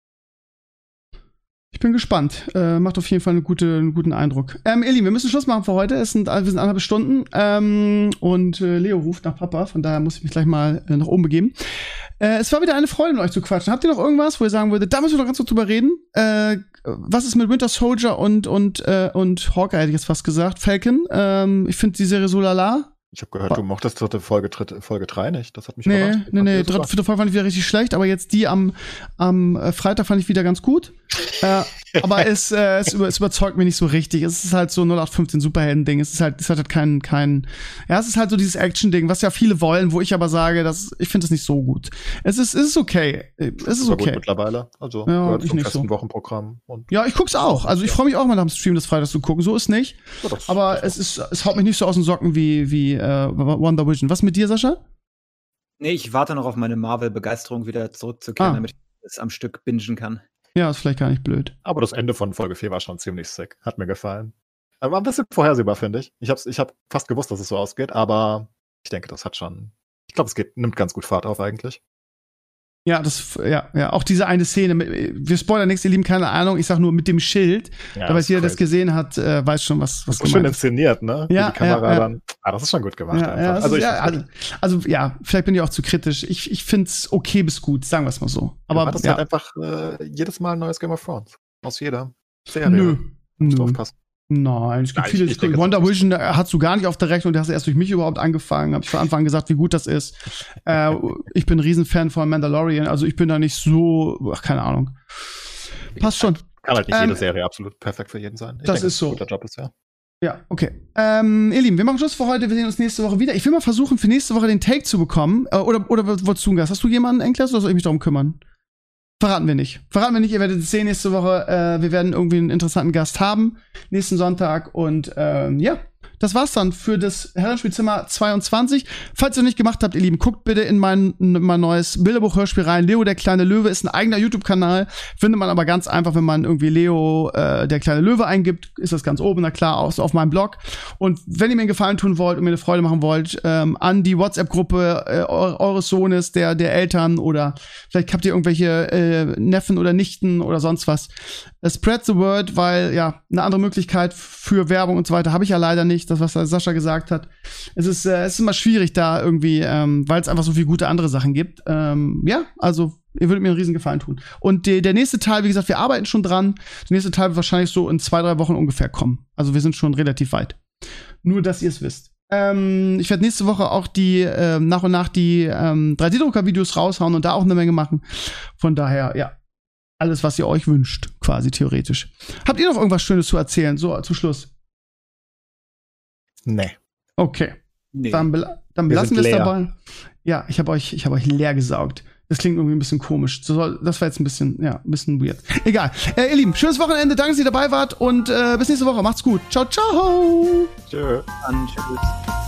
Speaker 2: Ich bin gespannt. Macht auf jeden Fall einen guten Eindruck. ihr Lieben, wir müssen Schluss machen für heute. Wir sind 1,5 Stunden. Und Leo ruft nach Papa. Von daher muss ich mich gleich mal nach oben begeben. Es war wieder eine Freude, mit euch zu quatschen. Habt ihr noch irgendwas, wo ihr sagen würdet, da müssen wir noch ganz kurz drüber reden? Was ist mit Winter Soldier und Hawkeye, hätte ich jetzt fast gesagt. Falcon. Ich finde die Serie so lala.
Speaker 4: Ich habe gehört, du mochtest Folge 3 nicht. Das hat mich
Speaker 2: überrascht. Nee. Vierte Folge fand ich wieder richtig schlecht, aber jetzt die am Freitag fand ich wieder ganz gut. Aber es überzeugt mich nicht so richtig. Es ist halt so 0815 Superhelden-Ding. Es ist halt kein es ist halt so dieses Action-Ding, was ja viele wollen, wo ich aber sage, ich finde es nicht so gut. Es ist okay. Es ist okay.
Speaker 4: Gut mittlerweile. Also
Speaker 2: gehört
Speaker 4: zum festen Wochenprogramm.
Speaker 2: Ja, ich guck's auch. Also ich freue mich auch mal nach dem Stream des Freitags zu gucken. So ist nicht. Ja, aber es haut mich nicht so aus den Socken wie Wonder Vision. Was mit dir, Sascha?
Speaker 3: Nee, ich warte noch auf meine Marvel-Begeisterung wieder zurückzukehren, damit ich es am Stück bingen kann.
Speaker 2: Ja, ist vielleicht gar nicht blöd.
Speaker 4: Aber das Ende von Folge 4 war schon ziemlich sick. Hat mir gefallen. War ein bisschen vorhersehbar, finde ich. Ich hab fast gewusst, dass es so ausgeht, aber ich denke, das hat schon. Ich glaube, nimmt ganz gut Fahrt auf eigentlich.
Speaker 2: Ja, auch diese eine Szene, wir spoilern nichts, ihr Lieben, keine Ahnung, ich sag nur mit dem Schild, da weiß jeder, der das gesehen hat, weiß schon, was
Speaker 4: das ist schön inszeniert, ne?
Speaker 2: Ja,
Speaker 4: die Kamera dann, das ist schon gut gemacht.
Speaker 2: Also vielleicht bin ich auch zu kritisch, ich find's okay bis gut, sagen wir es mal so. Aber
Speaker 4: das halt einfach jedes Mal ein neues Game of Thrones, aus jeder Serie.
Speaker 2: Nö.
Speaker 4: Aufpassen.
Speaker 2: Nein, es gibt viele. Wonder Vision hast du gar nicht auf der Rechnung, der hast du erst durch mich überhaupt angefangen. Habe ich von Anfang an gesagt, wie gut das ist. Ich bin ein Riesenfan von Mandalorian, also ich bin da nicht so, keine Ahnung. Passt schon.
Speaker 4: Kann halt nicht jede Serie absolut perfekt für jeden sein.
Speaker 2: Das ist so.
Speaker 4: Guter Job ist, ja.
Speaker 2: Ja, okay. Ihr Lieben, wir machen Schluss für heute. Wir sehen uns nächste Woche wieder. Ich will mal versuchen, für nächste Woche den Take zu bekommen. Oder wolltest du einen Gast? Hast du jemanden, Enklas, oder soll ich mich darum kümmern? Verraten wir nicht, ihr werdet es sehen nächste Woche. Wir werden irgendwie einen interessanten Gast haben, nächsten Sonntag. Und das war's dann für das Herrenspielzimmer 22. Falls ihr noch nicht gemacht habt, ihr Lieben, guckt bitte in mein neues Bilderbuch-Hörspiel rein. Leo, der kleine Löwe, ist ein eigener YouTube-Kanal. Findet man aber ganz einfach, wenn man irgendwie Leo, der kleine Löwe eingibt, ist das ganz oben, na klar, auch so auf meinem Blog. Und wenn ihr mir einen Gefallen tun wollt und mir eine Freude machen wollt, an die WhatsApp-Gruppe eures Sohnes, der Eltern, oder vielleicht habt ihr irgendwelche Neffen oder Nichten oder sonst was. Spread the word, weil eine andere Möglichkeit für Werbung und so weiter habe ich ja leider nicht, das, was Sascha gesagt hat. Es ist immer schwierig da irgendwie, weil es einfach so viele gute andere Sachen gibt. Also ihr würdet mir einen riesen Gefallen tun. Und der nächste Teil, wie gesagt, wir arbeiten schon dran. Der nächste Teil wird wahrscheinlich so in 2-3 Wochen ungefähr kommen. Also wir sind schon relativ weit. Nur, dass ihr es wisst. Ich werde nächste Woche auch nach und nach die 3D-Drucker-Videos raushauen und da auch eine Menge machen. Von daher, alles, was ihr euch wünscht, quasi theoretisch. Habt ihr noch irgendwas Schönes zu erzählen, so zum Schluss?
Speaker 4: Nee.
Speaker 2: Okay. Nee. Dann belassen wir es dabei. Ja, ich hab euch leer gesaugt. Das klingt irgendwie ein bisschen komisch. Das war jetzt ein bisschen weird. Egal. Ihr Lieben, schönes Wochenende. Danke, dass ihr dabei wart. Und bis nächste Woche. Macht's gut. Ciao, ciao.
Speaker 3: Tschö. Tschüss.